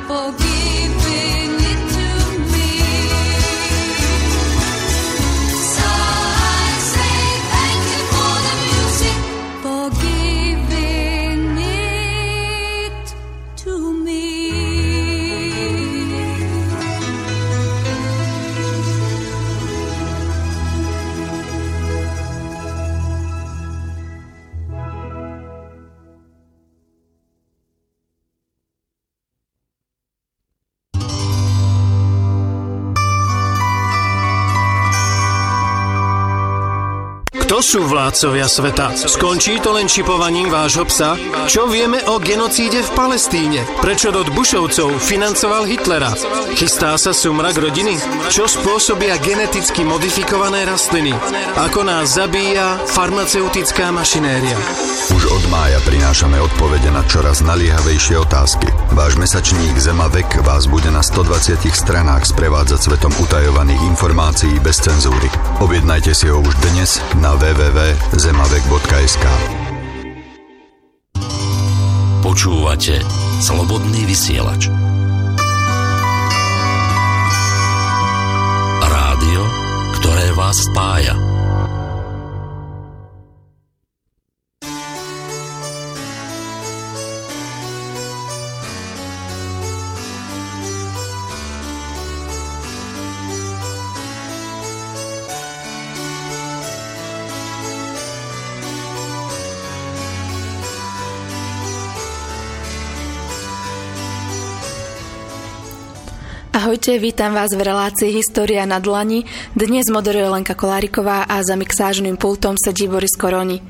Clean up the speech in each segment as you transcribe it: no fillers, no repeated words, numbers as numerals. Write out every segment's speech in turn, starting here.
Kto sú vládcovia sveta? Skončí to len čipovaním vášho psa? Čo vieme o genocíde v Palestíne? Prečo rod Bushovcov financoval Hitlera? Chystá sa súmrak rodiny? Čo spôsobia geneticky modifikované rastliny? Ako nás zabíja farmaceutická mašinéria? Už od mája prinášame odpovede na čoraz naliehavejšie otázky. Váš mesačník Zemavek vás bude na 120 stranách sprevádzať svetom utajovaných informácií bez cenzúry. Objednajte si ho už dnes na www.zemavek.sk. Počúvate Slobodný vysielač. Rádio, ktoré vás spája. Ahojte, vítam vás v relácii História na dlani. Dnes moderuje Lenka Koláriková a za mixážnym pultom sedí Boris Koroni.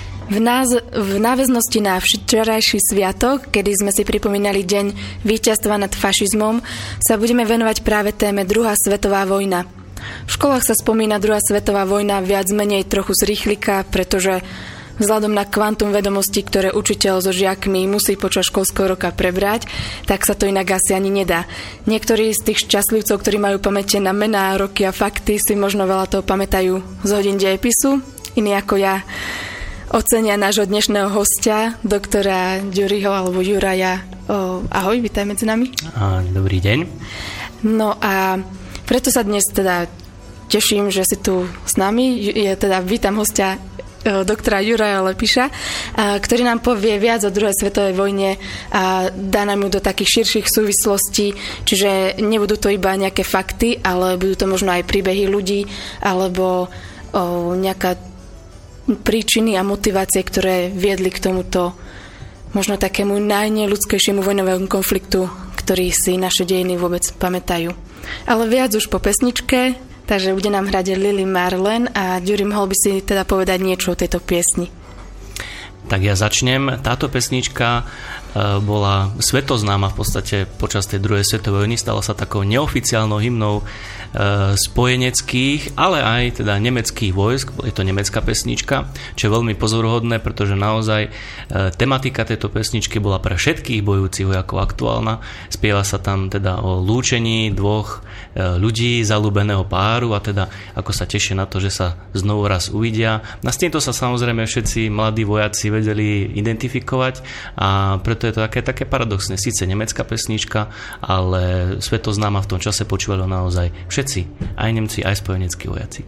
V náväznosti na včerajší sviatok, kedy sme si pripomínali deň víťazstva nad fašizmom, sa budeme venovať práve téme Druhá svetová vojna. V školách sa spomína Druhá svetová vojna viac menej trochu z rýchlika, pretože vzhľadom na kvantum vedomostí, ktoré učiteľ so žiakmi musí počas školského roka prebrať, tak sa to inak asi ani nedá. Niektorí z tých šťastlivcov, ktorí majú pamäte na mená, roky a fakty, si možno veľa toho pamätajú z hodín dejepisu. Iní ako ja ocenia nášho dnešného hostia, doktora Ďuriho alebo Juraja. Ahoj, vítaj medzi nami. Dobrý deň. No a preto sa dnes teda teším, že si tu s nami. Vítam hostia doktora Juraja Lepiša, ktorý nám povie viac o druhej svetovej vojne a dá nám ju do takých širších súvislostí, čiže nebudú to iba nejaké fakty, ale budú to možno aj príbehy ľudí alebo nejaká príčiny a motivácie, ktoré viedli k tomuto možno takému najneľudskejšiemu vojnovému konfliktu, ktorý si naše dejiny vôbec pamätajú. Ale viac už po pesničke. Takže bude nám hrať Lily Marlen a Ďuri, mohol by si teda povedať niečo o tejto piesni? Tak ja začnem. Táto pesnička bola svetoznáma v podstate počas tej druhej svetovej vojny, stala sa takou neoficiálnou hymnou spojeneckých, ale aj teda nemeckých vojsk. Je to nemecká pesnička, čo je veľmi pozoruhodné, pretože naozaj tematika tejto pesničky bola pre všetkých bojujúcich vojakov aktuálna. Spieva sa tam teda o lúčení dvoch ľudí, zaľúbeného páru a teda ako sa tešia na to, že sa znovu raz uvidia. A s týmto sa samozrejme všetci mladí vojaci vedeli identifikovať a preto je to také paradoxné. Síce nemecká pesnička, ale svetoznáma v tom čase počúvali naozaj všetci, aj Nemci, aj spojeneckí vojaci.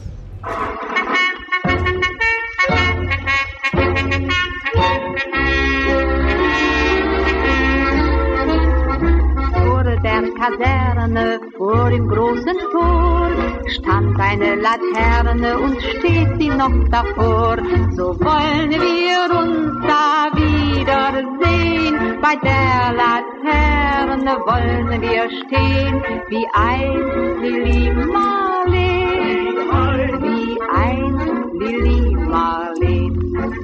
Kaserne vor dem großen Tor stand eine Laterne und steht sie noch davor. So wollen wir uns da wiedersehen. Bei der Laterne wollen wir stehen, wie einst Lili Marleen, wie einst Lili Marleen.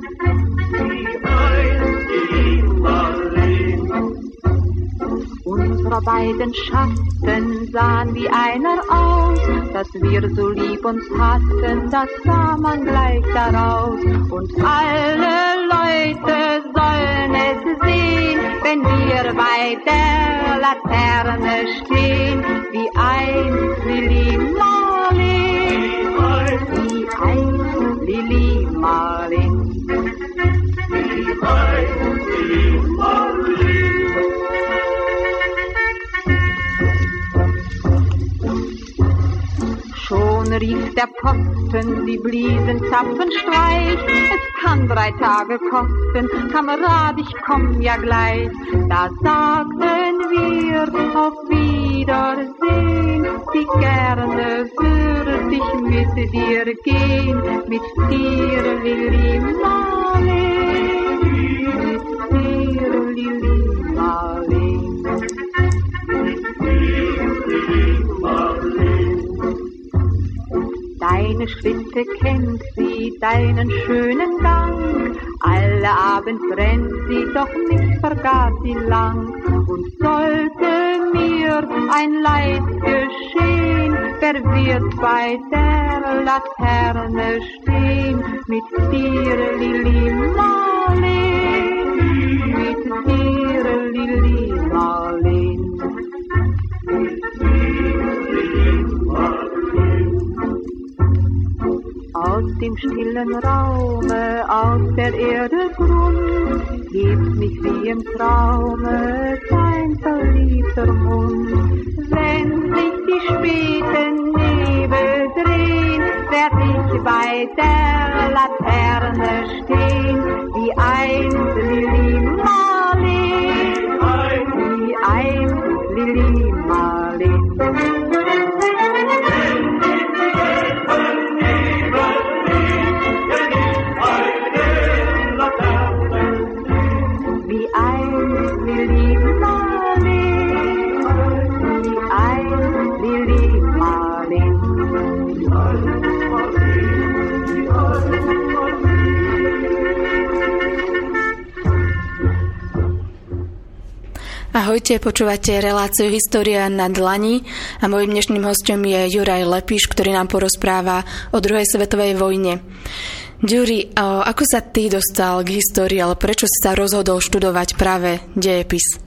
Unsere beiden Schatten sahen wie einer aus, dass wir so lieb uns hatten, das sah man gleich daraus. Und alle Leute sollen es sehen, wenn wir bei der Laterne stehen, wie einst Lili Marleen, wie einst Lili Marleen. Wie einst Lili Marleen. rief der Posten, sie bliesen Zapfenstreich. Es kann 3 Tage kosten, Kamerad, ich komm ja gleich. Da sagten wir auf Wiedersehen, wie gerne würde ich mit dir gehen, mit dir, Lili Marleen, mit dir, Lili Marleen. Deine Schritte kennt sie, deinen schönen Gang. Alle Abend rennt sie, doch nicht vergaß sie lang. Und sollte mir ein Leid geschehen, wer wird bei der Laterne stehen? Mit dir, Lili Marleen, mit dir, Lili Marleen. Aus dem stillen Raume, aus der Erde Grund, hebt mich wie im Traume dein verliebter Mund. Wenn sich die späten Nebel drehen, werd ich bei der Laterne stehen, wie einst Lili Marleen, wie einst Lili Marleen. Ahojte, počúvate reláciu História na dlani a mojím dnešným hostom je Juraj Lepíš, ktorý nám porozpráva o druhej svetovej vojne. Ďuri, ako sa ty dostal k histórii, ale prečo si sa rozhodol študovať práve dejepis?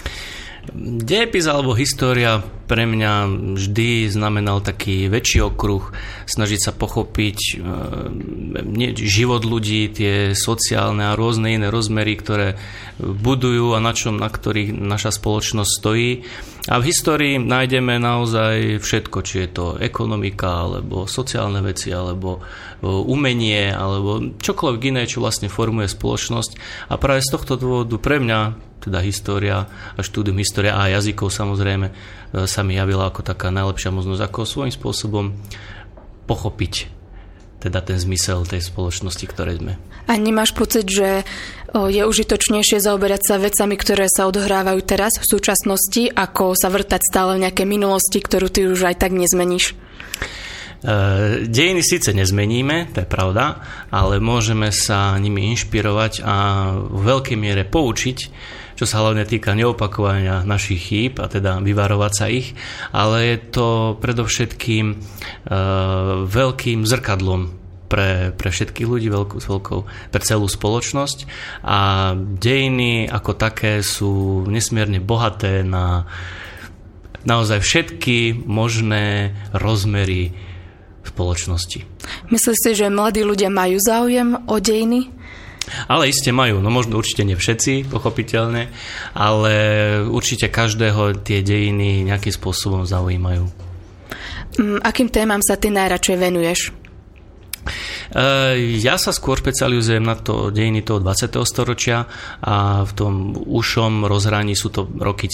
Dejepis alebo história pre mňa vždy znamenal taký väčší okruh, snažiť sa pochopiť život ľudí, tie sociálne a rôzne iné rozmery, ktoré budujú a na ktorých naša spoločnosť stojí. A v histórii nájdeme naozaj všetko, či je to ekonomika, alebo sociálne veci, alebo umenie, alebo čokoľvek iné, čo vlastne formuje spoločnosť. A práve z tohto dôvodu pre mňa teda história a štúdium histórie a jazykov samozrejme sa mi javila ako taká najlepšia možnosť, ako svojím spôsobom pochopiť teda ten zmysel tej spoločnosti, ktorej sme. A nemáš pocit, že je užitočnejšie zaoberať sa vecami, ktoré sa odohrávajú teraz v súčasnosti, ako sa vrtať stále v nejakej minulosti, ktorú ty už aj tak nezmeníš? Dejiny síce nezmeníme, to je pravda, ale môžeme sa nimi inšpirovať a v veľkej miere poučiť, čo sa hlavne týka neopakovania našich chýb a teda vyvarovať sa ich, ale je to predovšetkým veľkým zrkadlom pre všetkých ľudí, pre celú spoločnosť a dejiny ako také sú nesmierne bohaté na naozaj všetky možné rozmery spoločnosti. Myslíš si, že mladí ľudia majú záujem o dejiny? Ale iste majú, no možno určite nie všetci, pochopiteľne, ale určite každého tie dejiny nejakým spôsobom zaujímajú. Akým témam sa ty najradšej venuješ? Ja sa skôr špecializujem na to dejiny toho 20. storočia a v tom ušom rozhraní sú to roky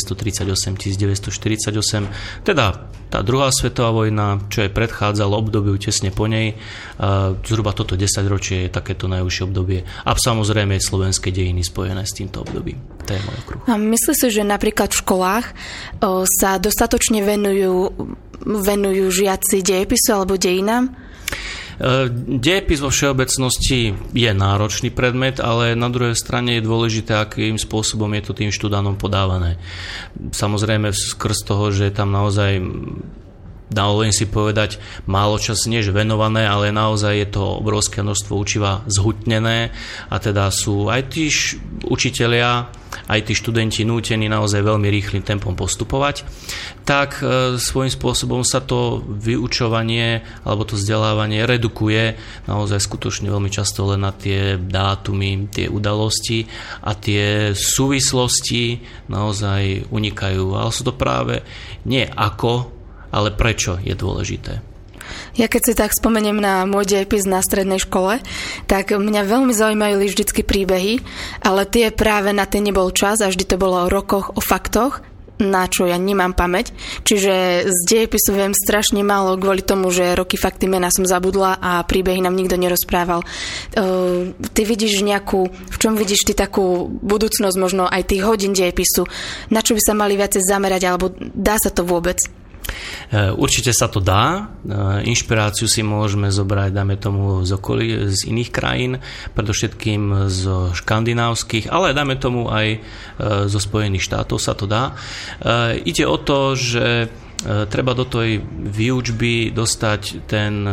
1938-1948, teda tá druhá svetová vojna, čo je predchádzalo obdobiu tesne po nej, zhruba toto 10 ročie je takéto najúžšie obdobie a samozrejme slovenské dejiny spojené s týmto obdobím. To je môj okruh. A myslíš si, že napríklad v školách sa dostatočne venujú žiaci dejepisu alebo dejinám? Dejepis vo všeobecnosti je náročný predmet, ale na druhej strane je dôležité, akým spôsobom je to tým študánom podávané. Samozrejme skrz toho, že tam naozaj dovolím si povedať, málo čas než venované, ale naozaj je to obrovské množstvo učiva zhutnené a teda sú aj tí učitelia, aj tí študenti nútení naozaj veľmi rýchlym tempom postupovať, tak svojím spôsobom sa to vyučovanie alebo to vzdelávanie redukuje naozaj skutočne veľmi často len na tie dátumy, tie udalosti a tie súvislosti naozaj unikajú. Ale sú to práve nie ako, ale prečo je dôležité. Ja keď si tak spomeniem na môj dejepis na strednej škole, tak mňa veľmi zaujímali vždycky príbehy, ale tie práve na tie nebol čas a vždy to bolo o rokoch, o faktoch, na čo ja nemám pamäť. Čiže z dejepisu viem strašne málo kvôli tomu, že roky, fakty, mená som zabudla a príbehy nám nikto nerozprával. Ty vidíš v čom vidíš ty takú budúcnosť možno aj tých hodín dejepisu? Na čo by sa mali viacej zamerať, alebo dá sa to vôbec? Určite sa to dá. Inšpiráciu si môžeme zobrať, dáme tomu z iných krajín, predovšetkým zo škandinávskych, ale dáme tomu aj zo Spojených štátov sa to dá. Ide o to, že treba do tej výučby dostať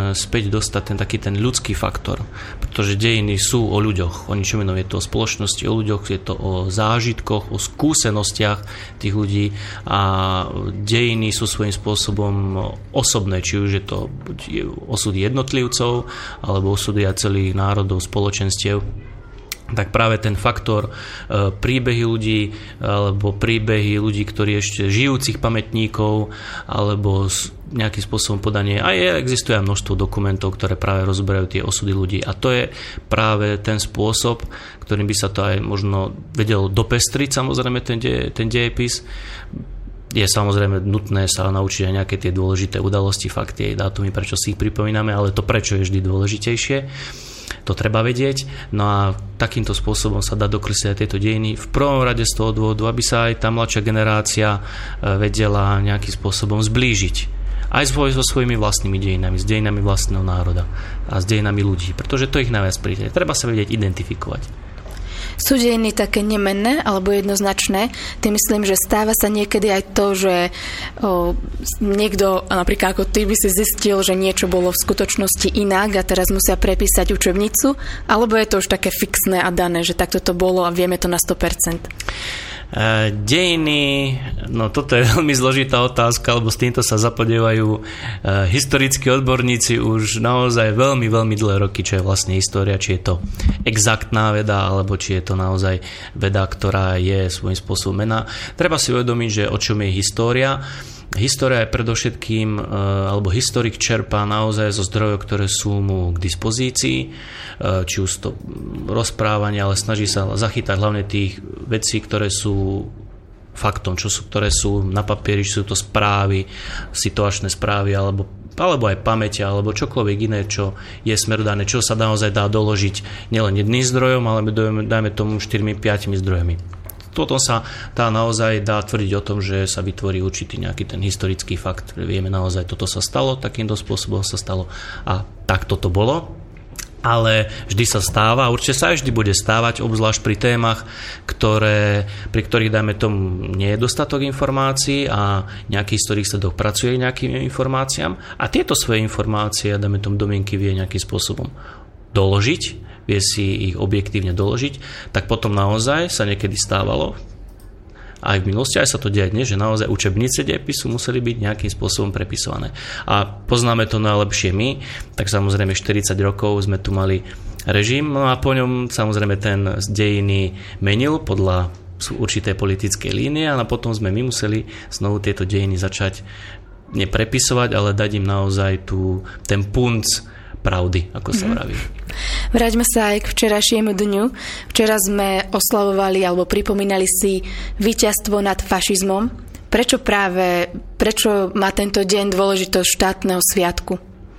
ten ľudský faktor, pretože dejiny sú o ľuďoch, o ničom inom, je to o spoločnosti, o ľuďoch, je to o zážitkoch, o skúsenostiach tých ľudí a dejiny sú svojím spôsobom osobné, či už je to osud jednotlivcov alebo osudy celých národov, spoločenstiev. Tak práve ten faktor príbehy ľudí alebo príbehy ľudí, ktorí ešte žijúcich pamätníkov alebo nejakým spôsobom podanie. A existuje aj množstvo dokumentov, ktoré práve rozberajú tie osudy ľudí. A to je práve ten spôsob, ktorým by sa to aj možno vedelo dopestriť, samozrejme ten dejepis. Je samozrejme nutné sa naučiť aj nejaké tie dôležité udalosti, fakty, dátumy, prečo si ich pripomíname, ale to prečo je vždy dôležitejšie. To treba vedieť. No a takýmto spôsobom sa dá dokresliť aj tieto dejiny. V prvom rade z toho dôvodu, aby sa aj tá mladšia generácia vedela nejakým spôsobom zblížiť. Aj so svojimi vlastnými dejinami, s dejinami vlastného národa a s dejinami ľudí. Pretože to ich najviac príde. Treba sa vedieť identifikovať. Sú dejiny také nemenné alebo jednoznačné? Ty myslím, že stáva sa niekedy aj to, že niekto, napríklad ako ty, by si zistil, že niečo bolo v skutočnosti inak a teraz musia prepísať učebnicu, alebo je to už také fixné a dané, že takto to bolo a vieme to na 100%? Dejiny, no toto je veľmi zložitá otázka, lebo s týmto sa zapodievajú historickí odborníci už naozaj veľmi, veľmi dlhé roky, čo je vlastne história, či je to exaktná veda, alebo či je to naozaj veda, ktorá je svojím spôsobom mená. Treba si uvedomiť, že o čom je história. História je predovšetkým, alebo historik čerpá naozaj zo zdrojov, ktoré sú mu k dispozícii, či už to rozprávanie, ale snaží sa zachytať hlavne tých vecí, ktoré sú faktom, ktoré sú na papieri, či sú to správy, situačné správy, alebo aj pamäť, alebo čokoľvek iné, čo je smerodané, čo sa naozaj dá doložiť nielen jedným zdrojom, ale dajme tomu 4-5 zdrojmi. Potom sa naozaj dá tvrdiť o tom, že sa vytvorí určitý nejaký ten historický fakt. Vieme naozaj, toto sa stalo, takýmto spôsobom sa stalo a takto to bolo. Ale vždy sa stáva, určite sa aj vždy bude stávať, obzvlášť pri témach, pri ktorých, dajme tomu, nie je dostatok informácií a nejaký historik sa dopracuje k nejakým informáciám a tieto svoje informácie, dajme tomu, domienky vie nejakým spôsobom doložiť, vie si ich objektívne doložiť, tak potom naozaj sa niekedy stávalo, aj v minulosti, aj sa to deje dnes, že naozaj učebnice dejepisu museli byť nejakým spôsobom prepisované. A poznáme to najlepšie my, tak samozrejme 40 rokov sme tu mali režim, no a po ňom samozrejme ten dejiny menil podľa určitej politickej línie a potom sme my museli znovu tieto dejiny začať neprepisovať, ale dať im naozaj ten punc pravdy, ako sa vraví. Vráťme sa aj k včerajšiemu dňu. Včera sme oslavovali alebo pripomínali si víťazstvo nad fašizmom. Prečo má tento deň dôležitosť štátneho sviatku?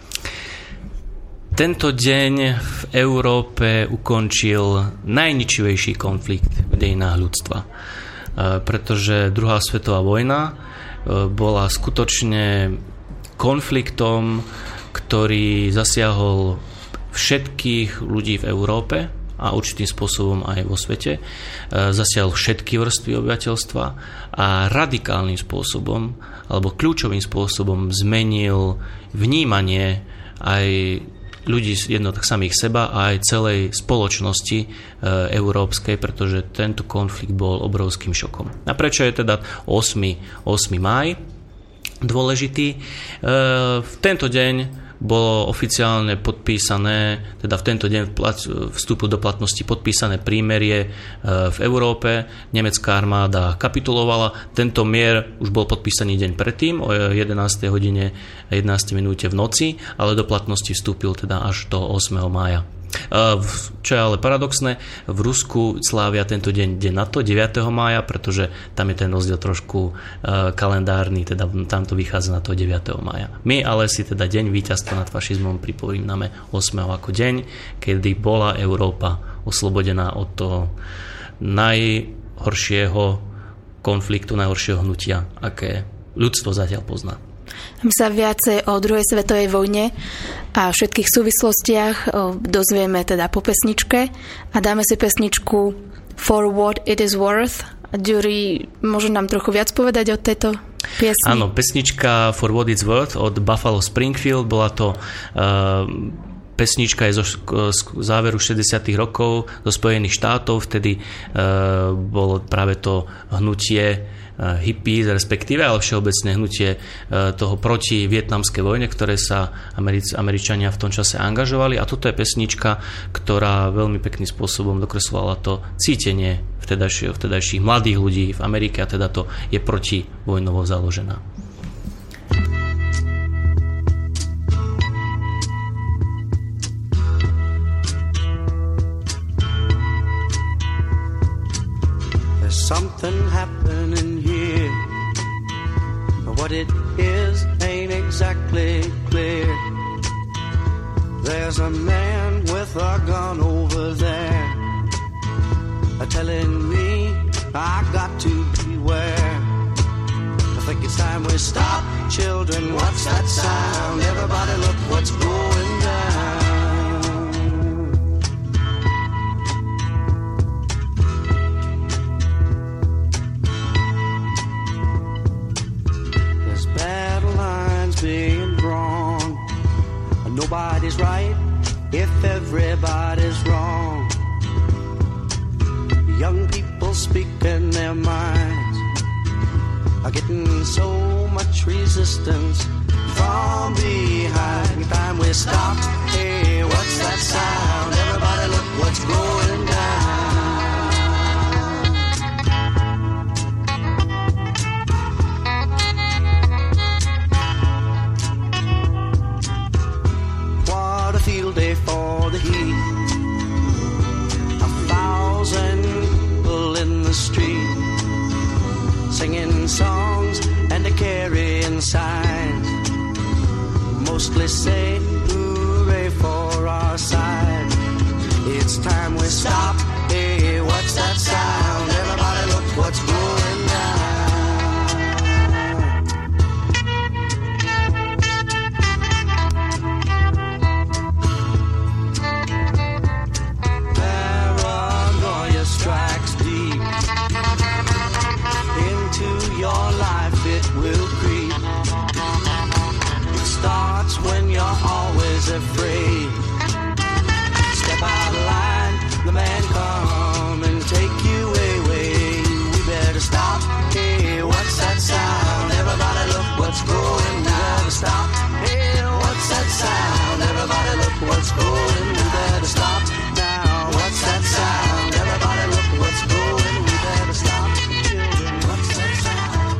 Tento deň v Európe ukončil najničivejší konflikt v dejinách ľudstva. Pretože druhá svetová vojna bola skutočne konfliktom, ktorý zasiahol všetkých ľudí v Európe a určitým spôsobom aj vo svete. Zasiahol všetky vrstvy obyvateľstva a radikálnym spôsobom alebo kľúčovým spôsobom zmenil vnímanie aj ľudí jednotok samých seba a aj celej spoločnosti európskej, pretože tento konflikt bol obrovským šokom. A prečo je teda 8. máj dôležitý? V tento deň bolo oficiálne podpísané, teda v tento deň vstupu do platnosti podpísané prímerie v Európe. Nemecká armáda kapitulovala. Tento mier už bol podpísaný deň predtým o 11. hodine 11 minúte v noci, ale do platnosti vstúpil teda až do 8. mája. Čo je ale paradoxné, v Rusku slávia tento deň na to 9. mája, pretože tam je ten rozdiel trošku kalendárny, teda tam to vychádza na to 9. mája. My ale si teda deň víťazstva nad fašizmom pripomíname 8. ako deň, kedy bola Európa oslobodená od toho najhoršieho konfliktu, najhoršieho hnutia, aké ľudstvo zatiaľ pozná. My sa viacej o druhej svetovej vojne a všetkých súvislostiach dozvieme teda po pesničke a dáme si pesničku For What It Is Worth. Ďuri, môže nám trochu viac povedať o tejto piesni? Áno, pesnička For What It's Worth od Buffalo Springfield, bola to pesnička je zo záveru 60. rokov zo Spojených štátov, vtedy bolo práve to hnutie hippies, respektíve, ale všeobecne hnutie toho proti vietnamskej vojne, ktoré sa Američania v tom čase angažovali. A toto je pesnička, ktorá veľmi pekným spôsobom dokreslovala to cítenie vtedajších mladých ľudí v Amerike, a teda to je proti vojnovo založená. Something happening here. What it is ain't exactly clear. There's a man with a gun over there, telling me I got to beware. I think it's time we stop. Children, what's that sound? Everybody look what's going down. Being drawn, nobody's right if everybody's wrong. Young people speaking their minds are getting so much resistance from behind. Time we stop. Hey, what's that sound? Everybody look what's going down. Field day for the heat. 1,000 people in the street, singing songs and carrying signs, mostly say hooray for our side. It's time we stop. Hey, what's that sound? Everybody look what's going down. Strikes deep into your life, it will creep. It starts when you're always afraid. Step out of line, the man come and take you away. We better stop. Hey, what's that sound? Everybody look what's going down. We better stop. Hey, what's that sound? Everybody look what's going. We better stop now. What's that sound? Everybody look what's going. We better stop. Children, what's that sound?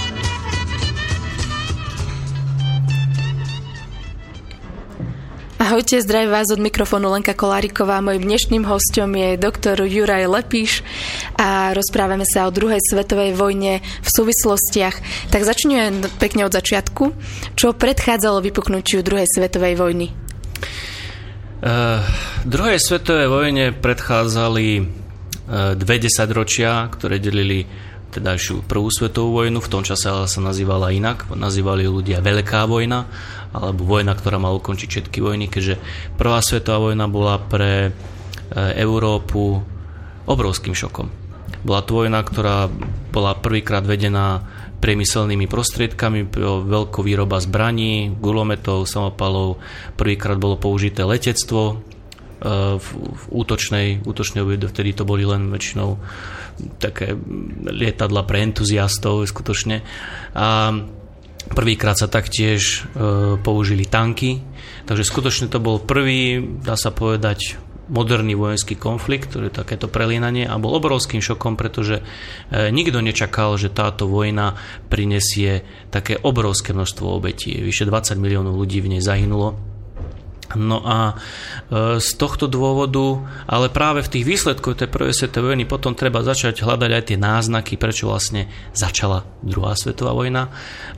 Ahojte, zdravím vás od mikrofónu Lenka Koláriková. Mojím dnešným hosťom je doktor Juraj Lepíš a rozprávame sa o druhej svetovej vojne v súvislostiach. Tak začneme pekne od začiatku. Čo predchádzalo vypuknutiu druhej svetovej vojny? Druhej svetovej vojne predchádzali dve desaťročia, ktoré delili tedajšiu prvú svetovú vojnu. V tom čase ale sa nazývala inak. Nazývali ľudia Veľká vojna, alebo vojna, ktorá mala ukončiť všetky vojny, keďže prvá svetová vojna bola pre Európu obrovským šokom. Bola to vojna, ktorá bola prvýkrát vedená priemyselnými prostriedkami, veľkovýroba zbraní, gulometov, samopalov. Prvýkrát bolo použité letectvo v útočnej období, vtedy to boli len väčšinou také lietadla pre entuziastov skutočne. A prvýkrát sa taktiež použili tanky, Takže skutočne to bol prvý, dá sa povedať, moderný vojenský konflikt, ktorý je takéto prelínanie a bol obrovským šokom, pretože nikto nečakal, že táto vojna prinesie také obrovské množstvo obetí. Vyše 20 miliónov ľudí v nej zahynulo. No a z tohto dôvodu, ale práve v tých výsledkoch tej prvej svetovej vojny potom treba začať hľadať aj tie náznaky, prečo vlastne začala druhá svetová vojna.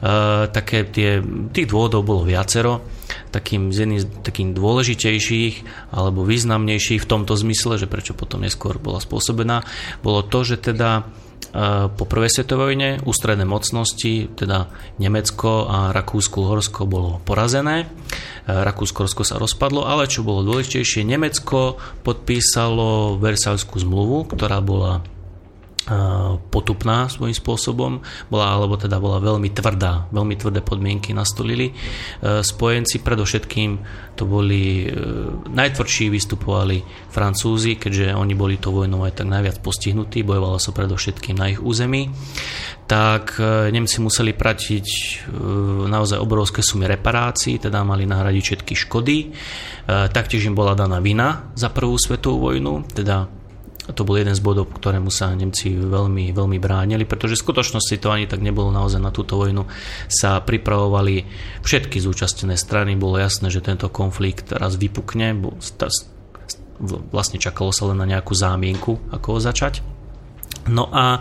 Tých dôvodov bolo viacero. Jedným z takých dôležitejších alebo významnejších v tomto zmysle, že prečo potom neskôr bola spôsobená, bolo to, že teda po prvej svetovej vojne ústredné mocnosti, teda Nemecko a Rakúsko-Uhorsko bolo porazené. Rakúsko-Uhorsko sa rozpadlo, ale čo bolo dôležitejšie, Nemecko podpísalo Versailskú zmluvu, ktorá bola potupná svojím spôsobom, bola veľmi tvrdá. Veľmi tvrdé podmienky nastolili spojenci, predovšetkým to boli najtvrdší vystupovali Francúzi, keďže oni boli to vojnou aj tak najviac postihnutí, bojovalo sa predovšetkým na ich území, tak Nemci museli platiť naozaj obrovské sumy reparácií, teda mali nahradiť všetky škody. Taktiež im bola daná vina za prvú svetovú vojnu, teda to bol jeden z bodov, ktorému sa Nemci veľmi, veľmi bránili, pretože v skutočnosti to ani tak nebolo, naozaj na túto vojnu sa pripravovali všetky zúčastnené strany, bolo jasné, že tento konflikt raz vypukne, vlastne čakalo sa len na nejakú zámienku, ako ho začať. No a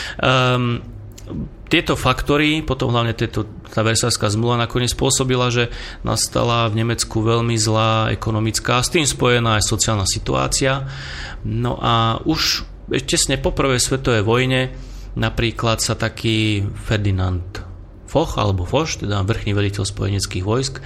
tieto faktory, potom hlavne tá Versailská zmluva nakoniec spôsobila, že nastala v Nemecku veľmi zlá ekonomická, s tým spojená aj sociálna situácia. No a už tesne po prvej svetovej vojne napríklad sa taký Ferdinand Foch, alebo Foch, teda vrchný veliteľ spojeneckých vojsk,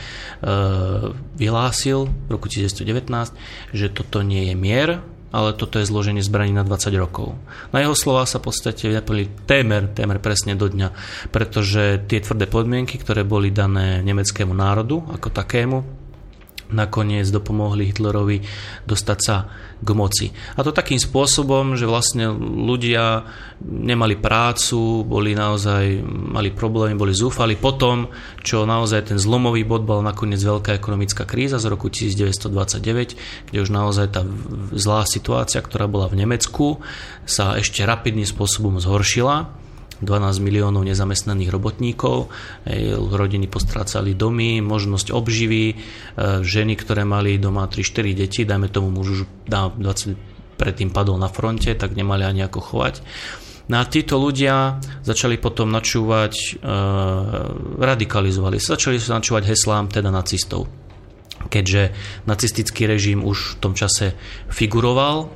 vyhlásil v roku 1919, že toto nie je mier, ale toto je zloženie zbraní na 20 rokov. Na jeho slova sa v podstate naplnili témer presne do dňa, pretože tie tvrdé podmienky, ktoré boli dané nemeckému národu ako takému, nakoniec dopomohli Hitlerovi dostať sa k moci. A to takým spôsobom, že vlastne ľudia nemali prácu, mali problémy, boli zúfali. Potom, čo naozaj ten zlomový bod bol nakoniec veľká ekonomická kríza z roku 1929, kde už naozaj tá zlá situácia, ktorá bola v Nemecku, sa ešte rapidným spôsobom zhoršila. 12 miliónov nezamestnaných robotníkov, rodiny postrácali domy, možnosť obživy, ženy, ktoré mali doma 3-4 deti, dajme tomu muž predtým padol na fronte, tak nemali ani ako chovať. No a títo ľudia začali potom radikalizovali sa, začali sa načúvať heslám teda nacistov. Keďže nacistický režim už v tom čase figuroval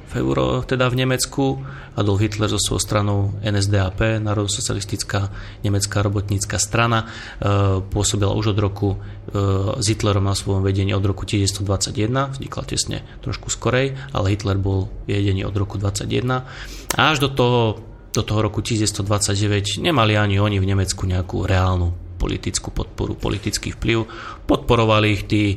v Nemecku, Adolf Hitler so svojou stranou NSDAP, Národno-socialistická nemecká robotnícka strana, pôsobila už od roku s Hitlerom na svojom vedení od roku 1921, vznikla tesne trošku skorej, ale Hitler bol vedený od roku 1921. A až do toho roku 1929 nemali ani oni v Nemecku nejakú reálnu politickú podporu, politický vplyv. Podporovali ich tí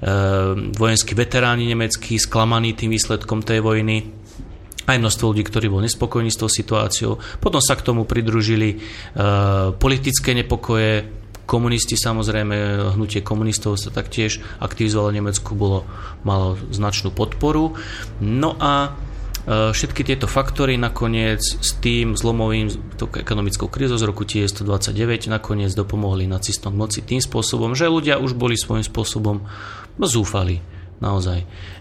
vojenskí veteráni nemeckí, sklamaní tým výsledkom tej vojny. Aj množstvo ľudí, ktorí boli nespokojní s tou situáciou. Potom sa k tomu pridružili politické nepokoje. Komunisti, samozrejme, hnutie komunistov sa taktiež aktivizovalo v Nemecku, malo značnú podporu. No a všetky tieto faktory nakoniec s tým zlomovým ekonomickou krízou z roku 1929 nakoniec dopomohli nacistom k moci tým spôsobom, že ľudia už boli svojím spôsobom zúfali. Naozaj.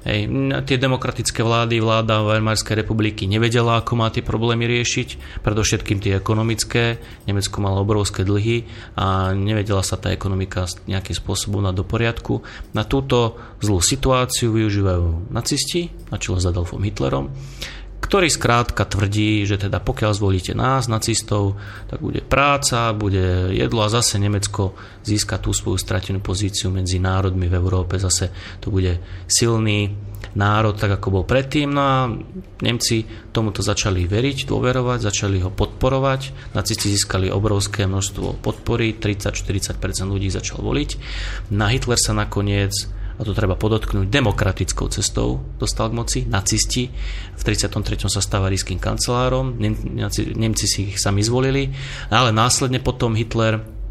Tie demokratické vláda Weimarskej republiky nevedela, ako má tie problémy riešiť, predovšetkým tie ekonomické. Nemecko malo obrovské dlhy a nevedela sa tá ekonomika nejakým spôsobom dať do poriadku. Na túto zlú situáciu využívajú nacisti na čele s Adolfom Hitlerom, ktorý skrátka tvrdí, že teda pokiaľ zvolíte nás, nacistov, tak bude práca, bude jedlo a zase Nemecko získa tú svoju stratenú pozíciu medzi národmi v Európe, zase to bude silný národ, tak ako bol predtým. No a Nemci tomuto začali veriť, dôverovať, začali ho podporovať. Nacisti získali obrovské množstvo podpory, 30-40% ľudí začal voliť. Na Hitler sa nakoniec, a to treba podotknúť, demokratickou cestou dostal k moci. Nacisti v 33. sa stáva ríšskym kancelárom, Nemci si ich sami zvolili, ale následne potom Hitler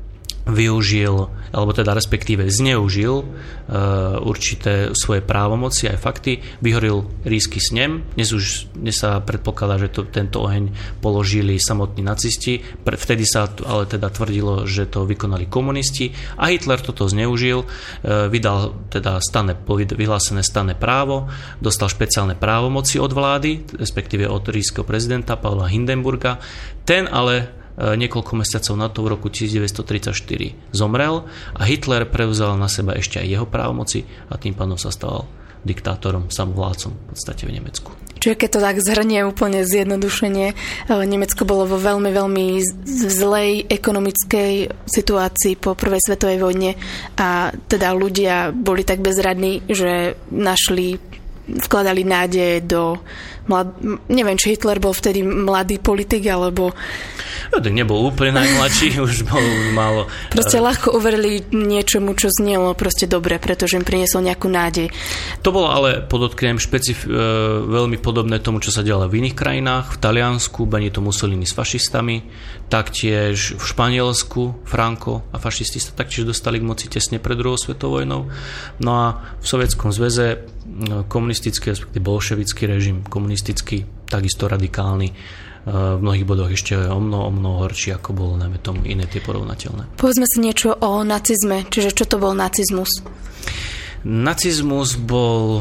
využil, alebo teda respektíve zneužil určité svoje právomoci aj fakty. Vyhoril Ríšsky snem. Dnes sa predpokladá, že tento oheň položili samotní nacisti. Vtedy sa ale teda tvrdilo, že to vykonali komunisti a Hitler toto zneužil. Vydal teda vyhlásené stanné právo, dostal špeciálne právomoci od vlády, respektíve od ríšskeho prezidenta Paula Hindenburga. Ten ale niekoľko mesiacov na to v roku 1934 zomrel a Hitler prevzal na seba ešte aj jeho právomoci a tým pádom sa stal diktátorom, samovládcom v podstate v Nemecku. Čiže keď to tak zhrnie úplne zjednodušene, Nemecko bolo vo veľmi, veľmi zlej ekonomickej situácii po prvej svetovej vojne a teda ľudia boli tak bezradní, že vkladali nádeje do neviem, či Hitler bol vtedy mladý politik, alebo... No, tak nebol úplne najmladší, už bol málo... Proste ľahko uverili niečomu, čo znelo proste dobre, pretože im priniesol nejakú nádej. To bolo ale, podotknem, veľmi podobné tomu, čo sa dialo v iných krajinách. V Taliansku Benito Mussolini s fašistami, taktiež v Španielsku Franco a fašisti sa taktiež dostali k moci tesne pred druhou svetovou vojnou. No a v Sovietskom zväze komunistický, respektíve bolševický režim, komunistický, takisto radikálny, v mnohých bodoch ešte o mnoho horší, ako bolo najmä tomu iné tie porovnateľné. Povedzme si niečo o nacizme, čiže čo to bol nacizmus? Nacizmus bol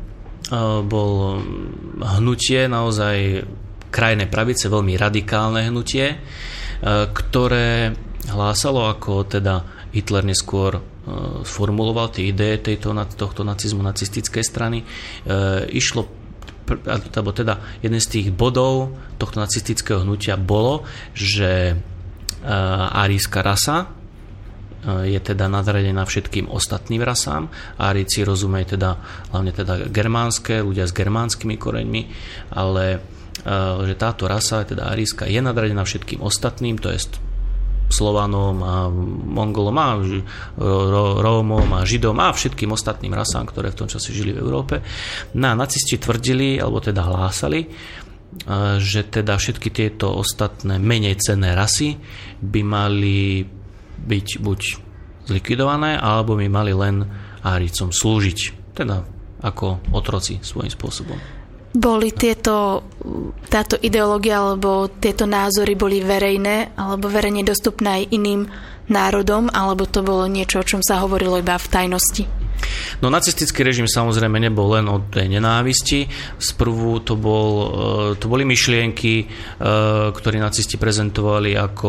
hnutie naozaj krajnej pravice, veľmi radikálne hnutie, ktoré hlásalo, ako teda Hitler neskôr sformuloval tie ideje tohto nacizmu, nacistickej strany. Alebo teda jeden z tých bodov tohto nacistického hnutia bolo, že árijská rasa je teda nadradená všetkým ostatným rasám. Árijci rozumej teda hlavne teda germánske, ľudia s germánskymi koreňmi, ale že táto rasa, teda árijská, je nadradená všetkým ostatným, to jest Slovanom a Mongolom a Rómom a Židom a všetkým ostatným rasám, ktoré v tom čase žili v Európe. No, nacisti tvrdili, alebo teda hlásali, že teda všetky tieto ostatné menej cenné rasy by mali byť buď zlikvidované, alebo by mali len Árijcom slúžiť. Teda ako otroci svojím spôsobom. Boli táto ideológia alebo tieto názory boli verejné alebo verejne dostupné aj iným národom, alebo to bolo niečo, o čom sa hovorilo iba v tajnosti? No, nacistický režim samozrejme nebol len o tej nenávisti. Sprvu to boli myšlienky, ktoré nacisti prezentovali ako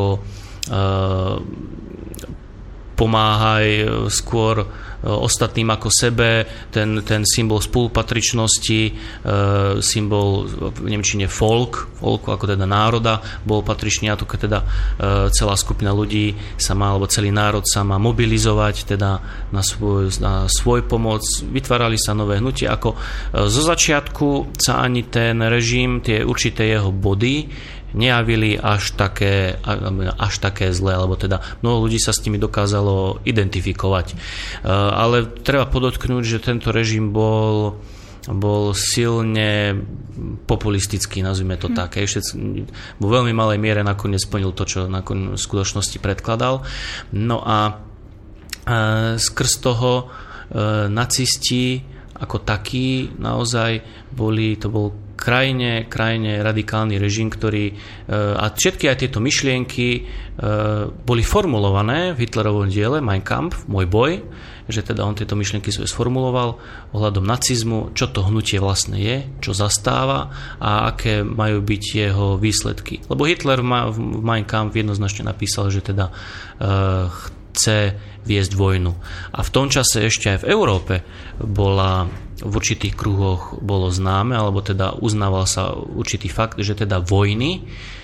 pomáhaj skôr ostatným ako sebe, ten symbol spolupatričnosti, symbol v nemčine folku ako teda národa, bol patričný, a to keď teda celá skupina ľudí sa má, alebo celý národ sa má mobilizovať teda na svoj pomoc. Vytvárali sa nové hnutie, ako zo začiatku sa ani ten režim, tie určité jeho body nejavili až také zlé, alebo teda mnoho ľudí sa s nimi dokázalo identifikovať. Ale treba podotknúť, že tento režim bol silne populistický, nazvime to tak. Vo veľmi malej miere nakoniec splnil to, čo v skutočnosti predkladal. No a skrz toho nacisti ako takí naozaj to bol krajne radikálny režim, ktorý a všetky aj tieto myšlienky boli formulované v Hitlerovom diele Mein Kampf, Môj boj, že teda on tieto myšlienky svoje sformuloval ohľadom nacizmu, čo to hnutie vlastne je, čo zastáva a aké majú byť jeho výsledky. Lebo Hitler v Mein Kampf jednoznačne napísal, že teda chce viesť vojnu. A v tom čase ešte aj v Európe v určitých kruhoch bolo známe, alebo teda uznával sa určitý fakt, že teda vojny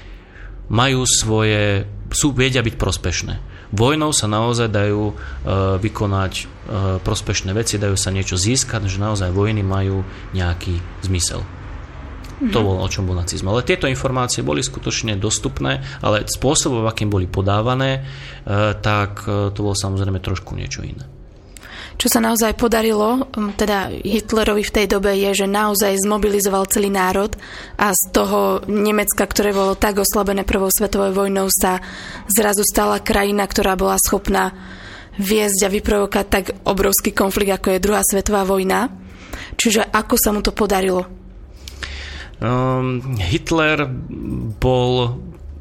vedia byť prospešné. Vojnou sa naozaj dajú vykonať prospešné veci, dajú sa niečo získať, že naozaj vojny majú nejaký zmysel. To bolo, o čom bol nacizmus. Ale tieto informácie boli skutočne dostupné, ale spôsobom, akým boli podávané, tak to bolo samozrejme trošku niečo iné. Čo sa naozaj podarilo, teda Hitlerovi v tej dobe, je, že naozaj zmobilizoval celý národ a z toho Nemecka, ktoré bolo tak oslabené prvou svetovou vojnou, sa zrazu stala krajina, ktorá bola schopná viesť a vyprovokovať tak obrovský konflikt, ako je druhá svetová vojna. Čiže ako sa mu to podarilo? Hitler bol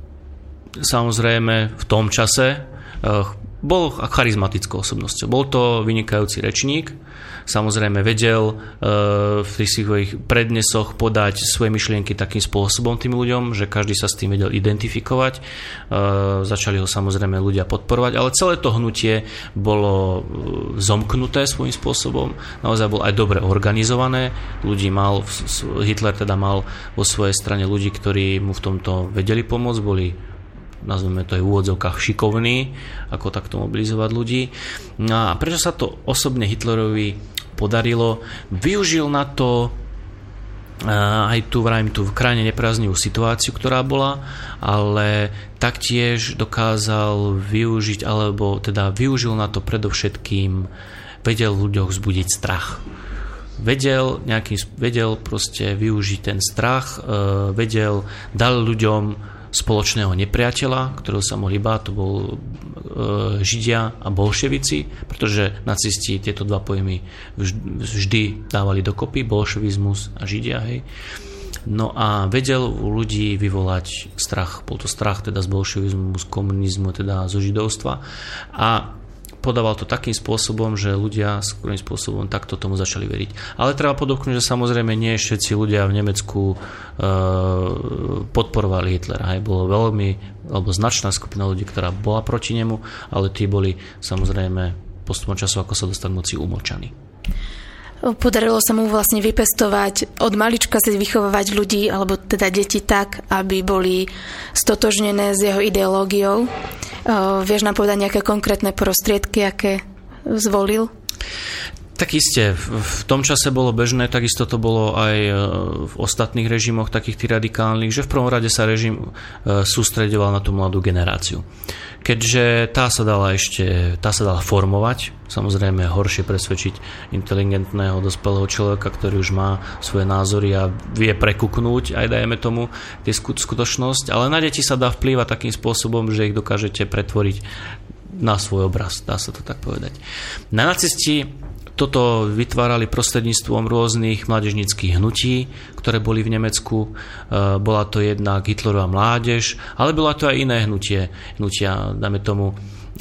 samozrejme v tom čase bol charizmatickou osobnosťou. Bol to vynikajúci rečník, samozrejme vedel v tých svojich prednesoch podať svoje myšlienky takým spôsobom tým ľuďom, že každý sa s tým vedel identifikovať. Začali ho samozrejme ľudia podporovať, ale celé to hnutie bolo zomknuté svojím spôsobom. Naozaj bolo aj dobre organizované. Hitler teda mal vo svojej strane ľudí, ktorí mu v tomto vedeli pomôcť, boli, nazveme to aj v úvodzovkách, šikovní, ako takto mobilizovať ľudí. No a prečo sa to osobne Hitlerovi podarilo? Využil na to aj tú krajne nepriaznivú situáciu, ktorá bola, ale taktiež dokázal využiť, alebo teda využil na to predovšetkým, vedel v ľuďoch vzbudiť strach. Vedel proste využiť ten strach, dal ľuďom spoločného nepriateľa, ktorého sa mohli báť, to bol Židia a bolševici, pretože nacisti tieto dva pojmy vždy dávali dokopy, bolševizmus a Židia, hej. No a vedel u ľudí vyvolať strach. Bol to strach teda z bolševizmu, z komunizmu, teda zo židovstva. A podával to takým spôsobom, že ľudia skôrým spôsobom takto tomu začali veriť. Ale treba podotknúť, že samozrejme nie všetci ľudia v Nemecku podporovali Hitlera. Bolo značná skupina ľudí, ktorá bola proti nemu, ale tí boli samozrejme postupom času, ako sa dostali moci, umlčaní. Podarilo sa mu vlastne vypestovať, od malička si vychovávať ľudí, alebo teda deti tak, aby boli stotožnené s jeho ideológiou. Vieš nám povedať nejaké konkrétne prostriedky, aké zvolil? Tak iste, v tom čase bolo bežné, takisto to bolo aj v ostatných režimoch, takých tých radikálnych, že v prvom rade sa režim sústreďoval na tú mladú generáciu. Keďže tá sa dala formovať, samozrejme horšie presvedčiť inteligentného, dospelého človeka, ktorý už má svoje názory a vie prekuknúť, aj dajme tomu, tie skutočnosť, ale na deti sa dá vplývať takým spôsobom, že ich dokážete pretvoriť na svoj obraz, dá sa to tak povedať. Na nacisti toto vytvárali prostredníctvom rôznych mládežníckych hnutí, ktoré boli v Nemecku. Bola to jednak Hitlerová mládež, ale bola to aj iné hnutia, dáme tomu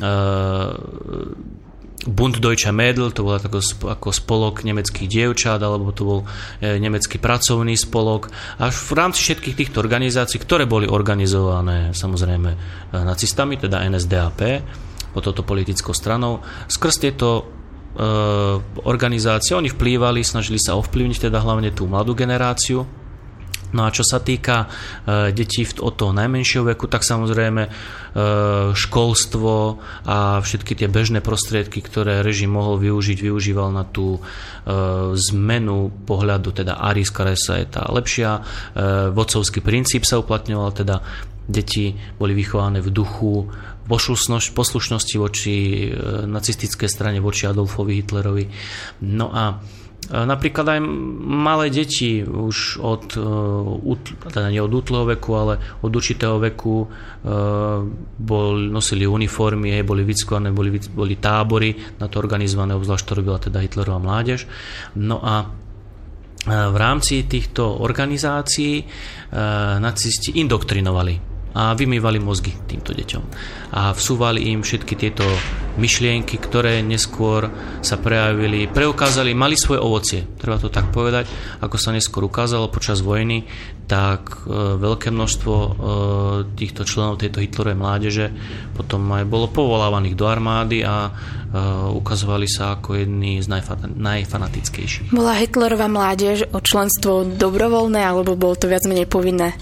Bund Deutscher Mädel, to bola ako spolok nemeckých dievčat, alebo to bol nemecký pracovný spolok. A v rámci všetkých týchto organizácií, ktoré boli organizované samozrejme nacistami, teda NSDAP, po touto politickou stranou, skrz tieto organizácie, oni vplývali, snažili sa ovplyvniť teda hlavne tú mladú generáciu. No a čo sa týka detí od toho najmenšieho veku, tak samozrejme školstvo a všetky tie bežné prostriedky, ktoré režim mohol využíval na tú zmenu pohľadu, teda arijská rasa je tá lepšia, vodcovský princíp sa uplatňoval, teda deti boli vychované v duchu poslušnosti voči nacistickej strane, voči Adolfovi Hitlerovi. No a napríklad aj malé deti už teda nie od útleho veku, ale od určitého veku nosili uniformy, boli vycvičené, boli tábory na to organizované, obzvlášť to robila teda Hitlerová mládež. No a v rámci týchto organizácií nacisti indoktrinovali a vymývali mozgy týmto deťom. A vsúvali im všetky tieto myšlienky, ktoré neskôr sa preukázali, mali svoje ovocie. Treba to tak povedať. Ako sa neskôr ukázalo počas vojny, tak veľké množstvo týchto členov tejto Hitlerovej mládeže potom aj bolo povolávaných do armády a ukazovali sa ako jedni z najfanatickejších. Bola Hitlerová mládež o členstvo dobrovoľné, alebo bolo to viac menej povinné?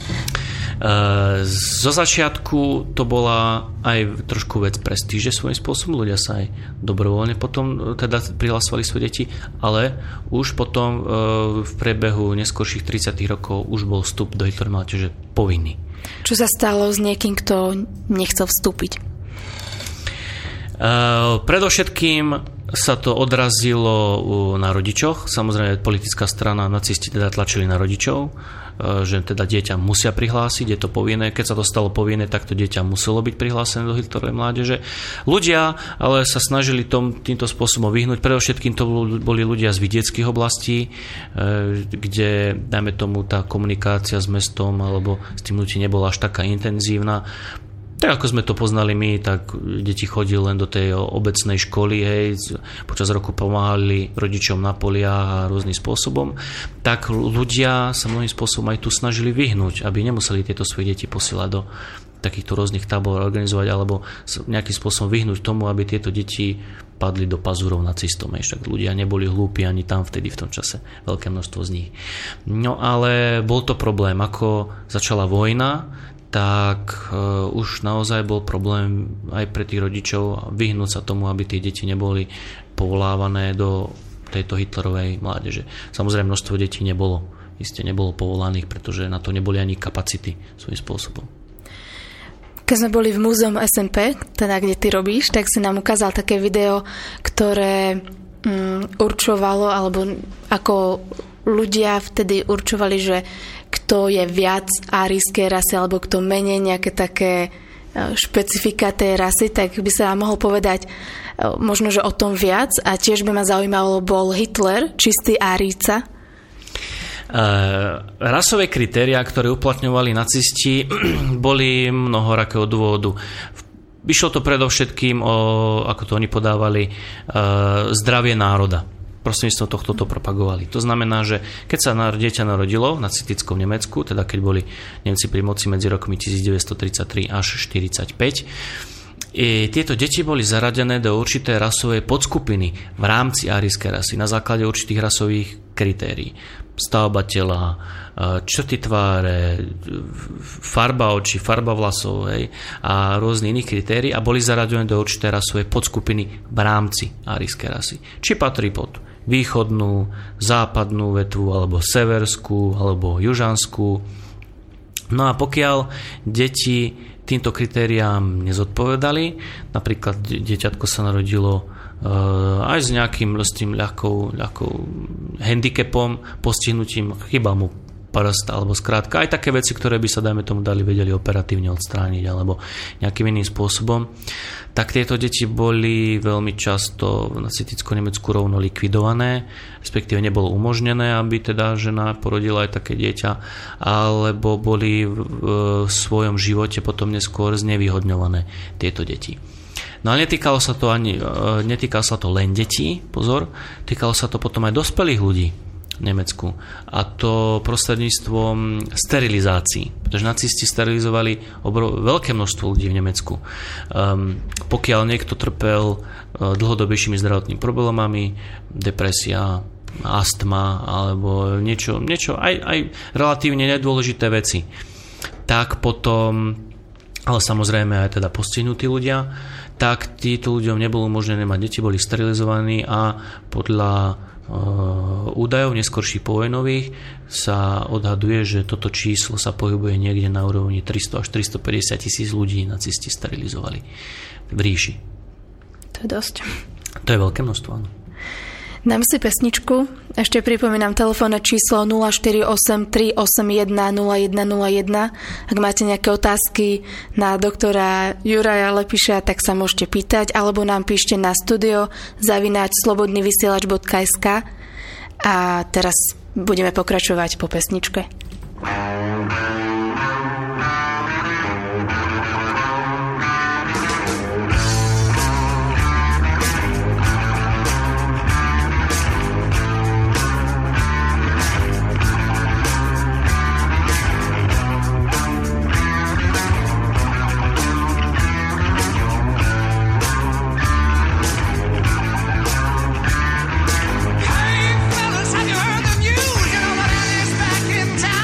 Zo začiatku to bola aj trošku vec prestíže svojím spôsobom, ľudia sa aj dobrovoľne potom teda prihlasovali svoje deti, ale už potom v priebehu neskorších 30 rokov už bol vstup do Hitlerovej mládeže povinný. Čo sa stalo s niekým, kto nechcel vstúpiť? Predovšetkým sa to odrazilo na rodičoch. Samozrejme, politická strana, nacisti teda tlačili na rodičov, že teda dieťa musia prihlásiť, je to povinné. Keď sa to stalo povinné, tak to dieťa muselo byť prihlásené do Hitlerovej mládeže. Ľudia ale sa snažili týmto spôsobom vyhnúť. Predovšetkým to boli ľudia z vidieckých oblastí, kde, dajme tomu, tá komunikácia s mestom alebo s tým ľudí nebola až taká intenzívna. Tak ako sme to poznali my, tak deti chodili len do tej obecnej školy, počas roku pomáhali rodičom na poliach a rôznym spôsobom, tak ľudia sa mnohým spôsobom aj tu snažili vyhnúť, aby nemuseli tieto svoje deti posielať do takýchto rôznych táborov organizovať alebo nejakým spôsobom vyhnúť tomu, aby tieto deti padli do pazúrov nacistom. Však ľudia neboli hlúpi ani tam vtedy v tom čase, veľké množstvo z nich. No ale bol to problém, ako začala vojna, tak už naozaj bol problém aj pre tých rodičov vyhnúť sa tomu, aby tie deti neboli povolávané do tejto Hitlerovej mládeže. Samozrejme, množstvo detí nebolo povolaných, pretože na to neboli ani kapacity svojím spôsobom. Keď sme boli v múzeum SMP, teda kde ty robíš, tak si nám ukázal také video, ktoré určovalo, alebo ako ľudia vtedy určovali, že kto je viac árijskej rasy alebo kto menej nejaké také špecifika tej rasy, tak by sa nám mohol povedať možno, že o tom viac. A tiež by ma zaujímalo, bol Hitler čistý árijca? Rasové kritériá, ktoré uplatňovali nacisti, boli mnohorakého dôvodu. Vyšlo to predovšetkým o, ako to oni podávali, zdravie národa. Prostredníctvom tohto to propagovali. To znamená, že keď sa dieťa narodilo v nacistickom Nemecku, teda keď boli Nemci pri moci medzi rokmi 1933 až 1945, tieto deti boli zaradené do určitej rasovej podskupiny v rámci árijskej rasy na základe určitých rasových kritérií. Stavba tela, črty tváre, farba očí, farba vlasov a rôzne iných kritérií a boli zaradené do určitej rasovej podskupiny v rámci árijskej rasy. Či patrí pod východnú, západnú vetvu, alebo severskú, alebo južanskú. No a pokiaľ deti týmto kritériám nezodpovedali, napríklad dieťatko sa narodilo aj s nejakým ľahkou handicapom, postihnutím, chyba mu prst, alebo skrátka aj také veci, ktoré by sa, dajme tomu, vedeli operatívne odstrániť alebo nejakým iným spôsobom, tak tieto deti boli veľmi často v nacistickom Nemecku rovno likvidované, respektíve nebolo umožnené, aby teda žena porodila aj také dieťa, alebo boli v svojom živote potom neskôr znevýhodňované tieto deti. No ale netýkalo sa to len detí, pozor, týkalo sa to potom aj dospelých ľudí v Nemecku. A to prostredníctvom sterilizácií, pretože nacisti sterilizovali veľké množstvo ľudí v Nemecku. Pokiaľ niekto trpel dlhodobejšími zdravotnými problémami, depresia, astma alebo niečo aj relatívne nedôležité veci, tak potom, ale samozrejme aj teda postihnutí ľudia, tak títo ľuďom nebolo umožnené mať deti, boli sterilizovaní a podľa údajov neskorších povojnových sa odhaduje, že toto číslo sa pohybuje niekde na úrovni 300 až 350 tisíc ľudí nacisti sterilizovali v ríši. To je dosť. To je veľké množstvo, áno. Dám si pesničku. Ešte pripomínam telefónne číslo 048 381 0101. Ak máte nejaké otázky na doktora Juraja Lepiša, tak sa môžete pýtať, alebo nám píšte na studio@slobodnyvysielac.sk. A teraz budeme pokračovať po pesničke. Hey fellas, have you heard the news? You know that Annie's back in town.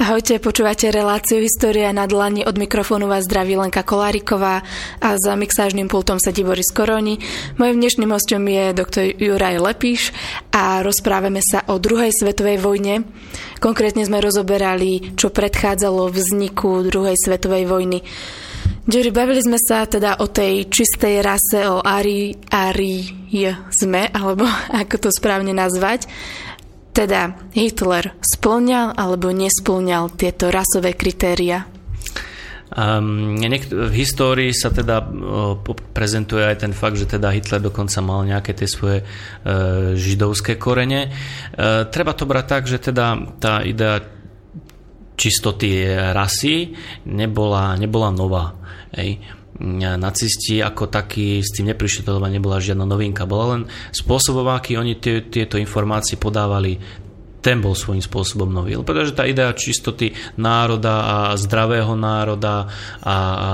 Ahojte, počúvate reláciu História na dlani. Od mikrofónu vás zdraví Lenka Koláriková a za mixážnym pultom sedí Boris Koroni. Mojím dnešným hostom je doktor Juraj Lepíš a rozprávame sa o druhej svetovej vojne. Konkrétne sme rozoberali, čo predchádzalo vzniku druhej svetovej vojny. Juri, bavili sme sa teda o tej čistej rase, o arizme, alebo ako to správne nazvať. Teda Hitler spĺňal alebo nespĺňal tieto rasové kritéria? V histórii sa teda prezentuje aj ten fakt, že teda Hitler dokonca mal nejaké tie svoje židovské korene. Treba to brať tak, že teda tá idea čistoty rasy nebola nová. Nacisti ako takí s tým neprišli, to nebola žiadna novinka, bola len spôsobom, aký oni tieto informácie podávali, ten bol svojím spôsobom nový. Pretože tá idea čistoty národa a zdravého národa a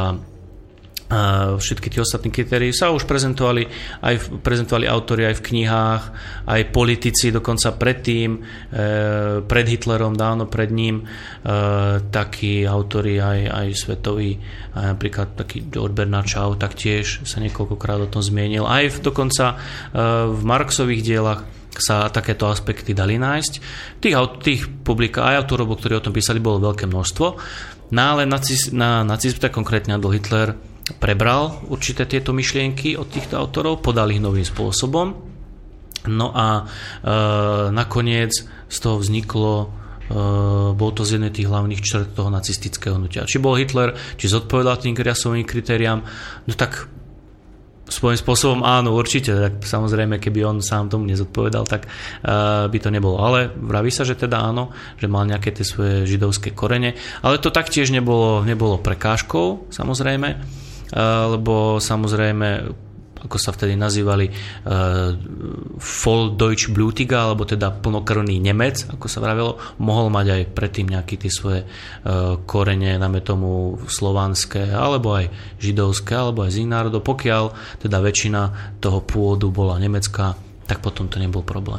všetky tie ostatné kritérie sa už prezentovali autori aj v knihách, aj politici dokonca predtým, pred Hitlerom, dávno pred ním, takí autori aj svetoví, aj napríklad taký George Bernard Shaw taktiež sa niekoľkokrát o tom zmienil. Aj dokonca v Marxových dielach sa takéto aspekty dali nájsť. Tých aj autorov, ktorí o tom písali, bolo veľké množstvo. No ale nacizm, tak konkrétne Adolf Hitler, prebral určité tieto myšlienky od týchto autorov, podal ich novým spôsobom. No a nakoniec z toho vzniklo, bol to z jednej tých hlavných črt toho nacistického hnutia. Či bol Hitler, či zodpovedal tým rasovým kritériám, no tak svojím spôsobom áno, určite. Tak samozrejme, keby on sám tomu nezodpovedal, tak by to nebolo. Ale vraví sa, že teda áno, že mal nejaké tie svoje židovské korene. Ale to taktiež nebolo prekážkou, samozrejme, lebo samozrejme, ako sa vtedy nazývali, Volldeutsch Blutiger, alebo teda plnokrvný Nemec, ako sa vravelo, mohol mať aj predtým nejaké tie svoje korene, najmä tomu slovanské, alebo aj židovské, alebo aj z iných národov. Pokiaľ teda väčšina toho pôvodu bola nemecká, tak potom to nebol problém.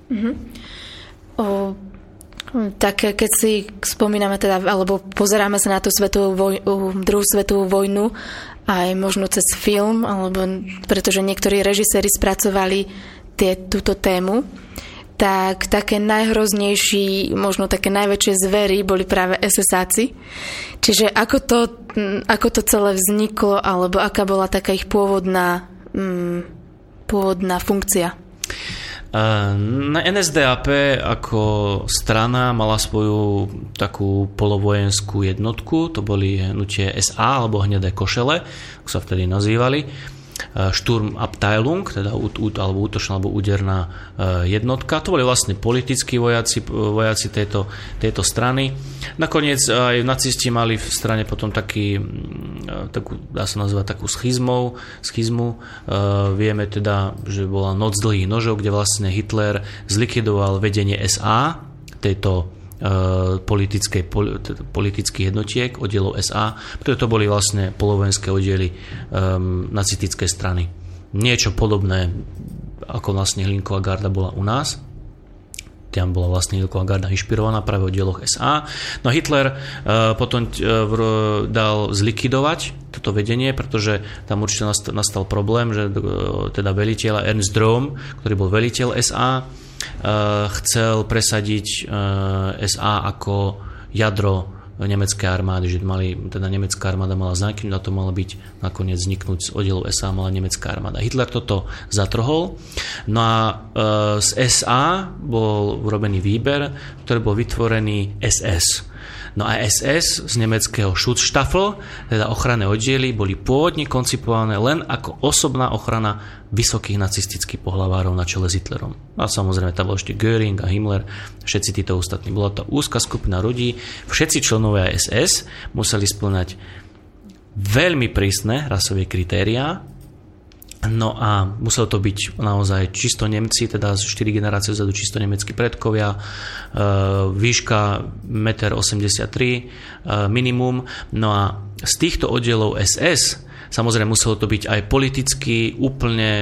Tak keď si spomíname teda, alebo pozeráme sa na tú druhú svetovú vojnu, aj možno cez film, alebo pretože niektorí režiséri spracovali túto tému, tak také najhroznejší, možno také najväčšie zvery boli práve SS-áci. Čiže ako to celé vzniklo, alebo aká bola taká ich pôvodná funkcia? Na NSDAP ako strana mala svoju takú polovojenskú jednotku, to boli hnutie SA alebo hnedé košele, ako sa vtedy nazývali. Sturmabteilung, teda alebo útočná alebo úderná jednotka. To boli vlastne politickí vojaci tejto strany. Nakoniec aj nacisti mali v strane potom takú, dá sa nazvať takú schizmu. Vieme teda, že bola Noc dlhých nožov, kde vlastne Hitler zlikvidoval vedenie SA, tejto politických jednotiek, oddielov SA, pretože to boli vlastne polovojenské oddiely nacistickej strany. Niečo podobné, ako vlastne Hlinková garda bola u nás. Tam bola vlastne Hlinková garda inšpirovaná práve v oddieloch SA. No Hitler potom dal zlikvidovať toto vedenie, pretože tam určite nastal problém, že teda veliteľ Ernst Röhm, ktorý bol veliteľ SA, chcel presadiť SA ako jadro nemeckej armády, že teda nemecká armáda mala znaky, na to mala byť nakoniec vzniknúť z oddielov SA mala nemecká armáda. Hitler toto zatrhol, no a z SA bol urobený výber, ktorý bol vytvorený SS. No a SS z nemeckého Schutzstaffel, teda ochranné oddiely, boli pôvodne koncipované len ako osobná ochrana vysokých nacistických pohlavárov na čele s Hitlerom. A samozrejme tam bol ešte Göring a Himmler, všetci títo ostatní. Bola to úzka skupina ľudí, všetci členovia SS museli spĺňať veľmi prísne rasové kritériá. No a muselo to byť naozaj čisto Nemci, teda z 4 generácie vzadu čisto nemeckí predkovia, výška 1,83 m minimum. No a z týchto oddielov SS samozrejme muselo to byť aj politicky úplne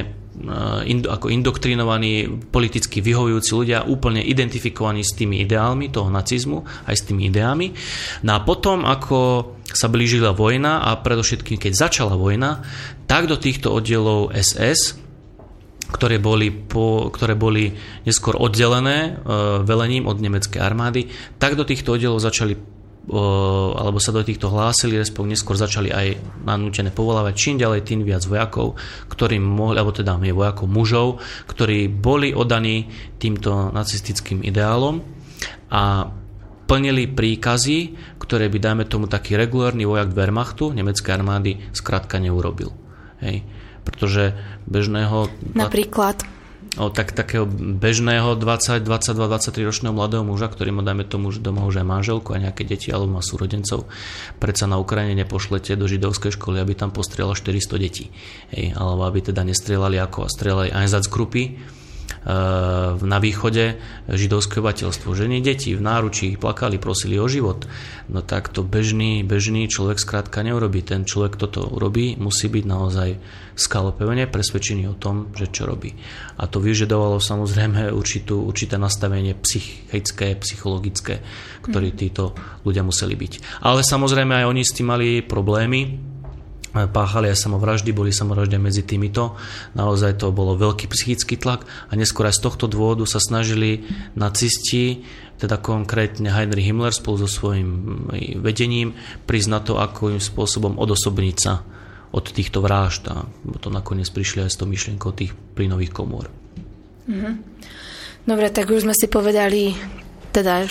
ako indoktrinovaní, politicky vyhovujúci ľudia, úplne identifikovaní s tými ideálmi toho nacizmu, aj s tými ideami. No a potom, ako sa blížila vojna a predovšetkým, keď začala vojna, tak do týchto oddielov SS, ktoré boli neskôr oddelené velením od nemeckej armády, tak do týchto oddielov začali alebo sa do týchto hlásili, respektíve neskôr začali aj nanútené povolávať čím ďalej tým viac vojakov, ktorí mohli, alebo teda vojakov mužov, ktorí boli oddaní týmto nacistickým ideálom a plnili príkazy, ktoré by, dajme tomu, taký regulárny vojak Wehrmachtu nemeckej armády skrátka neurobil. Hej. Pretože bežného... Napríklad... takého bežného 20, 22, 23 ročného mladého muža, ktorý má, dajme tomu, že doma už aj manželku a nejaké deti alebo má súrodencov, predsa na Ukrajine nepošlete do židovskej školy, aby tam postrieľal 400 detí. Hej, alebo aby teda nestrieľali ako strieľali Einsatzgrupy na východe židovské obyvateľstvo. Ženy, deti v náručí plakali, prosili o život. No tak to bežný človek skrátka neurobí. Ten človek toto urobí, musí byť naozaj skalopevne presvedčený o tom, že čo robí. A to vyžadovalo samozrejme určité nastavenie psychické, psychologické, ktoré títo ľudia museli byť. Ale samozrejme aj oni s tým mali problémy. Páchali aj samovraždy, boli samovraždy medzi týmito. Naozaj to bolo veľký psychický tlak a neskôr aj z tohto dôvodu sa snažili nacisti, teda konkrétne Heinrich Himmler spolu so svojím vedením, prísť na to, akým spôsobom odosobniť sa od týchto vražd. A to nakoniec prišli aj s tou myšlienkou tých plynových komôr. Dobre, tak už sme si povedali teda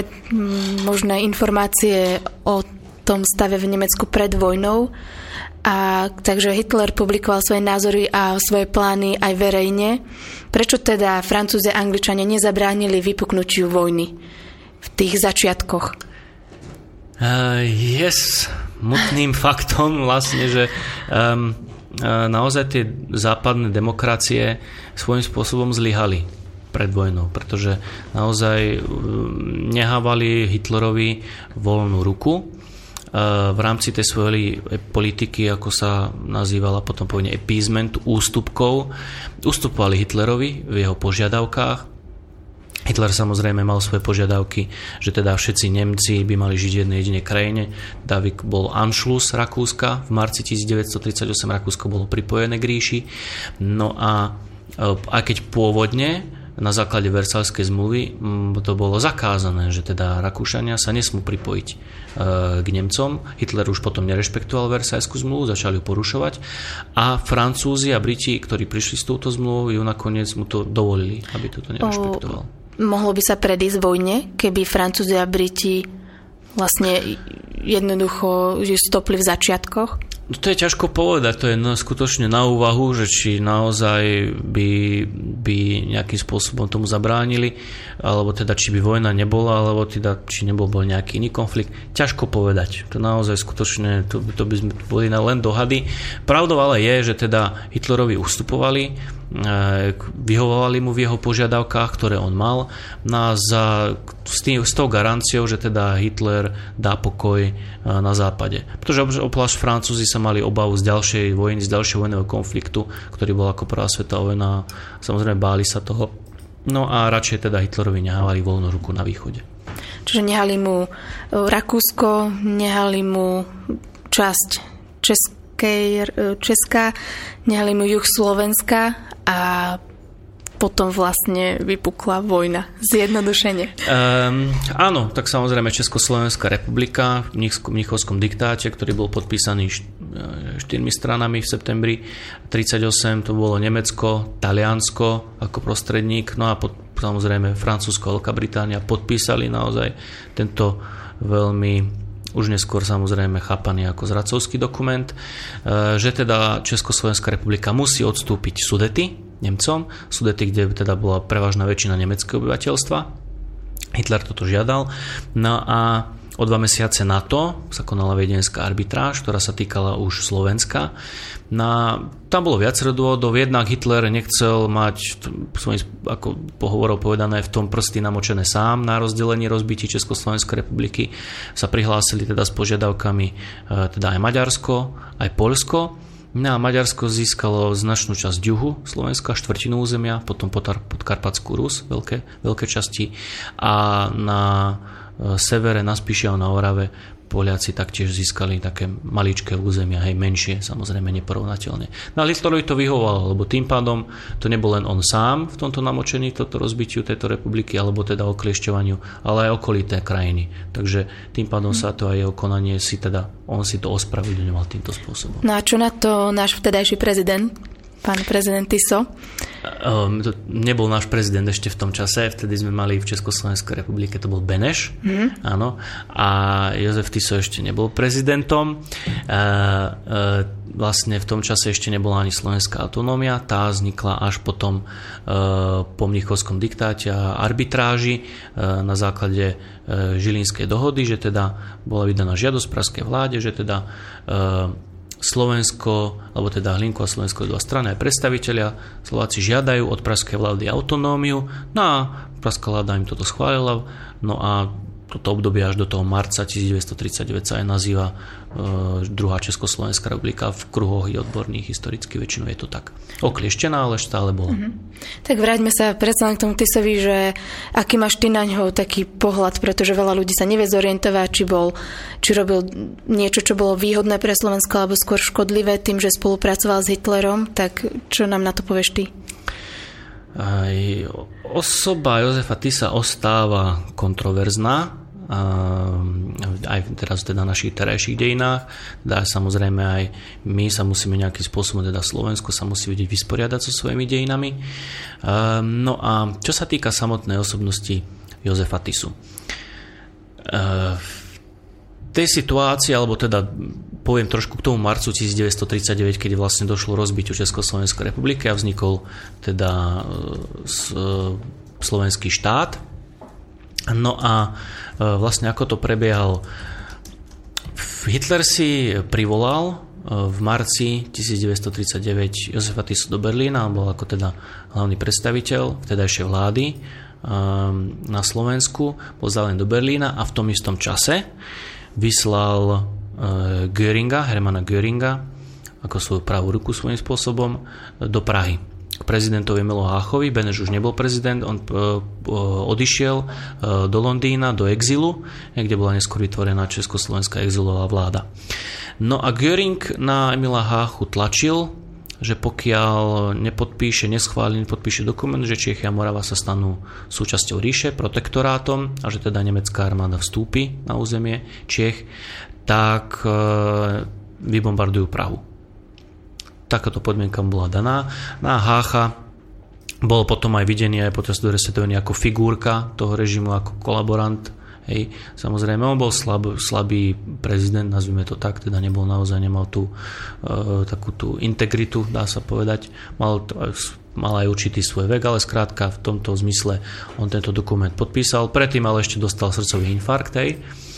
možné informácie o tom stave v Nemecku pred vojnou. A takže Hitler publikoval svoje názory a svoje plány aj verejne. Prečo teda Francúzi a Angličania nezabránili vypuknutiu vojny v tých začiatkoch? Je smutným faktom vlastne, že naozaj tie západné demokracie svojím spôsobom zlyhali pred vojnou, pretože naozaj nehávali Hitlerovi voľnú ruku v rámci tej svojej politiky, ako sa nazývala potom povedne appeasement, ústupkov. Ustupovali Hitlerovi v jeho požiadavkách. Hitler samozrejme mal svoje požiadavky, že teda všetci Nemci by mali žiť v jednej jedinej krajine. Davik bol Anschluss Rakúska. V marci 1938 Rakúsko bolo pripojené k ríši. No a aj keď pôvodne na základe Versailskej zmluvy to bolo zakázané, že teda Rakúšania sa nesmú pripojiť k Nemcom. Hitler už potom nerešpektoval Versailskú zmluvu, začali ju porušovať a Francúzi a Briti, ktorí prišli s touto zmluvou, ju nakoniec mu to dovolili, aby toto nerešpektoval. Mohlo by sa predísť vojne, keby Francúzi a Briti vlastne jednoducho ju stopli v začiatkoch? To je ťažko povedať, to je skutočne na úvahu, že či naozaj by nejakým spôsobom tomu zabránili, alebo teda či by vojna nebola, alebo teda či nebol nejaký iný konflikt. Ťažko povedať. To naozaj skutočne, to by sme boli len dohady. Pravdou ale je, že teda Hitlerovi ustupovali, vyhovovali mu v jeho požiadavkách, ktoré on mal, s tou garanciou, že teda Hitler dá pokoj na západe. Pretože obzvlášť Francúzi sa mali obavu z ďalšej vojny, z ďalšieho vojnového konfliktu, ktorý bol ako prvá svetová vojna. Samozrejme báli sa toho. No a radšej teda Hitlerovi nehávali voľnú ruku na východe. Čiže nehali mu Rakúsko, nehali mu časť Česka, nehali mu juh Slovenska a potom vlastne vypukla vojna. Zjednodušene. Áno, tak samozrejme Československá republika v Mnichovskom diktáte, ktorý bol podpísaný 4 stranami v septembri 1938, to bolo Nemecko, Taliansko ako prostredník, no a samozrejme Francúzsko a Veľká Británia podpísali naozaj tento veľmi už neskôr samozrejme chápaný ako zradcovský dokument, že teda Československá republika musí odstúpiť Sudety Nemcom, Sudety, kde teda bola prevažná väčšina nemeckého obyvateľstva. Hitler toto žiadal. No a o 2 mesiace na to sa konala viedenská arbitráž, ktorá sa týkala už Slovenska. Tam bolo viacero dôvodov. Jednak Hitler nechcel mať, ako pohovorov povedané, v tom prsty namočené sám na rozdelení rozbití Československej republiky. Sa prihlásili teda s požiadavkami teda aj Maďarsko, aj Poľsko. No a Maďarsko získalo značnú časť juhu Slovenska, štvrtinu územia, potom Podkarpatskú Rus, veľké časti, a na severe, na Spiši a na Orave Poliaci taktiež získali také maličké územia, menšie, samozrejme neporovnateľne. No a Hitlerovi to vyhovovalo, lebo tým pádom to nebol len on sám v tomto namočený, toto rozbitiu tejto republiky, alebo teda okliešťovaniu, ale aj okolité krajiny. Takže tým pádom sa to aj jeho konanie on si to ospravedlňoval týmto spôsobom. No a čo na to náš vtedajší prezident, pán prezident Tiso? Nebol náš prezident ešte v tom čase, vtedy sme mali v Československej republike, to bol Beneš, áno, a Jozef Tiso ešte nebol prezidentom. Vlastne v tom čase ešte nebola ani slovenská autonómia, tá vznikla až potom po mnichovskom diktáte a arbitráži na základe Žilinskej dohody, že teda bola vydaná žiadosť pražskej vláde, že teda Slovensko, alebo teda Hlinko a Slovensko dva strany aj predstavitelia Slováci žiadajú od pražskej vlády autonómiu, no a pražská vláda im toto schválila, no a toto obdobie až do toho marca 1939 sa aj nazýva druhá Československá republika v kruhoch odborných, historicky väčšinou je to tak oklieštená, ale stále bola. Tak vráťme sa predsa k tomu Tisovi, že aký máš ty na ňo taký pohľad, pretože veľa ľudí sa nevie zorientovať, či robil niečo, čo bolo výhodné pre Slovensko, alebo skôr škodlivé tým, že spolupracoval s Hitlerom, tak čo nám na to povieš ty? Aj osoba Jozefa Tisa ostáva kontroverzná, aj teraz teda v našich terajších dejinách, teda samozrejme aj my sa musíme nejakým spôsobom, teda Slovensko sa musí vedieť vysporiadať so svojimi dejinami. No a čo sa týka samotnej osobnosti Jozefa Tisu, v tej situácii, alebo teda poviem trošku k tomu marcu 1939, kedy vlastne došlo rozbitiu Československej republiky a vznikol teda slovenský štát. No a vlastne ako to prebiehalo? Hitler si privolal v marci 1939 Jozefa Tisu do Berlína, on bol ako teda hlavný predstaviteľ vtedajšej vlády na Slovensku, bol zavolený do Berlína a v tom istom čase vyslal Hermana Göringa ako svoju pravú ruku svojím spôsobom do Prahy k prezidentovi Milo Háchovi. Beneš už nebol prezident, on odišiel do Londýna, do exilu, kde bola neskôr vytvorená Československá exilová vláda. No a Göring na Emila Háchu tlačil, že pokiaľ nepodpíše dokument, že Čechy a Morava sa stanú súčasťou ríše, protektorátom, a že teda nemecká armáda vstúpi na územie Čech, tak vybombardujú Prahu. Takáto podmienka bola daná. Na Hácha bol potom aj videný aj počas druhej svetovej ako figurka toho režimu, ako kolaborant. Hej. Samozrejme, on bol slabý prezident, nazvime to tak, teda nemal tú takú tú integritu, dá sa povedať. Mal aj určitý svoj vek, ale skrátka v tomto zmysle on tento dokument podpísal. Predtým ale ešte dostal srdcový infarkt. Hej.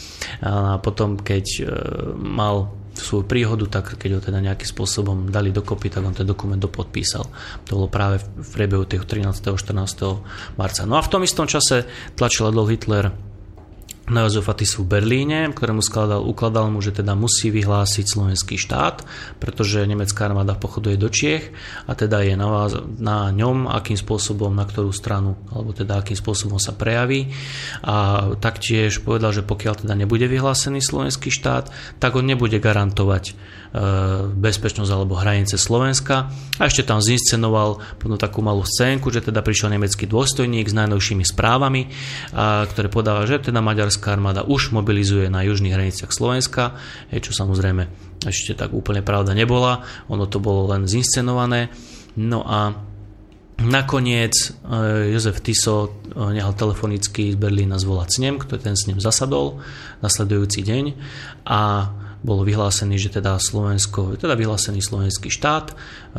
A potom, keď mal svoju príhodu, tak keď ho teda nejakým spôsobom dali dokopy, tak on ten dokument dopodpísal. To bolo práve v priebehu tých 13. 14. marca. No a v tom istom čase tlačil Adolf Hitler na Jozefa Tisu v Berlíne, ktorému ukladal mu, že teda musí vyhlásiť slovenský štát, pretože nemecká armáda pochoduje do Čiech a teda je na ňom, akým spôsobom, na ktorú stranu, alebo teda akým spôsobom sa prejaví. A taktiež povedal, že pokiaľ teda nebude vyhlásený slovenský štát, tak on nebude garantovať bezpečnosť alebo hranice Slovenska. A ešte tam zinscenoval potom takú malú scénku, že teda prišiel nemecký dôstojník s najnovšími správami, ktoré podáva, že teda maďarská armáda už mobilizuje na južných hraniciach Slovenska, čo samozrejme ešte tak úplne pravda nebola. Ono to bolo len zinscenované. No a nakoniec Jozef Tiso nehal telefonicky z Berlína zvolať snem, ktorý ten snem zasadol nasledujúci deň a bolo vyhlásený, že teda vyhlásený slovenský štát.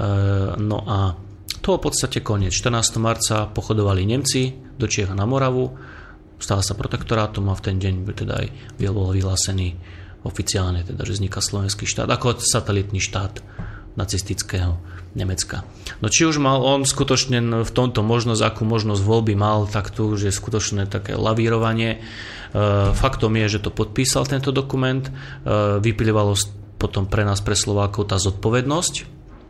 No a to v podstate koniec. 14. marca pochodovali Nemci do Čiech a na Moravu, stal sa protektorátom a v ten deň teda aj bol vyhlásený oficiálne, teda, že vzniká slovenský štát ako satelitný štát nacistického Nemecka. No či už mal on skutočne v tomto akú možnosť voľby mal, tak tu už je skutočné také lavírovanie. Faktom je, že to podpísal tento dokument, vyplývalo potom pre nás, pre Slovákov, tá zodpovednosť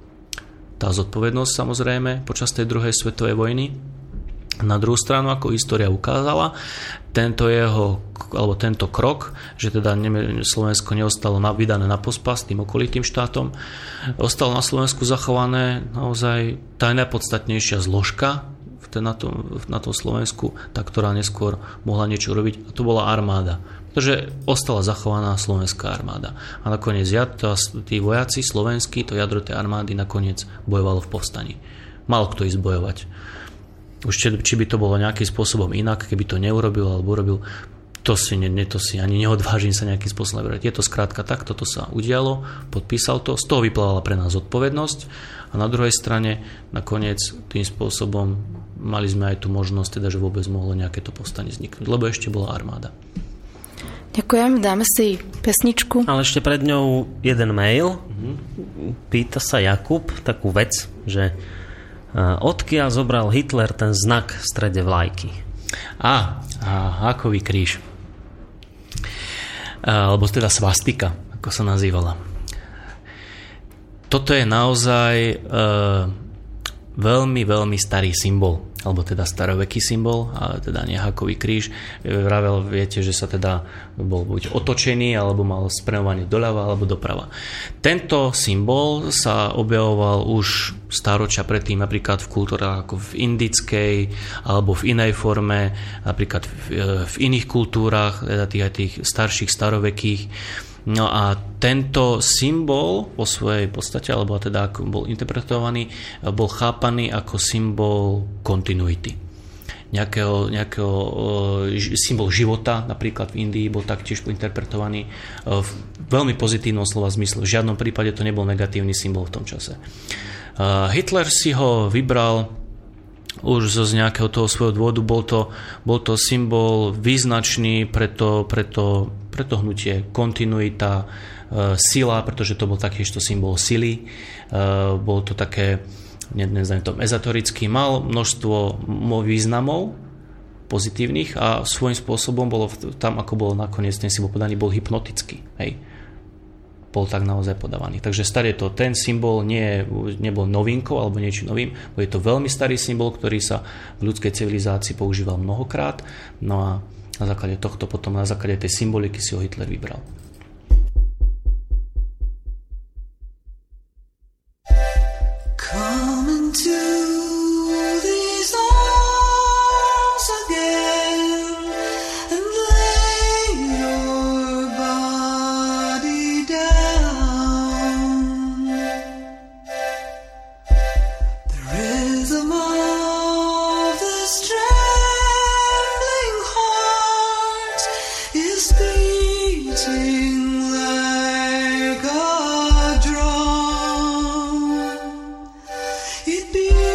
samozrejme počas tej druhej svetovej vojny. Na druhú stranu, ako história ukázala, tento krok, že teda Slovensko neostalo vydané na pospas tým okolitým štátom, ostalo na Slovensku zachované naozaj tá najpodstatnejšia zložka na tom Slovensku, tá, ktorá neskôr mohla niečo robiť, a to bola armáda. Pretože ostala zachovaná slovenská armáda. A nakoniec tí vojaci slovenskí, to jadro tej armády nakoniec bojovalo v povstaní. Mal kto ísť bojovať. Už či by to bolo nejakým spôsobom inak, keby to neurobil alebo urobil, to si ani neodvážim sa nejakým spôsobom vybrať. Je to skrátka tak, toto sa udialo, podpísal to, z toho vyplávala pre nás zodpovednosť a na druhej strane nakoniec tým spôsobom mali sme aj tú možnosť, teda, že vôbec mohlo nejaké to povstanie vzniknúť, lebo ešte bola armáda. Ďakujem, dáme si pesničku. Ale ešte pred ňou jeden mail. Pýta sa Jakub takú vec, že odkiaľ zobral Hitler ten znak v strede vlajky? Hákový kríž. Alebo teda svastika, ako sa nazývala. Toto je naozaj veľmi, veľmi starý symbol, alebo teda staroveký symbol, ale teda nie hákový kríž. Vravel, viete, že sa teda bol buď otočený, alebo mal smerovanie doľava, alebo doprava. Tento symbol sa objavoval už stáročia predtým, napríklad v kultúrach ako v indickej, alebo v inej forme, napríklad v iných kultúrach, teda tých starších, starovekých. No a tento symbol po svojej podstate, alebo teda ako bol interpretovaný, bol chápaný ako symbol kontinuity. Nejakého symbol života, napríklad v Indii bol taktiež interpretovaný v veľmi pozitívnom slova zmysle. V žiadnom prípade to nebol negatívny symbol v tom čase. Hitler si ho vybral už z nejakého toho svojho dôvodu, bol to symbol význačný pre to hnutie, kontinuita, sila, pretože to bol taktiež to symbol sily, bol to také, neviem, to ezoterický, mal množstvo významov pozitívnych a svojím spôsobom bolo tam, ako bol nakoniec ten symbol podaný, bol hypnotický, hej. Bol tak naozaj podávaný. Takže starý ten symbol nebol novinkou alebo niečím novým, bo je to veľmi starý symbol, ktorý sa v ľudskej civilizácii používal mnohokrát. No a na základe tohto potom, na základe tej symboliky si ho Hitler vybral. Come into these arms again and lay your body down. The rhythm of this trembling heart is beating like a drum. It beats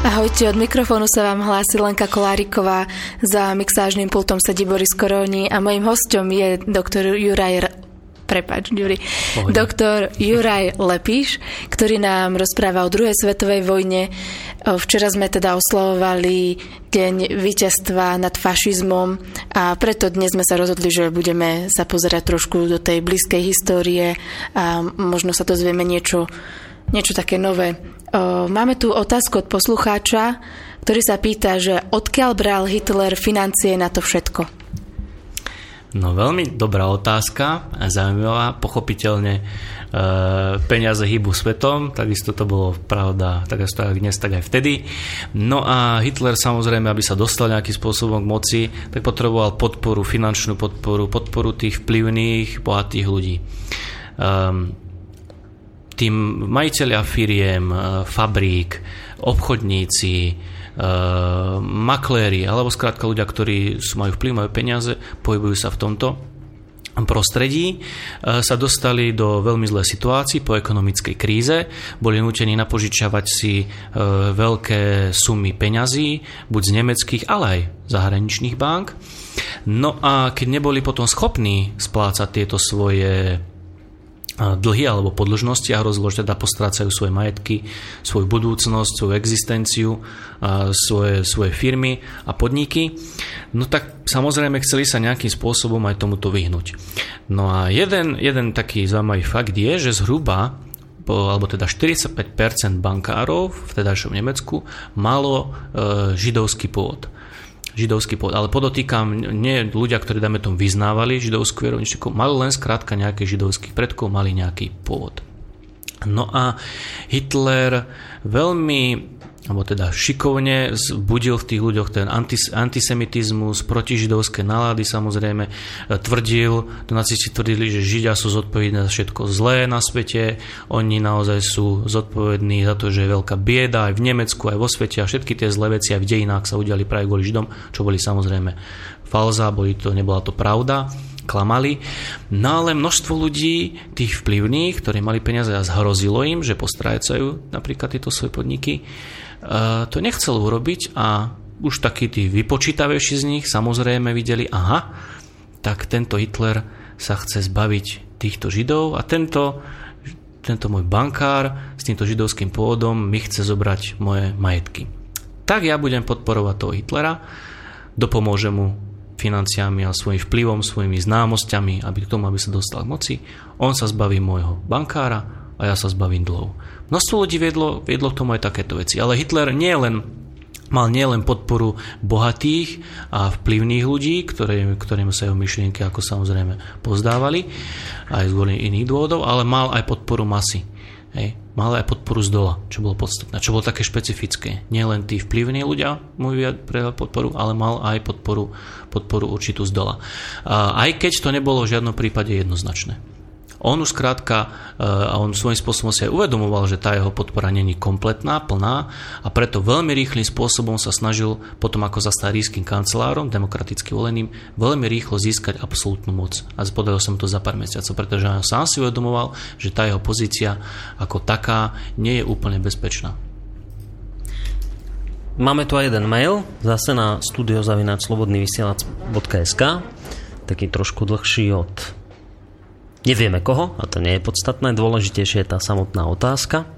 Ahojte, od mikrofónu sa vám hlási Lenka Koláriková, za mixážnym pultom sedí Boris Koroni a mojím hosťom je doktor Juraj Lepíš, ktorý nám rozpráva o druhej svetovej vojne. Včera sme teda oslavovali deň víťazstva nad fašizmom a preto dnes sme sa rozhodli, že budeme sa pozerať trošku do tej blízkej histórie a možno sa dozvieme niečo také nové. Máme tu otázku od poslucháča, ktorý sa pýta, že odkiaľ bral Hitler financie na to všetko? No veľmi dobrá otázka, zaujímavá, pochopiteľne peniaze hýbu svetom, takisto to bolo pravda, takisto aj dnes, tak aj vtedy. No a Hitler samozrejme, aby sa dostal nejakým spôsobom k moci, tak potreboval podporu, finančnú podporu tých vplyvných, bohatých ľudí. Tým majiteľia firiem, fabrík, obchodníci, makléri, alebo skrátka ľudia, ktorí majú vplyv, majú peniaze, pohybujú sa v tomto prostredí, sa dostali do veľmi zlej situácii po ekonomickej kríze, boli nútení napožičiavať si veľké sumy peňazí, buď z nemeckých, ale aj zahraničných bank. No a keď neboli potom schopní splácať tieto svoje dlhy alebo podĺžnosti a hrozilo, že teda postrácajú svoje majetky, svoju budúcnosť, svoju existenciu, svoje firmy a podniky, no tak samozrejme chceli sa nejakým spôsobom aj tomuto vyhnúť. No a jeden taký zaujímavý fakt je, že zhruba alebo teda 45% bankárov v tedajšom Nemecku malo židovský pôvod. Ale podotýkam, nie ľudia, ktorí dáme tomu vyznávali židovskú vieru, mali len skrátka nejakých židovských predkov, mali nejaký pôvod. No a Hitler veľmi, alebo teda šikovne budil v tých ľuďoch ten antisemitizmus, protižidovské nálady, samozrejme nacisti tvrdili, že Židia sú zodpovední za všetko zlé na svete, oni naozaj sú zodpovední za to, že je veľká bieda aj v Nemecku, aj vo svete a všetky tie zlé veci aj v dejinách sa udiali práve kvôli Židom, čo boli samozrejme falza, nebola to pravda, klamali. No ale množstvo ľudí, tých vplyvných, ktorí mali peniaze a zhrozilo im, že postrácajú napríklad tieto svoje podniky, to nechcel urobiť a už takí tí vypočítavejší z nich samozrejme videli, tak tento Hitler sa chce zbaviť týchto Židov a tento môj bankár s týmto židovským pôvodom mi chce zobrať moje majetky. Tak ja budem podporovať toho Hitlera, dopomôžem mu financiami a svojím vplyvom, svojimi známosťami, aby sa dostal k moci. On sa zbaví môjho bankára a ja sa zbavím dlhov. Množstvo ľudí viedlo k tomu aj takéto veci. Ale Hitler mal nielen podporu bohatých a vplyvných ľudí, ktorým sa jeho myšlienky ako samozrejme pozdávali, aj z iných dôvodov, ale mal aj podporu masy. Mal aj podporu z dola, čo bolo podstatné, čo bolo také špecifické. Nie len tí vplyvní ľudia mu prejavili podporu, ale mal aj podporu určitú z dola. Aj keď to nebolo v žiadnom prípade jednoznačné. On už skrátka, a on svojím spôsobom si aj uvedomoval, že tá jeho podpora nie je kompletná, plná a preto veľmi rýchlym spôsobom sa snažil potom ako za staríským kancelárom, demokraticky voleným, veľmi rýchlo získať absolútnu moc. A podarilo sa mu to za pár mesiacov, pretože on sám si uvedomoval, že tá jeho pozícia ako taká nie je úplne bezpečná. Máme tu aj jeden mail, zase na studio@slobodnyvysielac.sk, taký trošku dlhší od nevieme koho, a to nie je podstatné, dôležitejšie je tá samotná otázka.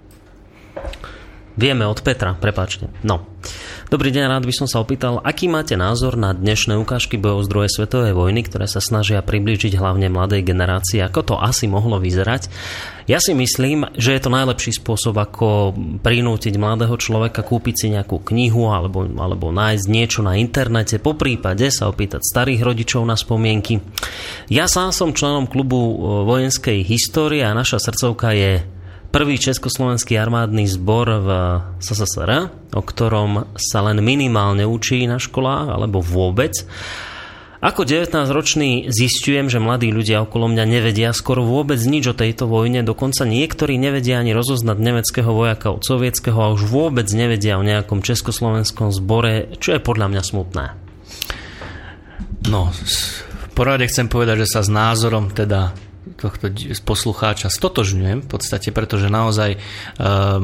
Vieme od Petra, prepáčte. No. Dobrý deň, rád by som sa opýtal, aký máte názor na dnešné ukážky bojov z druhej svetovej vojny, ktoré sa snažia priblížiť hlavne mladej generácii, ako to asi mohlo vyzerať. Ja si myslím, že je to najlepší spôsob, ako prinútiť mladého človeka kúpiť si nejakú knihu alebo nájsť niečo na internete, po prípade sa opýtať starých rodičov na spomienky. Ja sám som členom klubu vojenskej histórie a naša srdcovka je prvý československý armádny zbor v SSSR, o ktorom sa len minimálne učí na školách, alebo vôbec. Ako 19-ročný zisťujem, že mladí ľudia okolo mňa nevedia skoro vôbec nič o tejto vojne, dokonca niektorí nevedia ani rozoznať nemeckého vojaka od sovietskeho a už vôbec nevedia o nejakom československom zbore, čo je podľa mňa smutné. No, v porade chcem povedať, že sa s názorom tohto poslucháča stotožňujem v podstate, pretože naozaj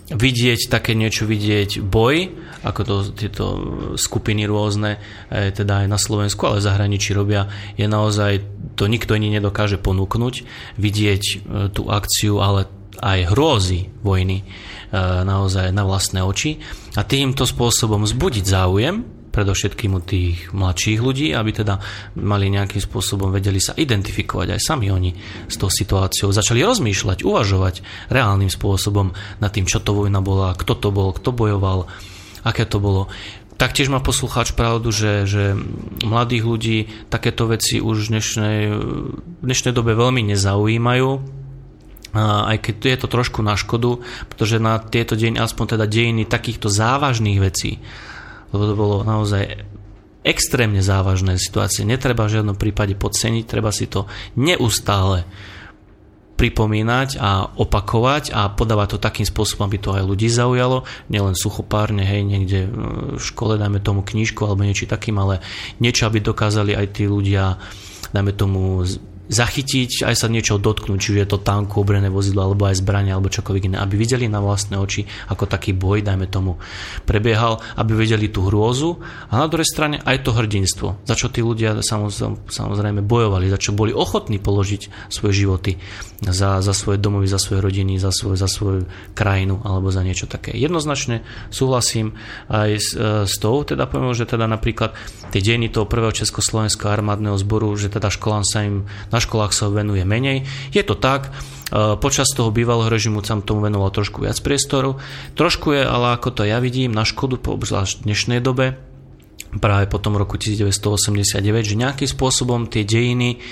vidieť také niečo, vidieť boj, ako to tieto skupiny rôzne, teda aj na Slovensku, ale v zahraničí robia, je naozaj, to nikto iný nedokáže ponúknuť, vidieť tú akciu, ale aj hrôzy vojny naozaj na vlastné oči a týmto spôsobom vzbudiť záujem, predovšetkým u tých mladších ľudí, aby teda mali nejakým spôsobom vedeli sa identifikovať aj sami oni s tou situáciou. Začali rozmýšľať, uvažovať reálnym spôsobom nad tým, čo to vojna bola, kto to bol, kto bojoval, aké to bolo. Taktiež má poslucháč pravdu, že mladých ľudí takéto veci už v dnešnej dobe veľmi nezaujímajú, aj keď je to trošku na škodu, pretože na tieto dejiny, aspoň teda dejiny takýchto závažných vecí, lebo to bolo naozaj extrémne závažné situácie. Netreba v žiadnom prípade podceniť, treba si to neustále pripomínať a opakovať a podávať to takým spôsobom, aby to aj ľudí zaujalo. Nielen suchopárne, hej, niekde v škole dajme tomu knižku alebo niečo takým, ale niečo, aby dokázali aj tí ľudia, dajme tomu, zachytiť, aj sa niečo dotknúť, či už je to tanku, obrené vozidlo, alebo aj zbrania, alebo čokoľvek iné, aby videli na vlastné oči, ako taký boj, dajme tomu, prebiehal, aby videli tú hrôzu a na druhej strane aj to hrdinstvo, za čo tí ľudia samozrejme bojovali, za čo boli ochotní položiť svoje životy, za svoje domovy, za svoje rodiny, za svoju krajinu, alebo za niečo také. Jednoznačne súhlasím aj s tou, teda poviem, že teda napríklad tie dejiny toho prvého Československého armádneho zboru, že teda školám sa im na školách sa venuje menej. Je to tak, počas toho bývalého režimu sa tomu venoval trošku viac priestoru. Trošku je, ale ako to ja vidím, na škodu obzvlášť v dnešnej dobe, práve po tom roku 1989, že nejakým spôsobom tie dejiny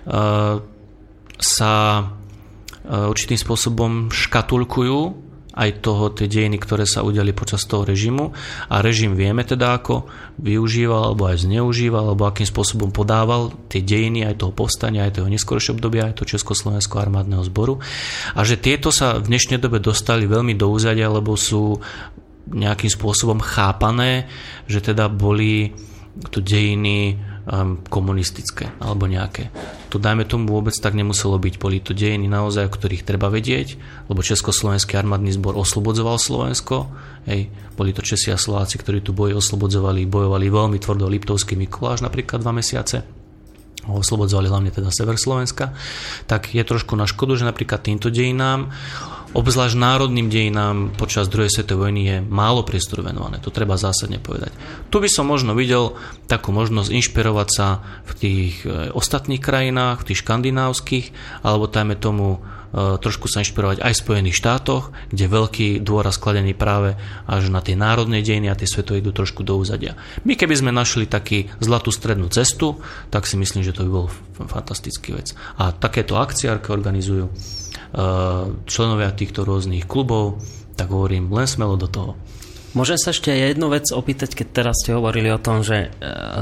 sa určitým spôsobom škatulkujú, aj tie dejiny, ktoré sa udiali počas toho režimu a režim vieme teda ako využíval alebo aj zneužíval alebo akým spôsobom podával tie dejiny aj toho povstania, aj toho neskoršieho obdobia, aj toho Československého armádneho zboru a že tieto sa v dnešnej dobe dostali veľmi do úzadia, lebo sú nejakým spôsobom chápané, že teda boli tu dejiny komunistické alebo nejaké. To dajme tomu vôbec tak nemuselo byť. Boli to dejiny naozaj, o ktorých treba vedieť, lebo Československý armádny zbor oslobodzoval Slovensko. Hej. Boli to Česi a Slováci, ktorí tu bojovali veľmi tvrdo. Liptovský Mikuláš napríklad 2 mesiace. Oslobodzovali hlavne teda sever Slovenska. Tak je trošku na škodu, že napríklad týmto dejinám, obzvlášť národným dejinám počas druhej svetovej vojny je málo priestoru venované. To treba zásadne povedať. Tu by som možno videl takú možnosť inšpirovať sa v tých ostatných krajinách, v tých škandinávskych, alebo dajme tomu trošku sa inšpirovať aj v Spojených štátoch, kde veľký dôraz skladený práve až na tie národné dejiny a tie svetové idú trošku do úzadia. My keby sme našli taký zlatú strednú cestu, tak si myslím, že to by bol fantastický vec. A takéto akciárky organizujú členovia týchto rôznych klubov, tak hovorím, len smelo do toho. Môžem sa ešte jednu vec opýtať, keď teraz ste hovorili o tom, že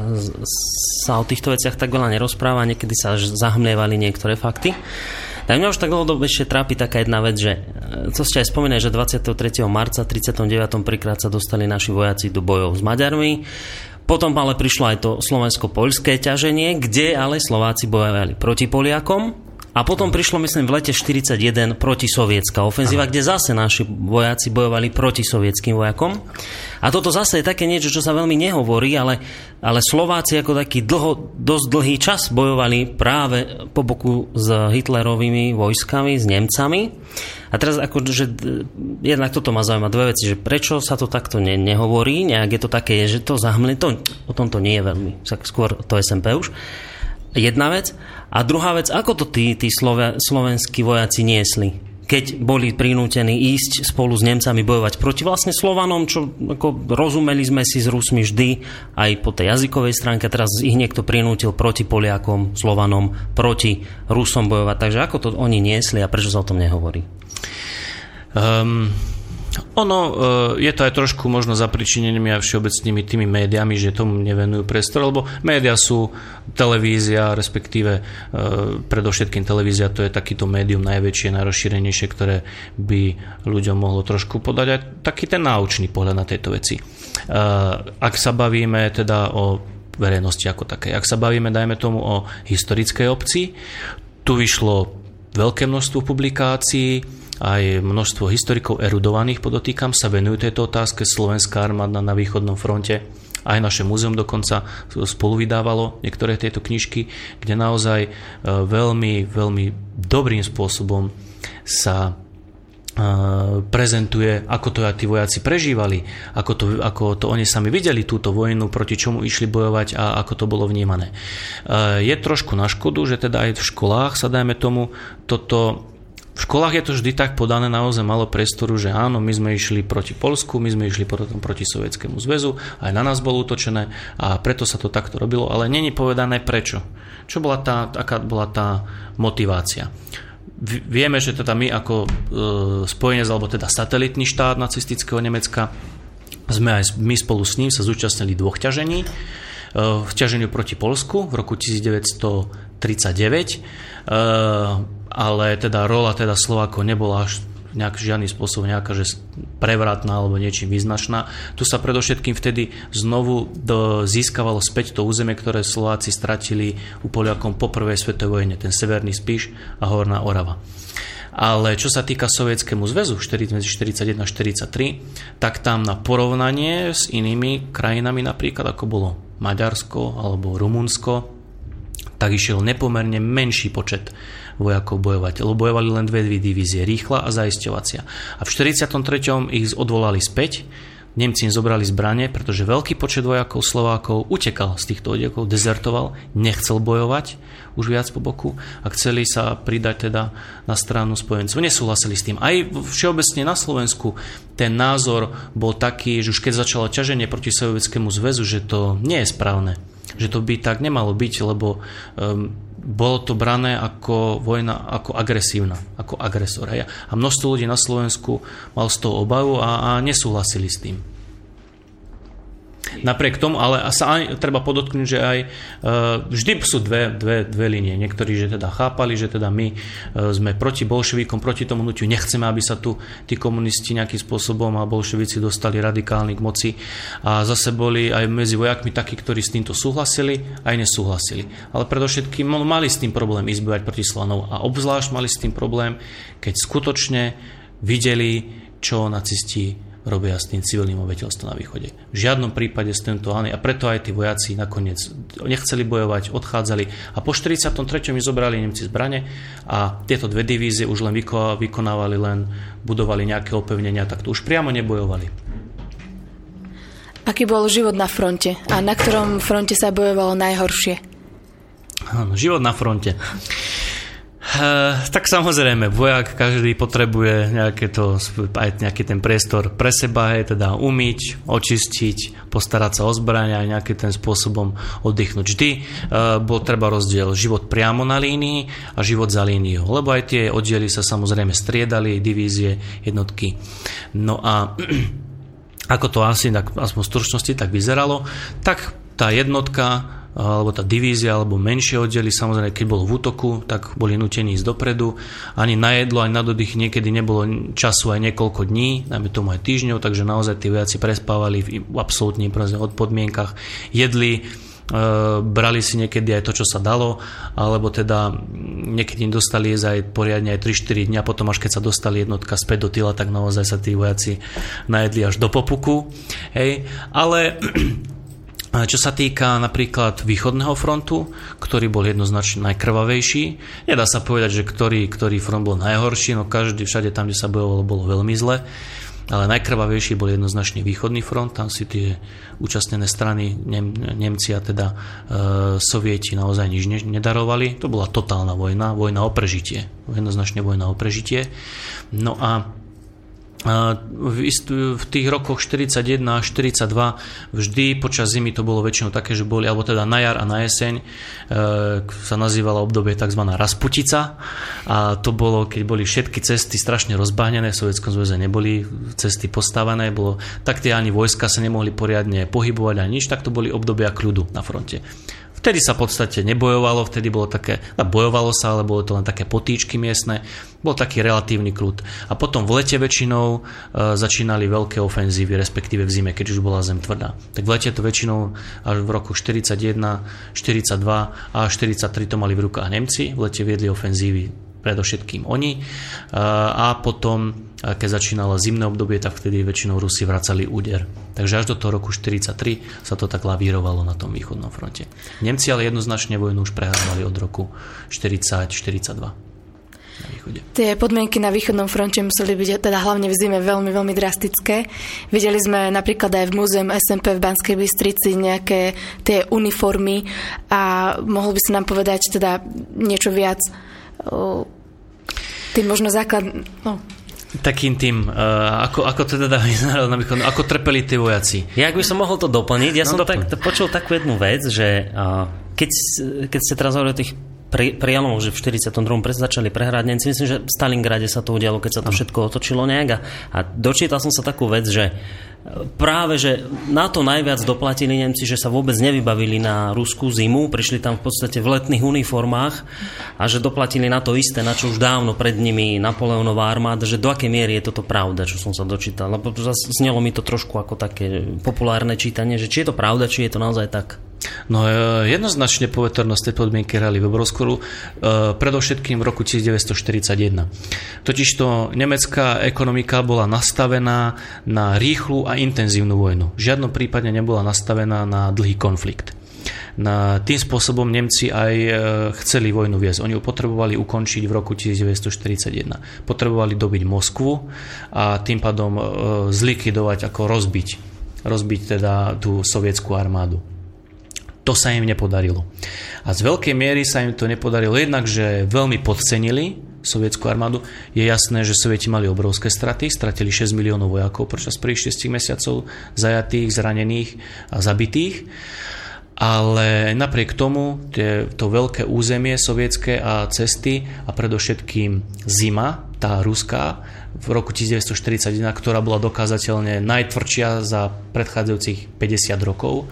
sa o týchto veciach tak veľa nerozpráva, niekedy sa až zahmlievali niektoré fakty. Tak mňa už tak dlhodobo ešte trápi taká jedna vec, že co ste aj spomínali, že 23. marca 39. prvýkrát sa dostali naši vojaci do bojov s Maďarmi. Potom ale prišlo aj to slovensko-poľské ťaženie, kde ale Slováci bojovali proti Poliakom. A potom prišlo, myslím, v lete 41 protisovietská ofenzíva, kde zase naši vojaci bojovali proti sovietským vojakom. A toto zase je také niečo, čo sa veľmi nehovorí, ale Slováci ako taký dosť dlhý čas bojovali práve po boku s Hitlerovými vojskami, s Nemcami. A teraz akože jednak toto ma zaujíma dve veci, že prečo sa to takto nehovorí, nejak je to také, že to zahmlí, o tom to nie je veľmi, skôr to SMP už. Jedna vec. A druhá vec, ako to tí slovenskí vojaci niesli, keď boli prinútení ísť spolu s Nemcami bojovať proti vlastne Slovanom, čo ako rozumeli sme si s Rusmi vždy aj po tej jazykovej stránke, teraz ich niekto prinútil proti Poliakom, Slovanom, proti Rusom bojovať. Takže ako to oni niesli a prečo sa o tom nehovorí? Je to aj trošku možno zapričinenými aj všeobecnými tými médiami, že tomu nevenujú priestor, lebo médiá sú televízia, respektíve predovšetkým televízia, to je takýto médium najväčšie, najrozšírenejšie, ktoré by ľuďom mohlo trošku podať aj taký ten náučný pohľad na tejto veci. Ak sa bavíme teda o verejnosti ako takej, ak sa bavíme, dajme tomu, o historickej obci, tu vyšlo veľké množstvo publikácií, aj množstvo historikov erudovaných, podotýkam, sa venujú tejto otázke. Slovenská armáda na východnom fronte, aj naše múzeum dokonca spolu vydávalo niektoré tieto knižky, kde naozaj veľmi, veľmi dobrým spôsobom sa prezentuje, ako to aj tí vojaci prežívali, ako to oni sami videli túto vojnu, proti čomu išli bojovať a ako to bolo vnímané. Je trošku na škodu, že teda aj v školách sa dajme tomu toto. V školách je to vždy tak podané, naozaj malo priestoru, že áno, my sme išli proti Poľsku, my sme išli potom proti Sovietskému zväzu, aj na nás bolo útočené a preto sa to takto robilo, ale nie je povedané prečo. Aká bola tá motivácia. Vieme, že teda my ako spojenec, alebo teda satelitný štát nacistického Nemecka, sme aj my spolu s ním sa zúčastnili 2 ťažení. V ťaženiu proti Poľsku v roku 1939, ale teda rola teda Slovákov nebola až žiadny spôsob nejaká, že prevratná alebo niečím význačná. Tu sa predovšetkým vtedy znovu získavalo späť to územie, ktoré Slováci stratili u Poliakom po prvej svetovej vojne, ten Severný Spiš a Horná Orava. Ale čo sa týka Sovietskému zväzu medzi 41 a 43, tak tam na porovnanie s inými krajinami, napríklad ako bolo Maďarsko alebo Rumunsko, tak išiel nepomerne menší počet vojakov bojovať, lebo bojovali len 2 divízie, rýchla a zaisťovacia. A v 43. ich odvolali späť, Nemci im zobrali zbrane, pretože veľký počet vojakov Slovákov utekal z týchto oddielkov, dezertoval, nechcel bojovať už viac po boku a chceli sa pridať teda na stranu spojencov. Nesúhlasili s tým. Aj všeobecne na Slovensku ten názor bol taký, že už keď začalo ťaženie proti Sovietskému zväzu, že to nie je správne, že to by tak nemalo byť, lebo bolo to brané ako vojna, ako agresívna, ako agresor. Hej. A množstvo ľudí na Slovensku mal z toho obavu a nesúhlasili s tým. Napriek tomu, ale sa aj treba podotknúť, že aj vždy sú dve línie. Niektorí, že teda chápali, že teda my sme proti bolševíkom, proti tomu hnutiu, nechceme, aby sa tu tí komunisti nejakým spôsobom a bolševíci dostali radikálni k moci. A zase boli aj medzi vojakmi takí, ktorí s týmto súhlasili, aj nesúhlasili. Ale predovšetkým mali s tým problém ísť bojovať proti Slovanom a obzvlášť mali s tým problém, keď skutočne videli, čo nacisti robia s tým civilným obyvateľstvom na východe. V žiadnom prípade s týmto a preto aj tí vojaci nakoniec nechceli bojovať, odchádzali a po 43. mi zobrali Nemci zbrane a tieto 2 divízie už len vykonávali, len budovali nejaké opevnenia, tak to už priamo nebojovali. Aký bol život na fronte a na ktorom fronte sa bojovalo najhoršie? Áno, život na fronte. Tak samozrejme, vojak každý potrebuje nejaký ten priestor pre seba, teda umyť, očistiť, postarať sa o zbrane a nejakým ten spôsobom oddychnúť. Vždy bol treba rozdiel život priamo na línii a život za líniou, lebo aj tie oddiely sa samozrejme striedali, divízie, jednotky. No a ako to asi, aspoň v stručnosti tak vyzeralo, tak tá jednotka alebo tá divízia, alebo menšie oddiely, samozrejme, keď bolo v útoku, tak boli nútení ísť dopredu. Ani na jedlo, ani na dodych niekedy nebolo času aj niekoľko dní, najmä tomu aj týždňov, takže naozaj tí vojaci prespávali v absolútne od podmienkach, jedli, brali si niekedy aj to, čo sa dalo, alebo teda niekedy dostali jesť aj poriadne aj 3-4 dňa, potom až keď sa dostali jednotka späť do tyla, tak naozaj sa tí vojaci najedli až do popuku. Hej. Ale čo sa týka napríklad východného frontu, ktorý bol jednoznačne najkrvavejší, nedá sa povedať, že ktorý front bol najhorší, no všade tam, kde sa bojovalo, bolo veľmi zle, ale najkrvavejší bol jednoznačne východný front, tam si tie účastnené strany, Nemci a teda Sovieti naozaj nič nedarovali, to bola totálna vojna o prežitie, jednoznačne vojna o prežitie. No a v tých rokoch 41 až 42 vždy počas zimy to bolo väčšinou také, že boli, alebo teda na jar a na jeseň sa nazývala obdobie tzv. Rasputica a to bolo, keď boli všetky cesty strašne rozbahnené, v Sovietskom zväze neboli cesty postavené, tak tie ani vojska sa nemohli poriadne pohybovať ani nič, tak to boli obdobia kľudu na fronte. Vtedy sa v podstate nebojovalo, vtedy bolo také, bojovalo sa, ale bolo to len také potýčky miestne, bol taký relatívny kľud. A potom v lete väčšinou začínali veľké ofenzívy, respektíve v zime, keď už bola zem tvrdá. Tak v lete to väčšinou až v roku 41, 42 a 43 to mali v rukách Nemci, v lete viedli ofenzívy predovšetkým oni. A potom, keď začínalo zimné obdobie, tak vtedy väčšinou Rusi vracali úder. Takže až do toho roku 1943 sa to tak lavírovalo na tom východnom fronte. Nemci ale jednoznačne vojnu už prehrávali od roku 1940-1942 na východe. Tie podmienky na východnom fronte museli byť teda hlavne v zime veľmi, veľmi drastické. Videli sme napríklad aj v múzeum SMP v Banskej Bystrici nejaké tie uniformy a mohol by si nám povedať teda niečo viac tým možno základ... No. Takým tým, ako to teda vyzeralo na východnom, ako trpeli tí vojaci. Ja ak by som mohol to doplniť, ja som počul takú jednu vec, že keď ste teraz hovorili o tých prielomov, že v 42. začali prehrať Nemci, myslím, že v Stalingrade sa to udialo, keď sa to všetko otočilo nejak a dočítal som sa takú vec, že práve, že na to najviac doplatili Nemci, že sa vôbec nevybavili na ruskú zimu, prišli tam v podstate v letných uniformách a že doplatili na to isté, na čo už dávno pred nimi Napoleónová armáda, že do akej miery je toto pravda, čo som sa dočítal. Lebo znelo mi to trošku ako také populárne čítanie, že či je to pravda, či je to naozaj tak. No jednoznačne poveternostné podmienky hrali v obrovskú, predovšetkým v roku 1941. Totižto nemecká ekonomika bola nastavená na rýchlu a intenzívnu vojnu. V žiadnom prípade nebola nastavená na dlhý konflikt. Tým spôsobom Nemci aj chceli vojnu viesť. Oni ju potrebovali ukončiť v roku 1941. Potrebovali dobiť Moskvu a tým pádom zlikvidovať, ako rozbiť teda tú sovietskú armádu. To sa im nepodarilo. A z veľkej miery sa im to nepodarilo jednak, že veľmi podcenili sovietskú armádu. Je jasné, že Sovieti mali obrovské straty. Stratili 6 miliónov vojakov počas prvých 6 mesiacov, zajatých, zranených a zabitých. Ale napriek tomu to veľké územie sovietské a cesty a predovšetkým zima, tá ruská, v roku 1941, ktorá bola dokázateľne najtvrdšia za predchádzajúcich 50 rokov,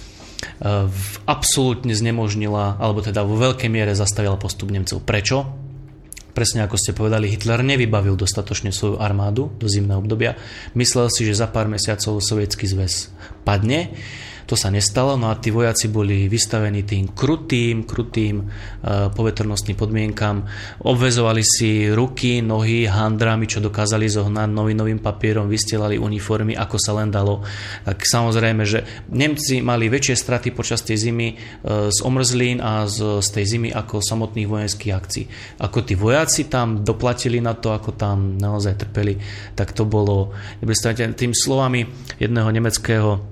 absolútne znemožnila, alebo teda vo veľkej miere zastavila postup Nemcov. Prečo? Presne ako ste povedali, Hitler nevybavil dostatočne svoju armádu do zimného obdobia. Myslel si, že za pár mesiacov Sovietsky zväz padne. To sa nestalo, no a tí vojaci boli vystavení tým krutým poveternostným podmienkam. Obväzovali si ruky, nohy handrami, čo dokázali zohnať novinovým papierom, vystielali uniformy, ako sa len dalo. Tak samozrejme, že Nemci mali väčšie straty počas tej zimy z omrzlín a z tej zimy ako samotných vojenských akcií. Ako tí vojaci tam doplatili na to, ako tam naozaj trpeli, tak to bolo, tým slovami jedného nemeckého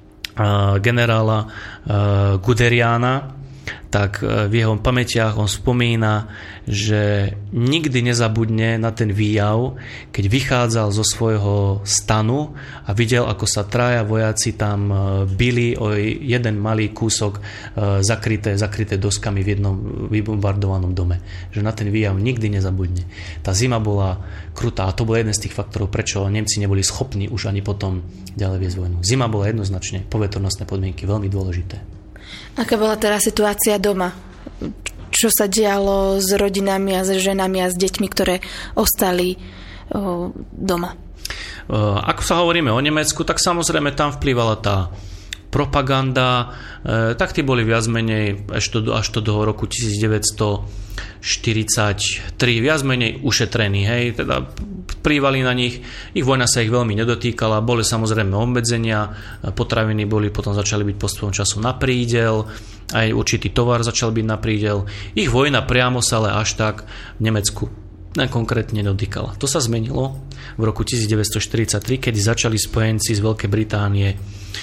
generála Guderiana, tak v jeho pamätiach on spomína, že nikdy nezabudne na ten výjav, keď vychádzal zo svojho stanu a videl, ako sa traja vojaci tam bili o jeden malý kúsok zakryté doskami v jednom vybombardovanom dome. Že na ten výjav nikdy nezabudne. Tá zima bola krutá a to bol jeden z tých faktorov, prečo Nemci neboli schopní už ani potom ďalej viesť vojnu. Zima bola jednoznačne, poveternostné podmienky, veľmi dôležité. Aká bola teraz situácia doma? Čo sa dialo s rodinami a s ženami a s deťmi, ktoré ostali doma? Ako sa hovoríme o Nemecku, tak samozrejme tam vplyvala tá propaganda, tak tí boli viac menej až do roku 1943 viac menej ušetrení, hej, teda prívali na nich, ich vojna sa ich veľmi nedotýkala, boli samozrejme obmedzenia, potraviny potom začali byť postupom času na prídel, aj určitý tovar začal byť na prídel, ich vojna priamo sa ale až tak v Nemecku konkrétne dotýkala. To sa zmenilo v roku 1943, kedy začali spojenci z Veľkej Británie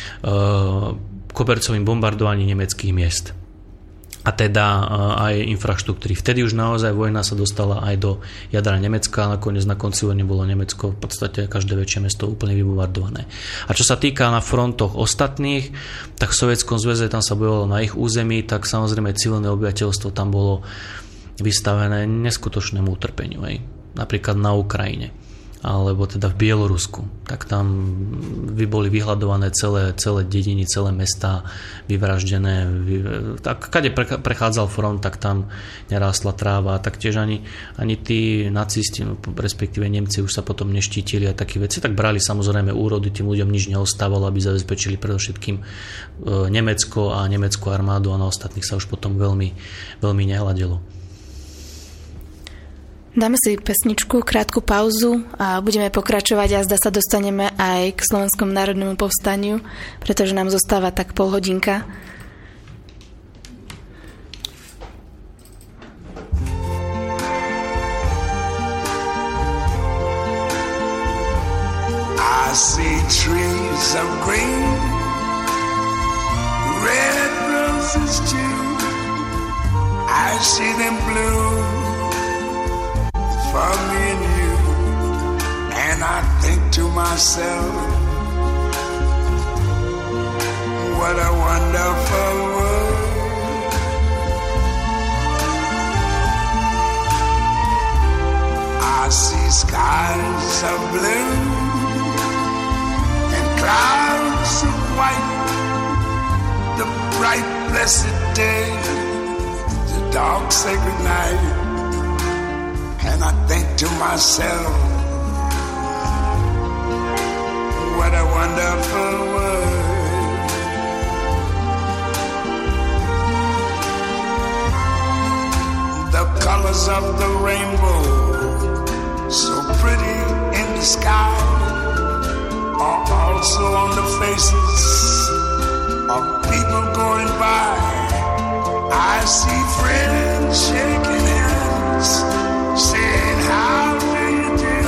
kobercovým bombardovaním nemeckých miest a teda aj infraštruktúry. Vtedy už naozaj vojna sa dostala aj do jadra Nemecka, nakoniec na konci vojny bolo Nemecko v podstate každé väčšie mesto úplne vybombardované. A čo sa týka na frontoch ostatných, tak v Sovietskom zväze tam sa bojovalo na ich území, tak samozrejme civilné obyvateľstvo tam bolo vystavené neskutočnému utrpeniu. Napríklad na Ukrajine alebo teda v Bielorusku. Tak tam boli vyhľadované celé dediny, celé mestá, vyvraždené. Tak kade prechádzal front, tak tam nerástla tráva. Taktiež ani tí nacisti, respektíve Nemci už sa potom neštítili a také veci, tak brali samozrejme úrody, tým ľuďom nič neostávalo, aby zabezpečili predovšetkým Nemecko a nemeckú armádu a na ostatných sa už potom veľmi, veľmi nehľadelo. Dáme si pesničku, krátku pauzu a budeme pokračovať a zda sa dostaneme aj k Slovenskému národnému povstaniu, pretože nám zostáva tak pol hodinka. I see trees of green, red roses too. I see them bloom for me and you, and I think to myself, what a wonderful world. I see skies of blue and clouds of white, the bright blessed day, the dark sacred night. And I think to myself, what a wonderful world. The colors of the rainbow, so pretty in the sky, are also on the faces of people going by. I see friends shaking hands, saying, how do you do?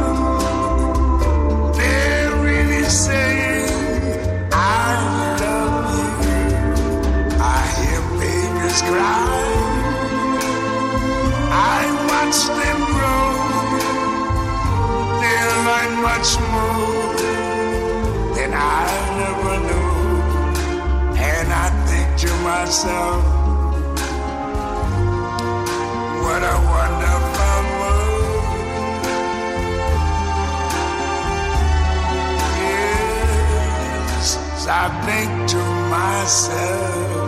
They're really saying, I love you. I hear babies cry, I watch them grow. They'll learn much more than I never knew. And I think to myself, what a wonderful world. Yes, I think to myself,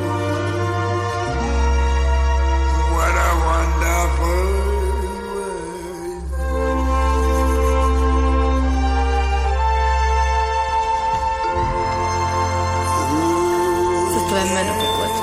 what a wonderful world. Za tvoje meno poplet.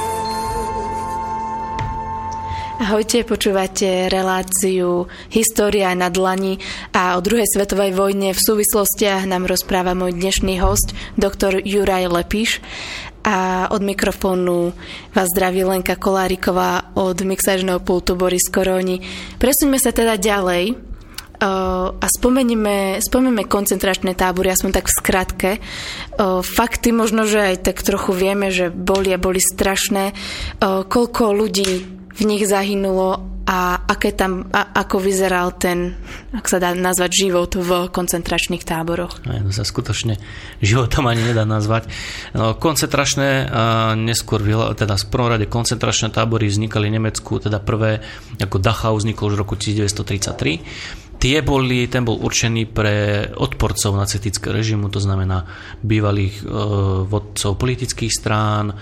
Ahojte, počúvate reláciu História na dlani a o druhej svetovej vojne v súvislostiach nám rozpráva môj dnešný host, doktor Juraj Lepíš. A od mikrofónu vás zdraví Lenka Koláriková, od mixážneho pultu Boris Koroni. Presuňme sa teda ďalej a spomenieme koncentračné tábory, aspoň tak v skratke. Fakty možno, že aj tak trochu vieme, že boli strašné. Koľko ľudí v nich zahynulo a ako vyzeral ten, ak sa dá nazvať, život v koncentračných táboroch? To sa skutočne životom ani nedá nazvať. Koncentračné, neskôr, teda v prvom rade koncentračné tábory vznikali v Nemecku, teda prvé ako Dachau vzniklo už v roku 1933. Ten bol určený pre odporcov nacistického režimu, to znamená bývalých vodcov politických strán,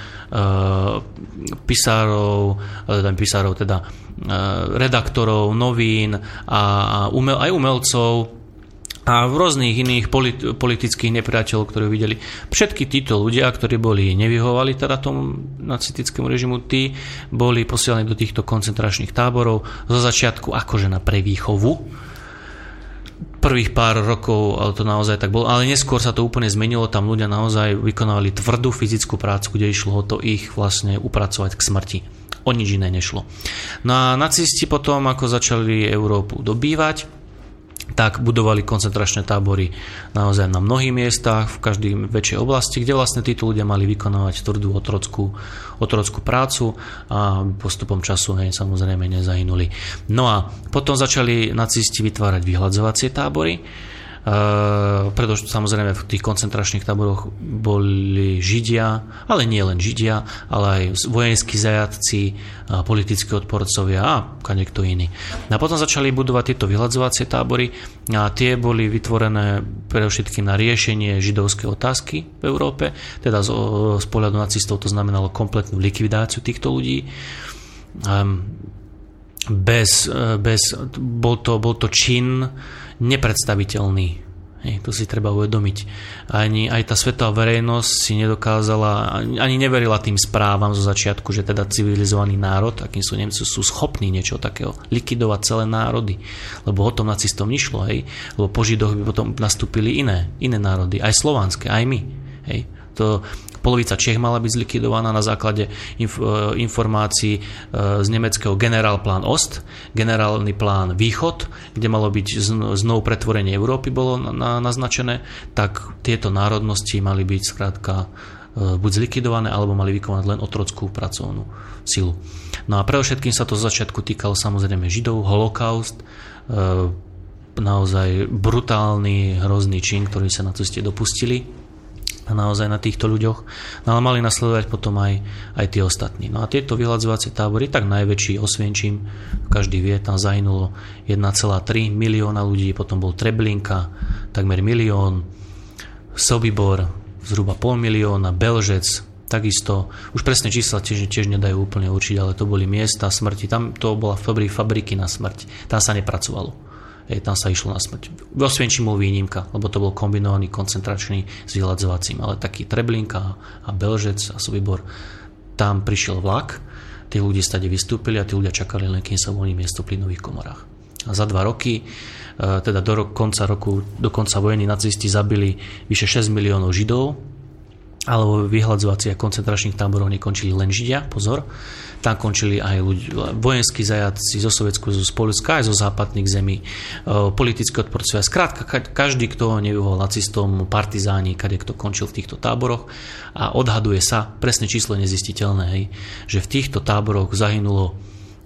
pisárov, teda redaktorov novín a aj umelcov a rôznych iných politických nepriateľov, ktorí videli. Všetky títo ľudia, ktorí boli nevyhovovali teda tomu nacistickému režimu, tí boli posielaní do týchto koncentračných táborov zo začiatku akože na prevýchovu. Prvých pár rokov to naozaj tak bolo, ale neskôr sa to úplne zmenilo, tam ľudia naozaj vykonávali tvrdú fyzickú prácu, kde išlo o to ich vlastne upracovať k smrti. O nič iné nešlo. No a nacisti potom, ako začali Európu dobývať, tak budovali koncentračné tábory naozaj na mnohých miestach, v každej väčšej oblasti, kde vlastne títo ľudia mali vykonávať tvrdú otrockú prácu a postupom času samozrejme nezahynuli. No a potom začali nacisti vytvárať vyhladzovacie tábory, pretože samozrejme v tých koncentračných táboroch boli Židia, ale nie len Židia, ale aj vojenskí zajatci, politickí odporcovia a kadekto iný. A potom začali budovať tieto vyhladzovacie tábory a tie boli vytvorené predovšetkým na riešenie židovskej otázky v Európe, teda z pohľadu nacistov to znamenalo kompletnú likvidáciu týchto ľudí. Bol to čin nepredstaviteľný To si treba uvedomiť. Aj tá svetová verejnosť si nedokázala, ani neverila tým správam zo začiatku, že teda civilizovaný národ, akým sú Nemci, sú schopní niečo takého, likvidovať celé národy. Lebo o tom nacistom nešlo, lebo po Židoch by potom nastúpili iné národy, aj slovanské, aj my. To polovica Čech mala byť zlikvidovaná na základe informácií z nemeckého Generálplán Ost, generálny plán Východ, kde malo byť znovu pretvorenie Európy bolo naznačené, tak tieto národnosti mali byť skrátka buď zlikvidované, alebo mali vykonať len otrockú pracovnú silu. No a predovšetkým sa to z začiatku týkalo samozrejme Židov, holokaust, naozaj brutálny, hrozný čin, ktorý sa nacisti dopustili naozaj na týchto ľuďoch, no ale mali nasledovať potom aj tí ostatní. No a tieto vyhladzovacie tábory, tak najväčší Osvienčim, každý vie, tam zahynulo 1,3 milióna ľudí, potom bol Treblinka, takmer 1 milión, Sobibor, zhruba 500 000, Belžec, takisto, už presné čísla tiež nedajú úplne určiť, ale to boli miesta smrti, tam to bola fabriky na smrť, tam sa nepracovalo. Tam sa išlo na smrť. V Osvienčimu výnimka, lebo to bol kombinovaný koncentračný s vyhľadzovacím, ale taký Treblinka a Belžec a Sobibor, tam prišiel vlak, tí ľudia stade vystúpili a tí ľudia čakali len, kým sa uvoľní miesto v plynových komorách. A za 2 roky, teda do konca vojny nacisti zabili vyše 6 miliónov Židov, alebo vyhľadzovacích a koncentračných táborov nekončili len Židia, pozor, tam končili aj vojenskí zajaci zo Sovietsku, z Poľska, aj zo západných zemí, politickí odporcovia. Skrátka, každý, kto nevyhoval nacistom, partizáni, kto končil v týchto táboroch, a odhaduje sa, presné číslo nezistiteľné, že v týchto táboroch zahynulo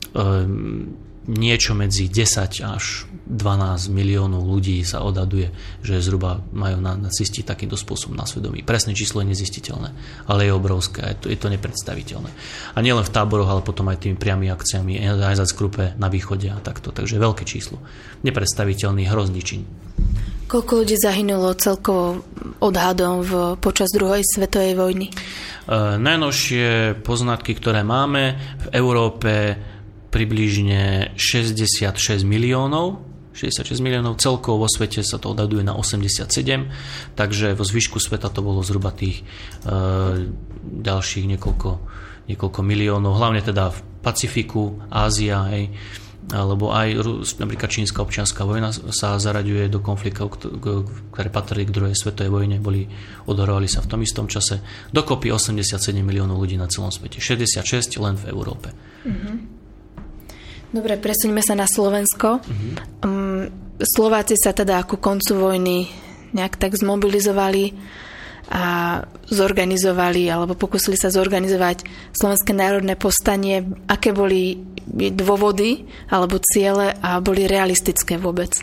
niečo medzi 10 až 12 miliónov ľudí sa odhaduje, že zhruba majú nacisti takýmto spôsobom na svedomí. Presné číslo je nezistiteľné, ale je obrovské, je to nepredstaviteľné. A nielen v táboroch, ale potom aj tými priamými akciami, aj za skrupe na východe a takto. Takže veľké číslo. Nepredstaviteľný, hrozný čin. Koľko ľudí zahynulo celkovo odhadom počas druhej svetovej vojny? Najnovšie poznatky, ktoré máme v Európe, približne 66 miliónov, celkovo vo svete sa to odhaduje na 87, takže vo zvyšku sveta to bolo zhruba tých ďalších niekoľko miliónov, hlavne teda v Pacifiku, Ázia, alebo aj napríklad čínska občianska vojna sa zaraďuje do konfliktov, ktoré patrili k druhej svetovej vojne, odohrávali sa v tom istom čase. Dokopy 87 miliónov ľudí na celom svete, 66 len v Európe. Dobre, presuňme sa na Slovensko. Slováci sa teda ku koncu vojny nejak tak zmobilizovali a zorganizovali, alebo pokúsili sa zorganizovať Slovenské národné povstanie. Aké boli dôvody alebo ciele a boli realistické vôbec?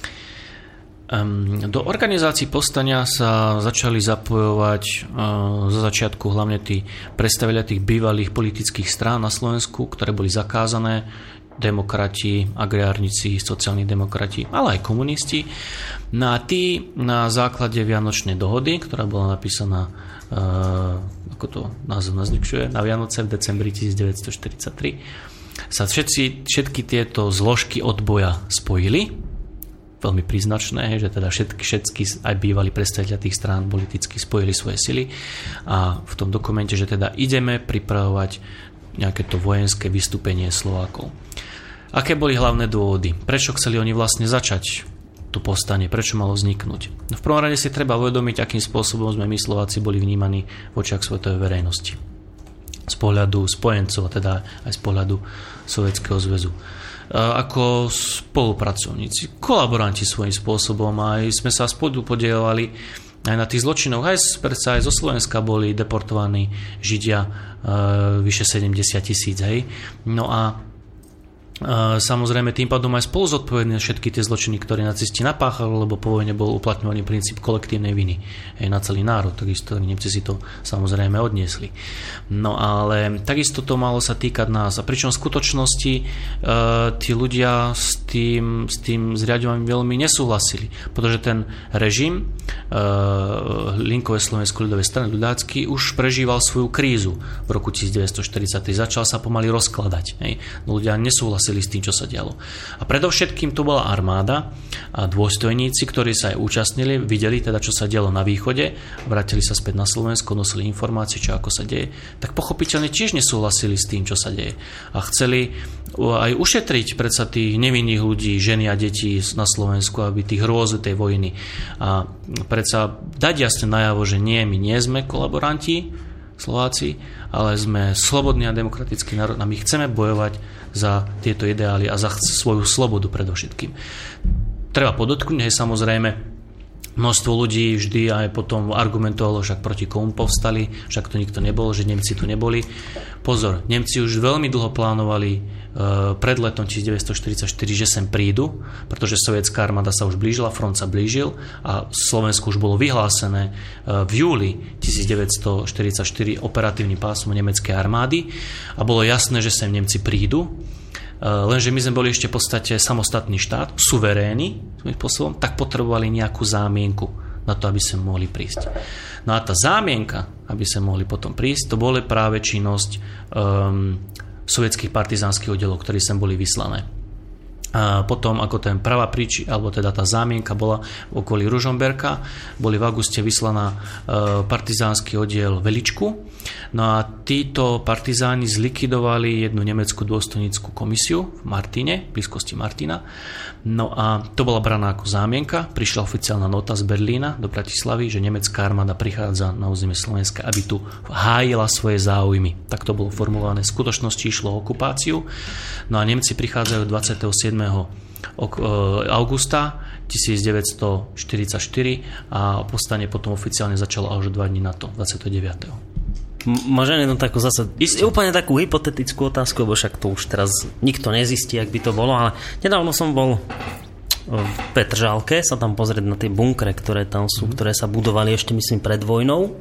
Do organizácií povstania sa začali zapojovať zo začiatku hlavne tí predstavitelia tých bývalých politických strán na Slovensku, ktoré boli zakázané, demokrati, agrárnici, sociálni demokrati, ale aj komunisti. No a tí na základe Vianočnej dohody, ktorá bola napísaná, ako to názov naznačuje, na Vianoce v decembri 1943, sa všetky tieto zložky odboja spojili. Veľmi príznačné, že teda všetky aj bývalí predstavitelia tých strán politicky spojili svoje sily a v tom dokumente, že teda ideme pripravovať nejaké to vojenské vystúpenie Slovákov. Aké boli hlavné dôvody? Prečo chceli oni vlastne začať to povstanie? Prečo malo vzniknúť? No v prvom rade si treba uvedomiť, akým spôsobom sme my Slováci boli vnímaní v očiach svetovej verejnosti. Z pohľadu spojencov, teda aj z pohľadu Sovietskeho zväzu. Ako spolupracovníci, kolaboranti svojím spôsobom, aj sme sa spolu podielovali aj na tých zločinoch, aj zo Slovenska boli deportovaní Židia vyše 70 000, No a samozrejme tým pádom aj spolu zodpovední všetky tie zločiny, ktoré nacisti napáchali, lebo po vojne bol uplatňovaný princíp kolektívnej viny na celý národ, takisto Nemci si to samozrejme odniesli. No ale takisto to malo sa týkať nás, a pričom v skutočnosti tí ľudia s tým zriaďovaním veľmi nesúhlasili, pretože ten režim Linkovej slovenskej ľudovej strany ľudácky už prežíval svoju krízu v roku 1943, začal sa pomaly rozkladať. Ľudia nesúhlasili nesúhlasili s tým, čo sa dialo. A predovšetkým to bola armáda a dôstojníci, ktorí sa aj účastnili, videli teda, čo sa dialo na východe, vrátili sa späť na Slovensko, nosili informácie, čo ako sa deje, tak pochopiteľne tiež nesúhlasili s tým, čo sa deje. A chceli aj ušetriť predsa tých nevinných ľudí, ženy a detí na Slovensku, aby tých hrôz tej vojny. A predsa dať jasne najavo, že nie, my nie sme kolaboranti, Slováci, ale sme slobodný a demokratický národ a my chceme bojovať za tieto ideály a za svoju slobodu predovšetkým. Treba podotknúť, že samozrejme množstvo ľudí vždy aj potom argumentovalo, však proti komu povstali, však to nikto nebol, že Nemci tu neboli. Pozor, Nemci už veľmi dlho plánovali pred letom 1944, že sem prídu, pretože sovietská armáda sa už blížila, front sa blížil a Slovensku už bolo vyhlásené v júli 1944 operatívnym pásom nemeckej armády a bolo jasné, že sem Nemci prídu. Lenže my sme boli ešte v podstate samostatný štát, suverénny svojím spôsobom, tak potrebovali nejakú zámienku na to, aby sme mohli prísť. No a tá zámienka, aby sme mohli potom prísť, to bola práve činnosť sovietských partizánskych oddelov, ktorí sem boli vyslané. A potom, ako ten pravá alebo teda tá zámienka bola okolí Ružomberka, boli v auguste vyslaná partizánsky oddiel Veličku. No a títo partizáni zlikvidovali jednu nemeckú dôstojnícku komisiu v Martine, v blízkosti Martina. No a to bola braná ako zámienka. Prišla oficiálna nota z Berlína do Bratislavy, že nemecká armáda prichádza na územie Slovenska, aby tu hájila svoje záujmy. Tak to bolo formulované. V skutočnosti išlo o okupáciu. No a Nemci prichádzajú 27. augusta 1944 a povstanie potom oficiálne začalo až 2 dní na to, 29. Môžem jednu takú zase úplne takú hypotetickú otázku, lebo však to už teraz nikto nezistí, ak by to bolo, ale nedávno som bol v Petržálke sa tam pozrieť na tie bunkre, ktoré tam sú, ktoré sa budovali ešte myslím pred vojnou.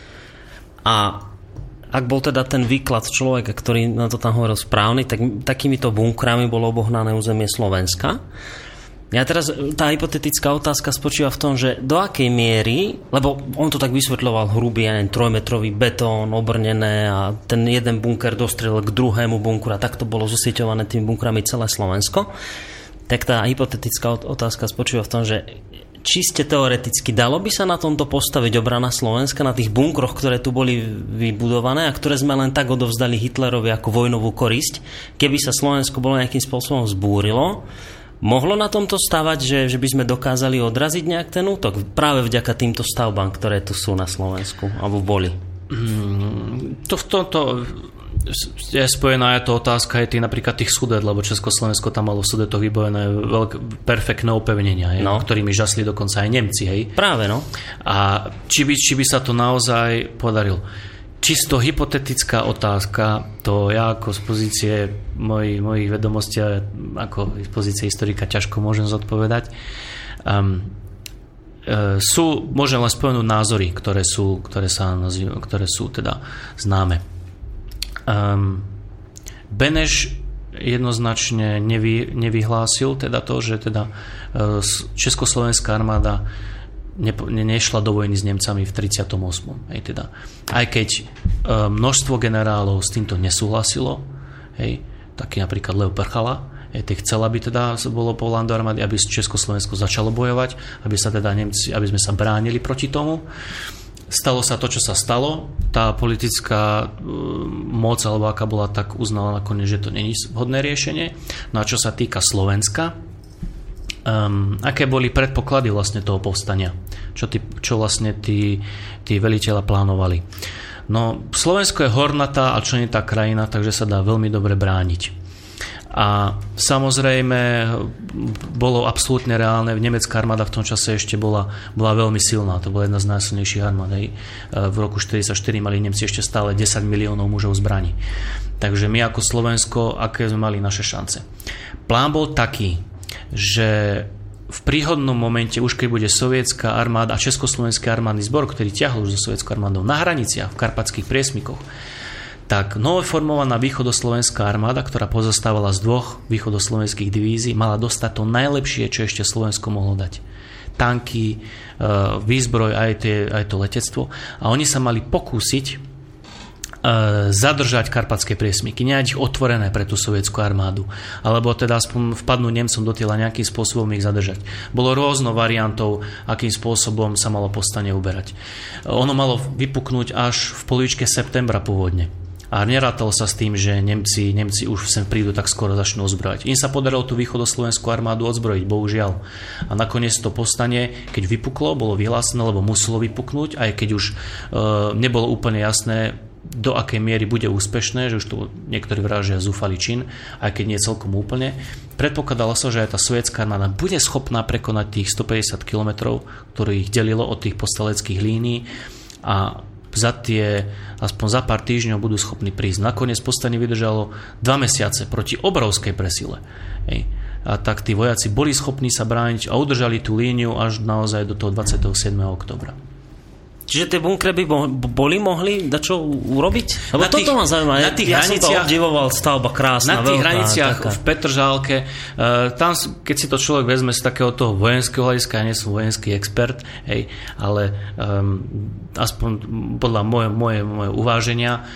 A ak bol teda ten výklad človeka, ktorý na to tam hovoril správny, tak takýmito bunkrami bolo obohnané územie Slovenska. Ja teraz, tá hypotetická otázka spočíva v tom, že do akej miery, lebo on to tak vysvetľoval hrubý, 3-metrový betón, obrnené a ten jeden bunker dostrelil k druhému bunkru a takto bolo zosieťované tými bunkrami celé Slovensko. Tak tá hypotetická otázka spočíva v tom, že čiste teoreticky dalo by sa na tomto postaviť obrana Slovenska, na tých bunkroch, ktoré tu boli vybudované a ktoré sme len tak odovzdali Hitlerovi ako vojnovú korisť, keby sa Slovensko bolo nejakým spôsobom vzbúrilo. Mohlo na tomto stavať, že by sme dokázali odraziť nejak ten útok? Práve vďaka týmto stavbám, ktoré tu sú na Slovensku, alebo boli. To v tomto je spojená aj to otázka aj napríklad tých Sudet, lebo Československo tam malo v Sudetoch vybojené perfektné opevnenia, ktorými žasli dokonca aj Nemci. Hej? Práve, no. A či by sa to naozaj podarilo? Čisto hypotetická otázka, to ja ako z pozície mojich vedomostí, ako z pozície historika ťažko môžem zodpovedať. Môžem len spomenúť názory, ktoré sú teda známe. Beneš jednoznačne nevyhlásil teda to, že teda Československá armáda nešla do vojny s Nemcami v 38. Hej, teda. Aj keď množstvo generálov s týmto nesúhlasilo, hej, taký napríklad Leo Prchala, chcel, aby teda bolo povolanie do armády, aby Československo začalo bojovať, aby sa teda Nemci, aby sme sa bránili proti tomu. Stalo sa to, čo sa stalo. Tá politická moc, alebo aká bola, tak uznala nakoniec, že to nie je vhodné riešenie. No a čo sa týka Slovenska, aké boli predpoklady vlastne toho povstania? Čo vlastne tí veliteľa plánovali? No, Slovensko je hornatá a členitá krajina, takže sa dá veľmi dobre brániť. A samozrejme bolo absolútne reálne, nemecká armáda v tom čase ešte bola veľmi silná, to bola jedna z najsilnejších armád. V roku 1944 mali Nemci ešte stále 10 miliónov mužov zbraní. Takže my ako Slovensko, aké sme mali naše šance? Plán bol taký, že v príhodnom momente, už keď bude sovietská armáda a československý armádny zbor, ktorý ťahol už so sovietskou armádou na hraniciach v karpatských priesmykoch, tak novoformovaná východoslovenská armáda, ktorá pozostávala z 2 východoslovenských divízií, mala dostať to najlepšie, čo ešte Slovensko mohlo dať. Tanky, výzbroj, aj to letectvo. A oni sa mali pokúsiť zadržať karpatské priesmyky, nehať ich otvorené pre tú sovietskú armádu, alebo teda aspoň vpadnúť Nemcom do tela nejakým spôsobom ich zadržať. Bolo rôzno variantov, akým spôsobom sa malo povstanie uberať. Ono malo vypuknúť až v polovičke septembra pôvodne. A nerátalo sa s tým, že Nemci už sem prídu, tak skoro začnú ozbrojať. Im sa podarilo tú východoslovenskú armádu odzbrojiť, bohužiaľ. A nakoniec to povstanie, keď vypuklo, bolo vyhlásené, lebo muselo vypuknúť, aj keď už nebolo úplne jasné, do akej miery bude úspešné, že už tu niektorí vražia zúfalý čin, aj keď nie celkom úplne. Predpokladalo sa, že aj tá sovietská armáda bude schopná prekonať tých 150 kilometrov, ktorých ich delilo od tých povstaleckých línií, a aspoň za pár týždňov budú schopní prísť. Nakoniec povstanie vydržalo 2 mesiace proti obrovskej presile. Hej. A tak tí vojaci boli schopní sa brániť a udržali tú líniu až naozaj do toho 27. októbra. Čiže tie bunkre by mohli dačo urobiť? Lebo toto ma zaujíma. Na tých hraniciach, som to obdivoval, stavba krásna, na tých veľká, hraniciach taká. v Petržálke, tam, keď si to človek vezme z takého toho vojenského hľadiska, ja nie som vojenský expert, hej, ale aspoň podľa moje uváženia,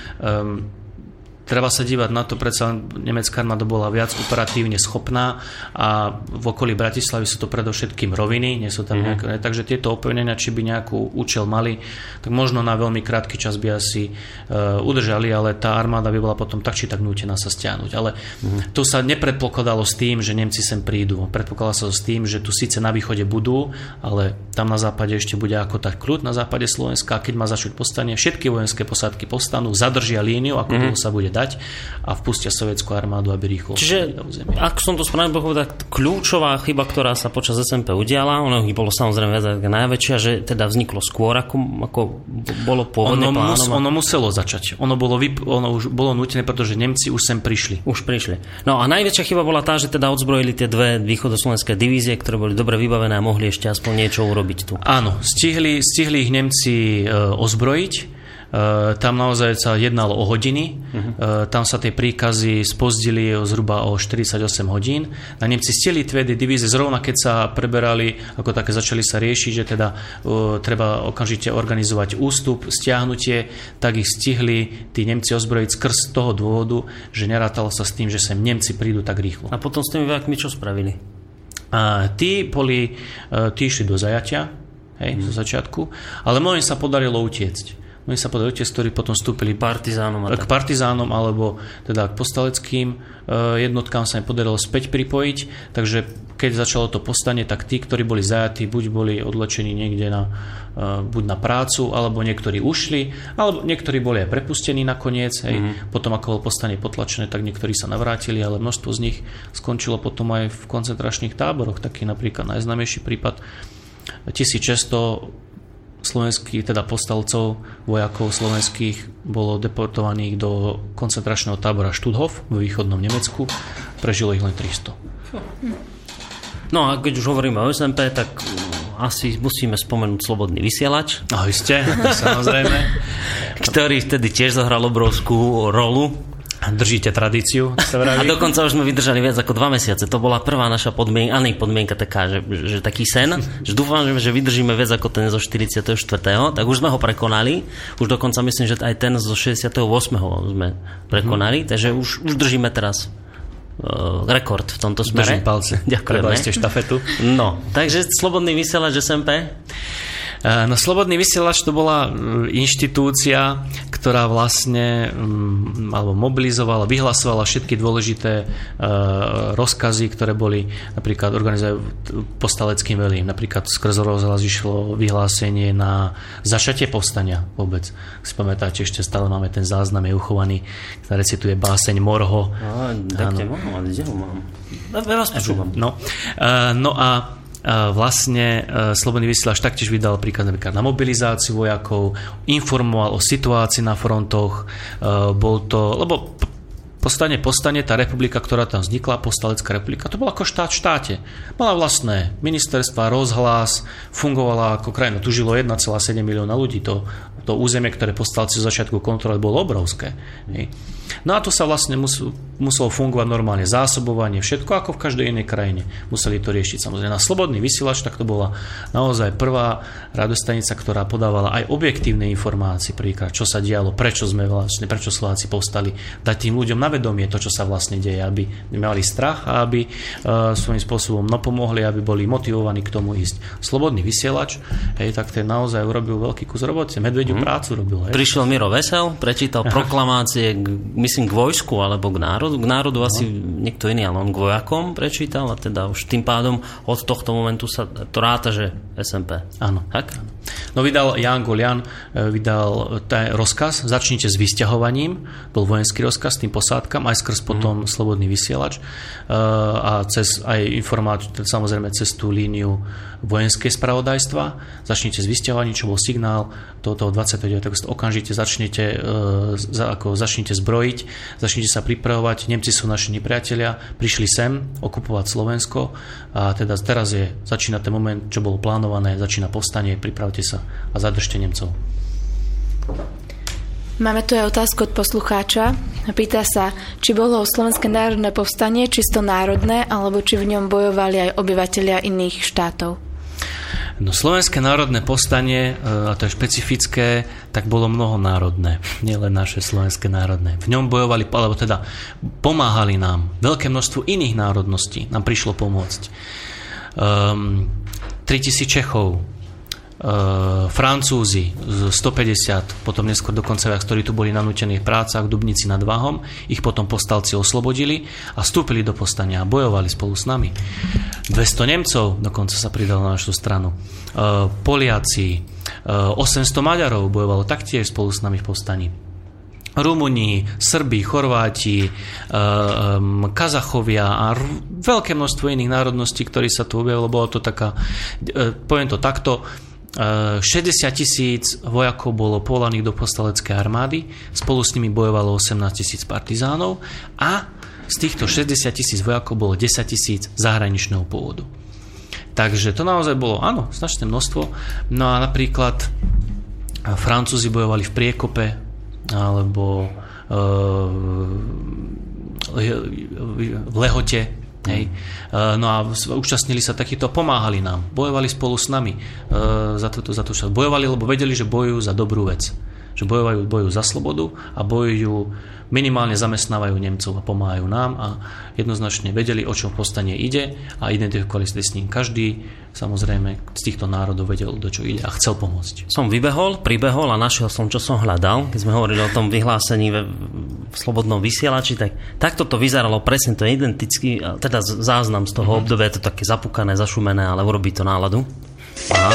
treba sa dívať na to, predsa nemecká armáda bola viac operatívne schopná a v okolí Bratislavy sú to predovšetkým roviny, nie sú tam nejaké, takže tieto opevnenia, či by nejakú účel mali, tak možno na veľmi krátky čas by asi udržali, ale tá armáda by bola potom tak či tak nútená sa stiahnuť. Ale to sa nepredpokladalo s tým, že Nemci sem prídu. Predpokladalo sa s tým, že tu síce na východe budú, ale tam na západe ešte bude ako tak kľud na západe Slovenska, a keď má začať povstanie, všetky vojenské posádky povstanú, zadržia líniu, ako dlho sa bude dať, a vpustia sovietskú armádu, aby rýchlo. Čiže, ak som to správne pochopil, tak kľúčová chyba, ktorá sa počas SMP udiala, ono ich bolo samozrejme viac najväčšia, že teda vzniklo skôr, ako bolo pôvodne plánované. Ono muselo začať. Ono už bolo nútené, pretože Nemci už sem prišli. No a najväčšia chyba bola tá, že teda odzbrojili tie 2 východoslovenské divízie, ktoré boli dobre vybavené a mohli ešte aspoň niečo urobiť tu. Áno, stihli ich Nemci ozbrojiť. Tam naozaj sa jednalo o hodiny. Tam sa tie príkazy spozdili zhruba o 48 hodín. A Nemci stihli tie divízie zrovna, keď sa preberali, ako také začali sa riešiť, že teda treba okamžite organizovať ústup, stiahnutie, tak ich stihli tí Nemci ozbrojiť skrz toho dôvodu, že nerátalo sa s tým, že sem Nemci prídu tak rýchlo. A potom s tými vojakmi čo spravili? Tí išli do zajatia, zo začiatku, ale mnohým sa podarilo utiecť. Ktorí potom vstúpili k partizánom alebo teda k povstaleckým jednotkám sa im podarilo späť pripojiť, takže keď začalo to povstanie, tak tí, ktorí boli zajatí, buď boli odlečení niekde buď na prácu, alebo niektorí ušli, alebo niektorí boli aj prepustení nakoniec. Potom ako bolo povstanie potlačené, tak niektorí sa navrátili, ale množstvo z nich skončilo potom aj v koncentračných táboroch. Taký napríklad najznámejší prípad 1600 slovenských, teda povstalcov, vojakov slovenských bolo deportovaných do koncentračného tábora Stutthof v východnom Nemecku. Prežilo ich len 300. No a keď už hovoríme o SMP, tak asi musíme spomenúť Slobodný vysielač. Ahoj ste, samozrejme. Ktorý vtedy tiež zahral obrovskú rolu. Držíte tradíciu, sa vraví. A dokonca už sme vydržali viac ako 2 mesiace. To bola prvá naša podmienka taká, že taký sen, že dúfam, že vydržíme viac ako ten zo 44. Tak už sme ho prekonali. Už dokonca myslím, že aj ten zo 68. sme prekonali. Takže už držíme teraz rekord v tomto smere. Držím palce. Ďakujeme. Treba ste štafetu. No, takže Slobodný vysielač SMP. No, Slobodný vysielač to bola inštitúcia, ktorá vlastne alebo mobilizovala, vyhlasovala všetky dôležité rozkazy, ktoré boli napríklad organizované povstaleckým velím. Napríklad skrz rozhlas išlo vyhlásenie na začatie povstania vôbec. Si pamätáte, ešte stále máme ten záznam, je uchovaný, ktorý recituje báseň Morho. Vás počúvam. No a vlastne Slobodný vysielač taktiež vydal príkaz na mobilizáciu vojakov, informoval o situácii na frontoch, bol to, lebo Povstane, tá republika, ktorá tam vznikla, Povstalecká republika, to bola ako štát v štáte. Mala vlastné ministerstva, rozhlas, fungovala ako krajina. Tu žilo 1,7 milióna ľudí. To územie, ktoré povstalci z začiatku kontrolovali, bolo obrovské. No a to sa vlastne muselo fungovať normálne, zásobovanie, všetko ako v každej inej krajine. Museli to riešiť samozrejme. Na Slobodný vysielač, tak to bola naozaj prvá radiostanica, ktorá podávala aj objektívne informácie prvýkrát, čo sa dialo, prečo Slováci povstali, dať tým ľuďom na vedomie to, čo sa vlastne deje, aby mali strach a aby svojím spôsobom pomohli, aby boli motivovaní k tomu ísť. Slobodný vysielač, tak ten naozaj urobil veľký kus roboty, medvediu prácu robil. Prišiel Miro Vesel, prečítal proklamácie myslím k vojsku alebo k národu. K národu asi niekto iný, ale on k vojakom prečítal a teda už tým pádom od tohto momentu sa to ráta, že SMP. Áno. Tak? No vydal Ján Golian, vydal rozkaz, začnite s vysťahovaním, bol vojenský rozkaz tým posádkam, aj skrz potom Slobodný vysielač a cez aj informáciu, samozrejme cez tú líniu vojenské spravodajstva, začnite s vysťahovaním, čo bol signál toho 29. okamžite začnete zbrojiť, začnite sa pripravovať, Nemci sú naši nepriatelia, prišli sem okupovať Slovensko a teda teraz začína ten moment, čo bolo plánované, začína povstanie, pripravte sa a zadržte Nemcov. Máme tu aj otázku od poslucháča. Pýta sa, či bolo Slovenské národné povstanie čisto národné, alebo či v ňom bojovali aj obyvatelia iných štátov. No, Slovenské národné povstanie, a to je špecifické, tak bolo mnohonárodné, nielen naše Slovenské národné. V ňom bojovali, alebo teda pomáhali nám veľké množstvo iných národností, nám prišlo pomôcť. 3000 Čechov, Francúzi 150, potom neskôr dokonca viac, ktorí tu boli nanútení v prácach v Dubnici nad Váhom, ich potom povstalci oslobodili a vstúpili do povstania a bojovali spolu s nami. 200 Nemcov dokonca sa pridalo na našu stranu. Poliaci, 800 Maďarov bojovalo taktiež spolu s nami v povstaní. Rumúni, Srbi, Chorváti, Kazachovia a veľké množstvo iných národností, ktorí sa tu objavilo. Bolo to taká, poviem to takto, 60 000 vojakov bolo povolaných do povstaleckej armády, spolu s nimi bojovalo 18 000 partizánov a z týchto 60 000 vojakov bolo 10 000 zahraničného pôvodu. Takže to naozaj bolo, áno, značné množstvo. No a napríklad Francúzi bojovali v Priekope alebo v Lehote. Hej. No a účastnili sa takýto, pomáhali nám, bojovali spolu s nami za to, bojovali, lebo vedeli, že bojujú za dobrú vec, že bojujú za slobodu a bojujú, minimálne zamestnávajú Nemcov a pomáhajú nám a jednoznačne vedeli, o čom povstanie ide a identifikovali ste s ním. Každý samozrejme z týchto národov vedel, do čo ide a chcel pomôcť. Som pribehol a našiel som, čo som hľadal, keď sme hovorili o tom vyhlásení v Slobodnom vysielači, tak takto to vyzeralo presne, to je identický, teda záznam z toho obdobia, je to také zapúkané, zašumené, ale urobí to náladu. Aha.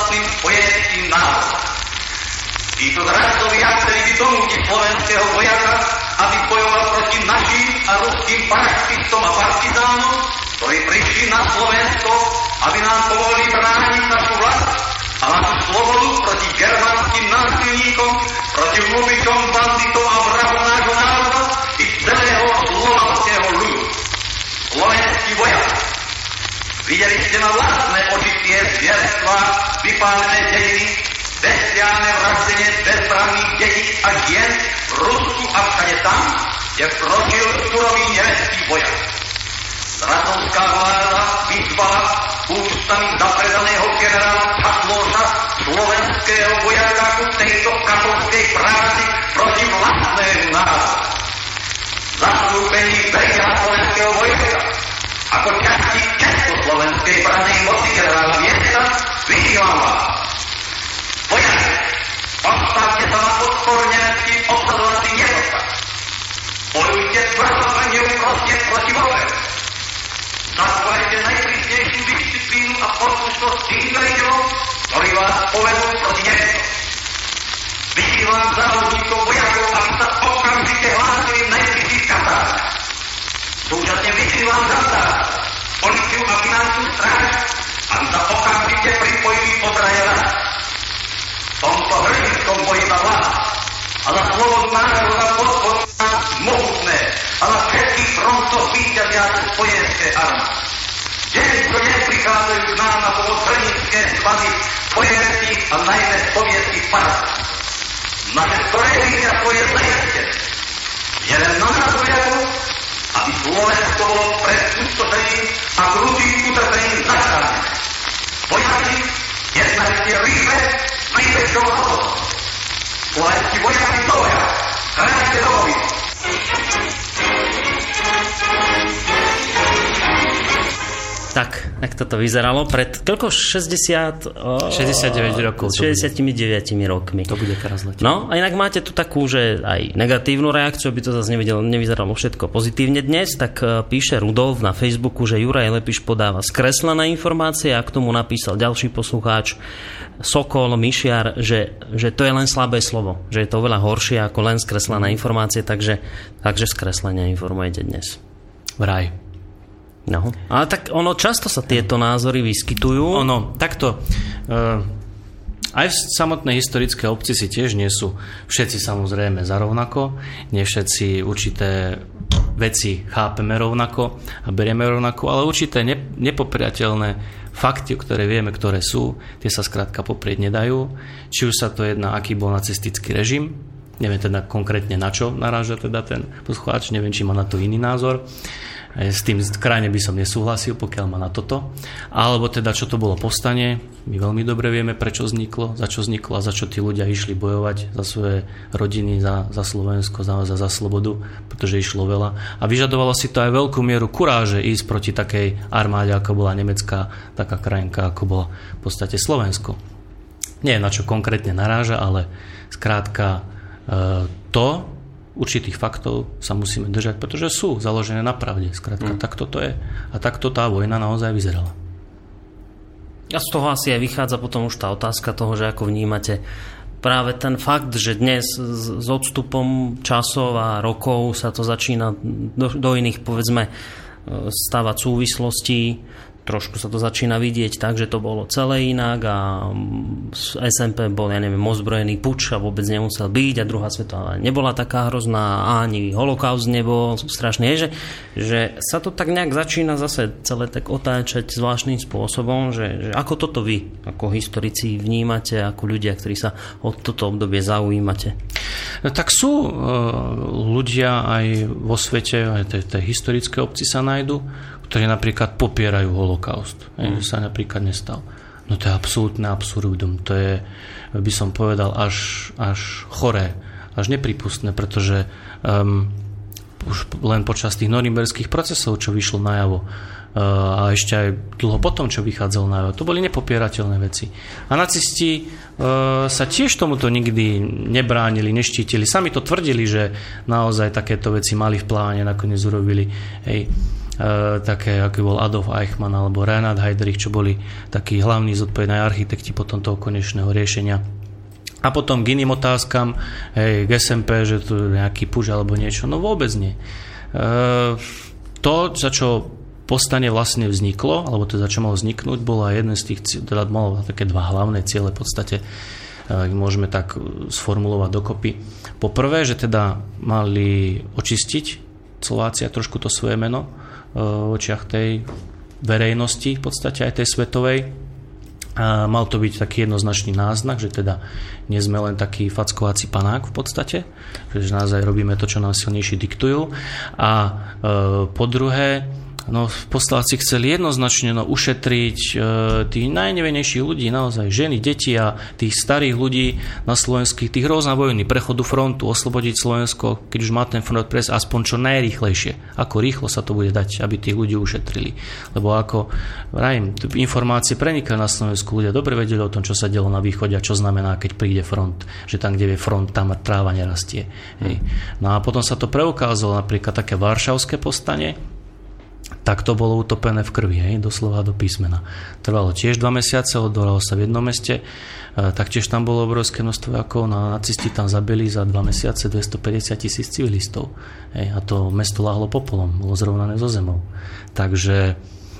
Títo zradcovia chceli by donútiť slovenského vojaka, aby bojoval proti našim a ruským paraštistom a partizánom, ktorí prišli na Slovensko, aby nám pomohli brániť našu vlast a našu slobodu proti germánskym násilníkom, proti ľubičom, banditom a vrahom nášho národa i celého slovanského ľudu. Slovenský vojak. Videli ste na vlastné oči tie zvierstvá, vypálené dejiny, bestiálne vraždenie bezprávnych detí a žien v Rusku a všade tam, kde prožil surový nemecký vojak. Ratovská vláda vyzvala ústami zapredaného generála Čatloša slovenského vojaka ku tejto katolskej práci proti vlastnému národu. Zastúpení vedia slovenského vojaka ako časti československej právnej moci generála Miesta vyzývam vás. Vojaki, postavte sa na odpor nemeckým obsadovacím jednotkám. Bojujte tvrdo a neúprosne proti vojak. Zachovajte najprísnejšiu disciplínu a poslušnosť tým veliteľom, ktorí vás povedú proti Nemeckom. Vyzývam závodníkov vojakov, aby sa okamžite hlásili v najbližších kasárnach. Súčasne vyzývam zastávať policiu a finančnú stráž, aby sa okamžite pripojili obrane rad. V tomto hrdinskom boji za vlád a za slobodu národa podporujú mohutné a na všetkých frontoch víťaziace spojenské armády. Deň čo deň prichádzajú k nám na pomoc hrninské sklady spojenských a najmä sovietských parázov. Naše projekty je zajistené. Jeden na nás vojakov, aby Slovensko bolo pred pustošením a krutým utrpením zachránené. Vojaki, jednajte rýchle s najväčšou hodou. Slovenskí vojaki do boja, hráčte do boja. Tak toto vyzeralo pred koľko? 69 rokov. 69 rokmi. To bude teraz letieť. No, a inak máte tu takú, že aj negatívnu reakciu, aby to zase nevyzeralo všetko pozitívne dnes, tak píše Rudolf na Facebooku, že Juraj Lepiš podáva skreslené informácie a k tomu napísal ďalší poslucháč Sokol, Myšiar, že to je len slabé slovo, že je to oveľa horšie ako len skreslené informácie, takže skreslenia informujete dnes. Vraj. No, ale tak často sa tieto názory vyskytujú. Takto. Aj v samotnej historickej obci si tiež nie sú všetci samozrejme za rovnako, nie všetci určité veci chápeme rovnako a berieme rovnako, ale určité nepopriateľné fakty, ktoré vieme, ktoré sú, tie sa skrátka poprieť nedajú. Či už sa to jedná, aký bol nacistický režim, neviem teda konkrétne na čo naráža teda ten poslucháč, neviem, či má na to iný názor. S tým krajne by som nesúhlasil, pokiaľ má na toto. Alebo teda, čo to bolo povstanie. My veľmi dobre vieme, prečo vzniklo, za čo vzniklo a za čo tí ľudia išli bojovať za svoje rodiny, za Slovensko, za slobodu, pretože išlo veľa. A vyžadovalo si to aj veľkú mieru kuráže ísť proti takej armáde, ako bola nemecká, taká krajinka, ako bola v podstate Slovensko. Nie na čo konkrétne naráža, ale skrátka určitých faktov sa musíme držať, pretože sú založené na pravde. Skrátka, takto to je. A takto tá vojna naozaj vyzerala. A z toho asi aj vychádza potom už tá otázka toho, že ako vnímate práve ten fakt, že dnes s odstupom časov a rokov sa to začína do iných, povedzme, stávať súvislostí. Trošku sa to začína vidieť tak, že to bolo celé inak a SMP bol, ozbrojený puč a vôbec nemusel byť a druhá svetová nebola taká hrozná a ani holokaust nebol strašný. Že sa to tak nejak začína zase celé tak otáčať zvláštnym spôsobom, že ako toto vy, ako historici vnímate, ako ľudia, ktorí sa o toto obdobie zaujímate? No, tak sú ľudia aj vo svete, aj tej historické obci sa nájdu, ktorí napríklad popierajú holokaust, že sa napríklad nestal. No to je absolútne absurdum. To je, by som povedal, až choré, až nepripustné, pretože už len počas tých norimberských procesov, čo vyšlo najavo, a ešte aj dlho potom, čo vychádzalo najavo, to boli nepopierateľné veci. A nacisti sa tiež tomuto nikdy nebránili, neštítili. Sami to tvrdili, že naozaj takéto veci mali v pláne, nakoniec urobili také, aký bol Adolf Eichmann alebo Reinhard Heydrich, čo boli takí hlavní zodpovední architekti potom toho konečného riešenia. A potom k iným otázkam, k SMP, že tu nejaký puč alebo niečo, no vôbec nie. To, za čo povstanie vlastne vzniklo, alebo to, za čo malo vzniknúť, bola jeden z tých, teda malo také dva hlavné ciele v podstate, môžeme tak sformulovať dokopy. Po prvé, že teda mali očistiť Slovácia trošku to svoje meno v očiach tej verejnosti, v podstate aj tej svetovej. A mal to byť taký jednoznačný náznak, že teda nie sme len taký fackovací panák v podstate, že naozaj robíme to, čo nám silnejší diktujú. A po druhé, posláci chceli jednoznačne ušetriť tých najnevinnejších ľudí, naozaj ženy, deti a tých starých ľudí na Slovensku, tých hrôz na vojny, prechodu frontu, oslobodiť Slovensko, keď už má ten front prejsť aspoň čo najrýchlejšie. Ako rýchlo sa to bude dať, aby tých ľudí ušetrili. Lebo ako informácie prenikajú na Slovensku, ľudia dobre vedeli o tom, čo sa dialo na východe a čo znamená, keď príde front, že tam, kde je front, tam tráva nerastie. Hej. No a potom sa to preukázalo, napríklad také varšavské povstanie, tak to bolo utopené v krvi, doslova do písmena. Trvalo tiež 2 mesiace, odvolalo sa v jednom meste, taktiež tam bolo obrovské množstvo vojakov, nacisti tam zabili za 2 mesiace 250 000 civilistov. A to mesto láhlo popolom, bolo zrovnané so zemou. Takže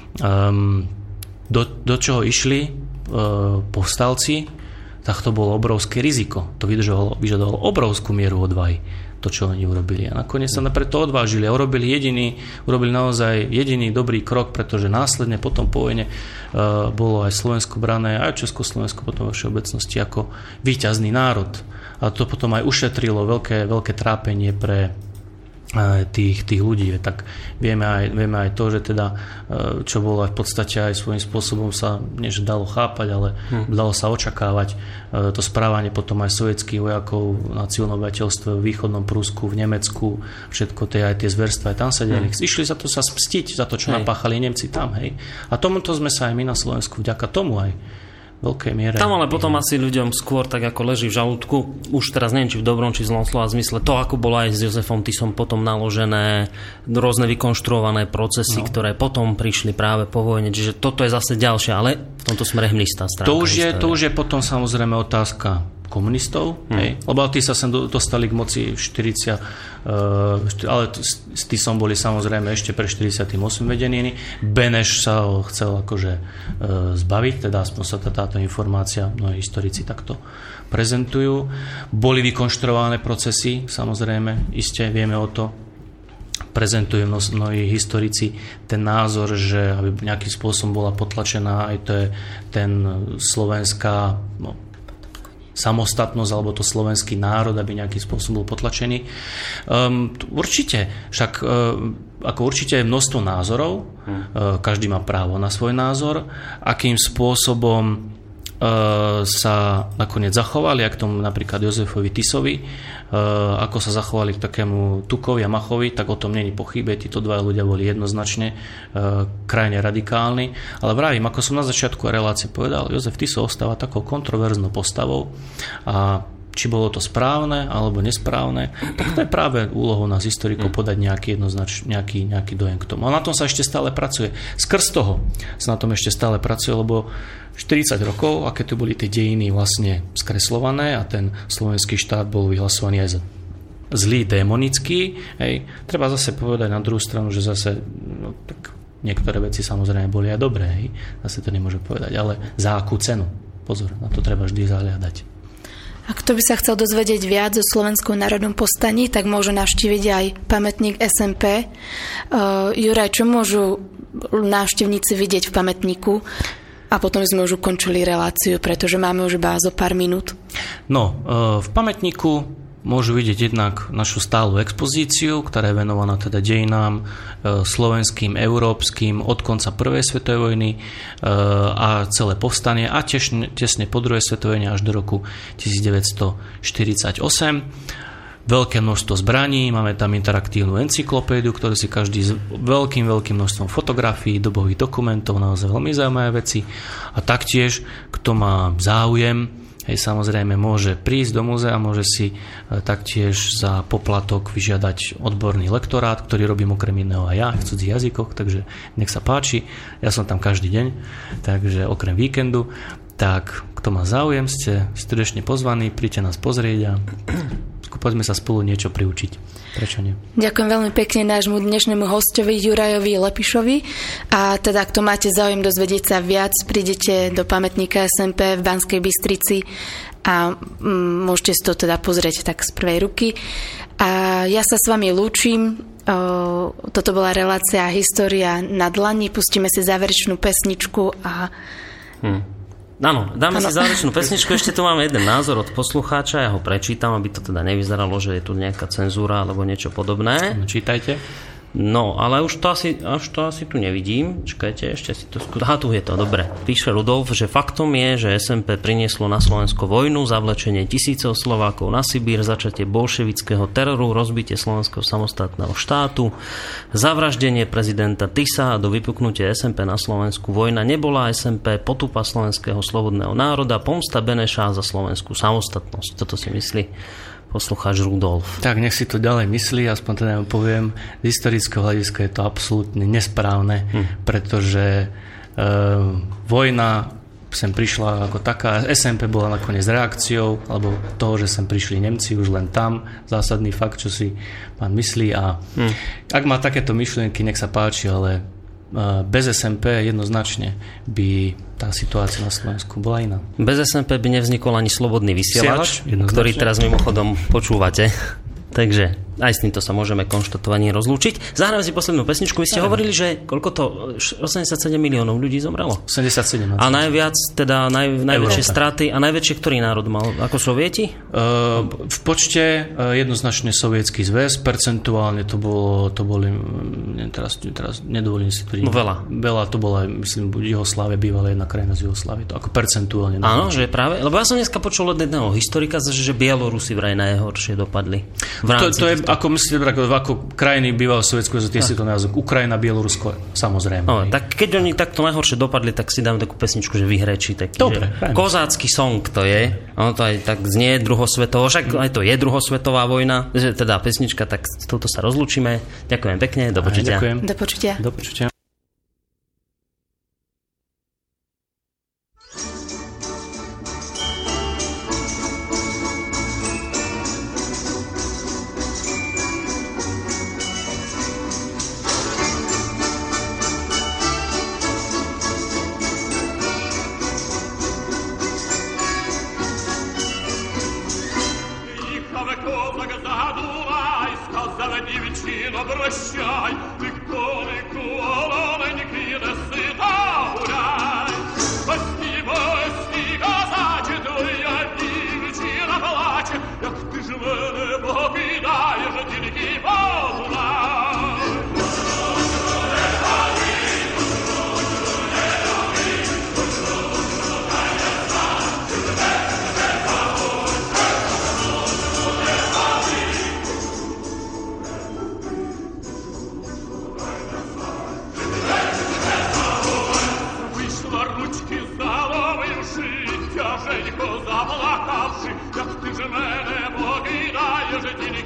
do čoho išli povstalci, tak to bolo obrovské riziko. To vyžadovalo obrovskú mieru odvahy, to, čo oni urobili. A nakoniec sa preto odvážili a urobili naozaj jediný dobrý krok, pretože následne potom po vojne bolo aj Slovensko brané, aj Československo potom vo všeobecnosti ako víťazný národ. A to potom aj ušetrilo veľké trápenie pre tých ľudí. Tak vieme aj to, že teda čo bolo aj v podstate aj svojím spôsobom sa než dalo chápať, ale dalo sa očakávať to správanie potom aj sovietských vojakov na civilnom obyvateľstve v východnom Prúsku, v Nemecku, všetko aj tie zverstva aj tam sa diali. Išli za to sa mstiť, za to, čo napáchali Nemci tam. Hej. A tomuto sme sa aj my na Slovensku vďaka tomu aj veľkej miere. Tam ale potom asi ľuďom skôr tak ako leží v žalúdku, už teraz neviem, či v dobrom, či v zlom slova zmysle, to ako bolo aj s Jozefom Tisom potom naložené, rôzne vykonštruované procesy, ktoré potom prišli práve po vojne, čiže toto je zase ďalšia, ale v tomto smere hmlistá stránka. To už je potom samozrejme otázka komunistov, lebo tí sa sem dostali k moci v 40, ale s Tisom boli samozrejme ešte pre 48 vedení. Beneš sa ho chcel akože zbaviť, teda aspoň sa táto informácia, mnohí historici takto prezentujú. Boli vykonštruované procesy, samozrejme, iste vieme o to, prezentujú mnohí historici ten názor, že aby nejakým spôsobom bola potlačená aj ten slovenská samostatnosť alebo to slovenský národ, aby nejakým spôsobom bol potlačený. Určite, však ako určite je množstvo názorov, každý má právo na svoj názor, akým spôsobom sa nakoniec zachovali, ak tomu napríklad Jozefovi Tisovi, ako sa zachovali k takému Tukovi a Machovi, tak o tom není pochybe, títo dva ľudia boli jednoznačne krajne radikálni, ale vravím, ako som na začiatku relácie povedal, Jozef Tiso ostáva takou kontroverznou postavou a či bolo to správne alebo nesprávne, tak to je práve úlohou nás historikov podať nejaký dojem k tomu. A na tom sa ešte stále pracuje. Skrz toho sa na tom ešte stále pracuje, lebo 40 rokov, aké tu boli tie dejiny vlastne skreslované a ten slovenský štát bol vyhlasovaný aj za zlý, démonický. Treba zase povedať na druhú stranu, že zase tak niektoré veci samozrejme boli aj dobré. Zase to nemôže povedať, ale za akú cenu? Pozor, na to treba vždy zahliadať. A kto by sa chcel dozvedieť viac o Slovenskom národnom povstaní, tak môže navštíviť aj pamätník SMP. Juraj, čo môžu návštevníci vidieť v pamätníku? A potom sme už ukončili reláciu, pretože máme už iba zo pár minút. V pamätníku môžu vidieť jednak našu stálu expozíciu, ktorá je venovaná teda dejinám slovenským, európskym od konca prvej svetovej vojny a celé povstanie a tesne po druhej svetovej vojne až do roku 1948. Veľké množstvo zbraní, máme tam interaktívnu encyklopédiu, ktorú si každý s veľkým množstvom fotografií, dobových dokumentov, naozaj veľmi zaujímavé veci. A taktiež, kto má záujem, samozrejme môže prísť do múzea, môže si taktiež za poplatok vyžiadať odborný lektorát, ktorý robím okrem iného aj ja v cudzích jazykoch, takže nech sa páči. Ja som tam každý deň, takže okrem víkendu. Tak, kto má záujem, ste srdečne pozvaní, príďte nás pozrieť a poďme sa spolu niečo priučiť. Prečo nie? Ďakujem veľmi pekne nášmu dnešnému hostovi Jurajovi Lepišovi. A teda, ak to máte záujem dozvedieť sa viac, prídete do pamätníka SMP v Banskej Bystrici a môžete si to teda pozrieť tak z prvej ruky. A ja sa s vami lúčim. Toto bola relácia História na dlani. Pustíme si záverečnú pesničku a... Áno, dáme si záverečnú pesničku. Ešte tu máme jeden názor od poslucháča. Ja ho prečítam, aby to teda nevyzeralo, že je tu nejaká cenzúra alebo niečo podobné. Čítajte. No, ale už to asi tu nevidím. Čakajte, ešte si to Aha, tu je to, dobre. Píše Rudolf, že faktom je, že SMP prinieslo na Slovensko vojnu, zavlečenie tisícov Slovákov na Sibír, začatie bolševického teroru, rozbitie slovenského samostatného štátu, zavraždenie prezidenta Tisa a do vypuknutia SMP na Slovensku vojna nebola SMP, potupa slovenského slobodného národa, pomsta Beneša za slovenskú samostatnosť. Toto si myslí poslucháč Rudolf. Tak, nech si to ďalej myslí, aspoň teda poviem, z historického hľadiska je to absolútne nesprávne, pretože vojna sem prišla ako taká, SMP bola nakoniec reakciou, alebo toho, že sem prišli Nemci, už len tam, zásadný fakt, čo si pán myslí a ak má takéto myšlienky, nech sa páči, ale bez SMP jednoznačne by tá situácia na Slovensku bola iná. Bez SMP by nevznikol ani slobodný vysielač, ktorý teraz mimochodom počúvate. Takže aj s týmto sa môžeme konštatovanie rozlúčiť. Zahráme si poslednú pesničku. Vy ste hovorili, že koľko to 87 miliónov ľudí zomrelo? 87. A najviac, teda najväčšie straty a najväčšie ktorý národ mal? Ako Sovieti? V počte jednoznačne Sovietský zväz, percentuálne to boli teraz nedovolím si to. No veľa. Veľa to bola, myslím, Juhoslávia, bývalá jedna krajina z Juhoslávie. To ako percentuálne. Áno, že práve, lebo ja som dneska počul od jedného historika, že Bielorusi vraj najhoršie dopadli. To je, ako myslíte, ako krajiny bývalého Sovietskeho zväzu, tie si to názov. Ukrajina, Bielorusko, samozrejme. No, tak keď oni takto najhoršie dopadli, tak si dám takú pesničku, že vyhrečí taký. Dobre, kozácky song to je. Ono to aj tak znie druhosvetová, však aj to je druhosvetová vojna, že teda pesnička, tak s touto sa rozlúčime. Ďakujem pekne, do počutia. Ďakujem. Do počutia. Do počutia. Тяженько заплакавши, як ти ж мене покидаєш, тільки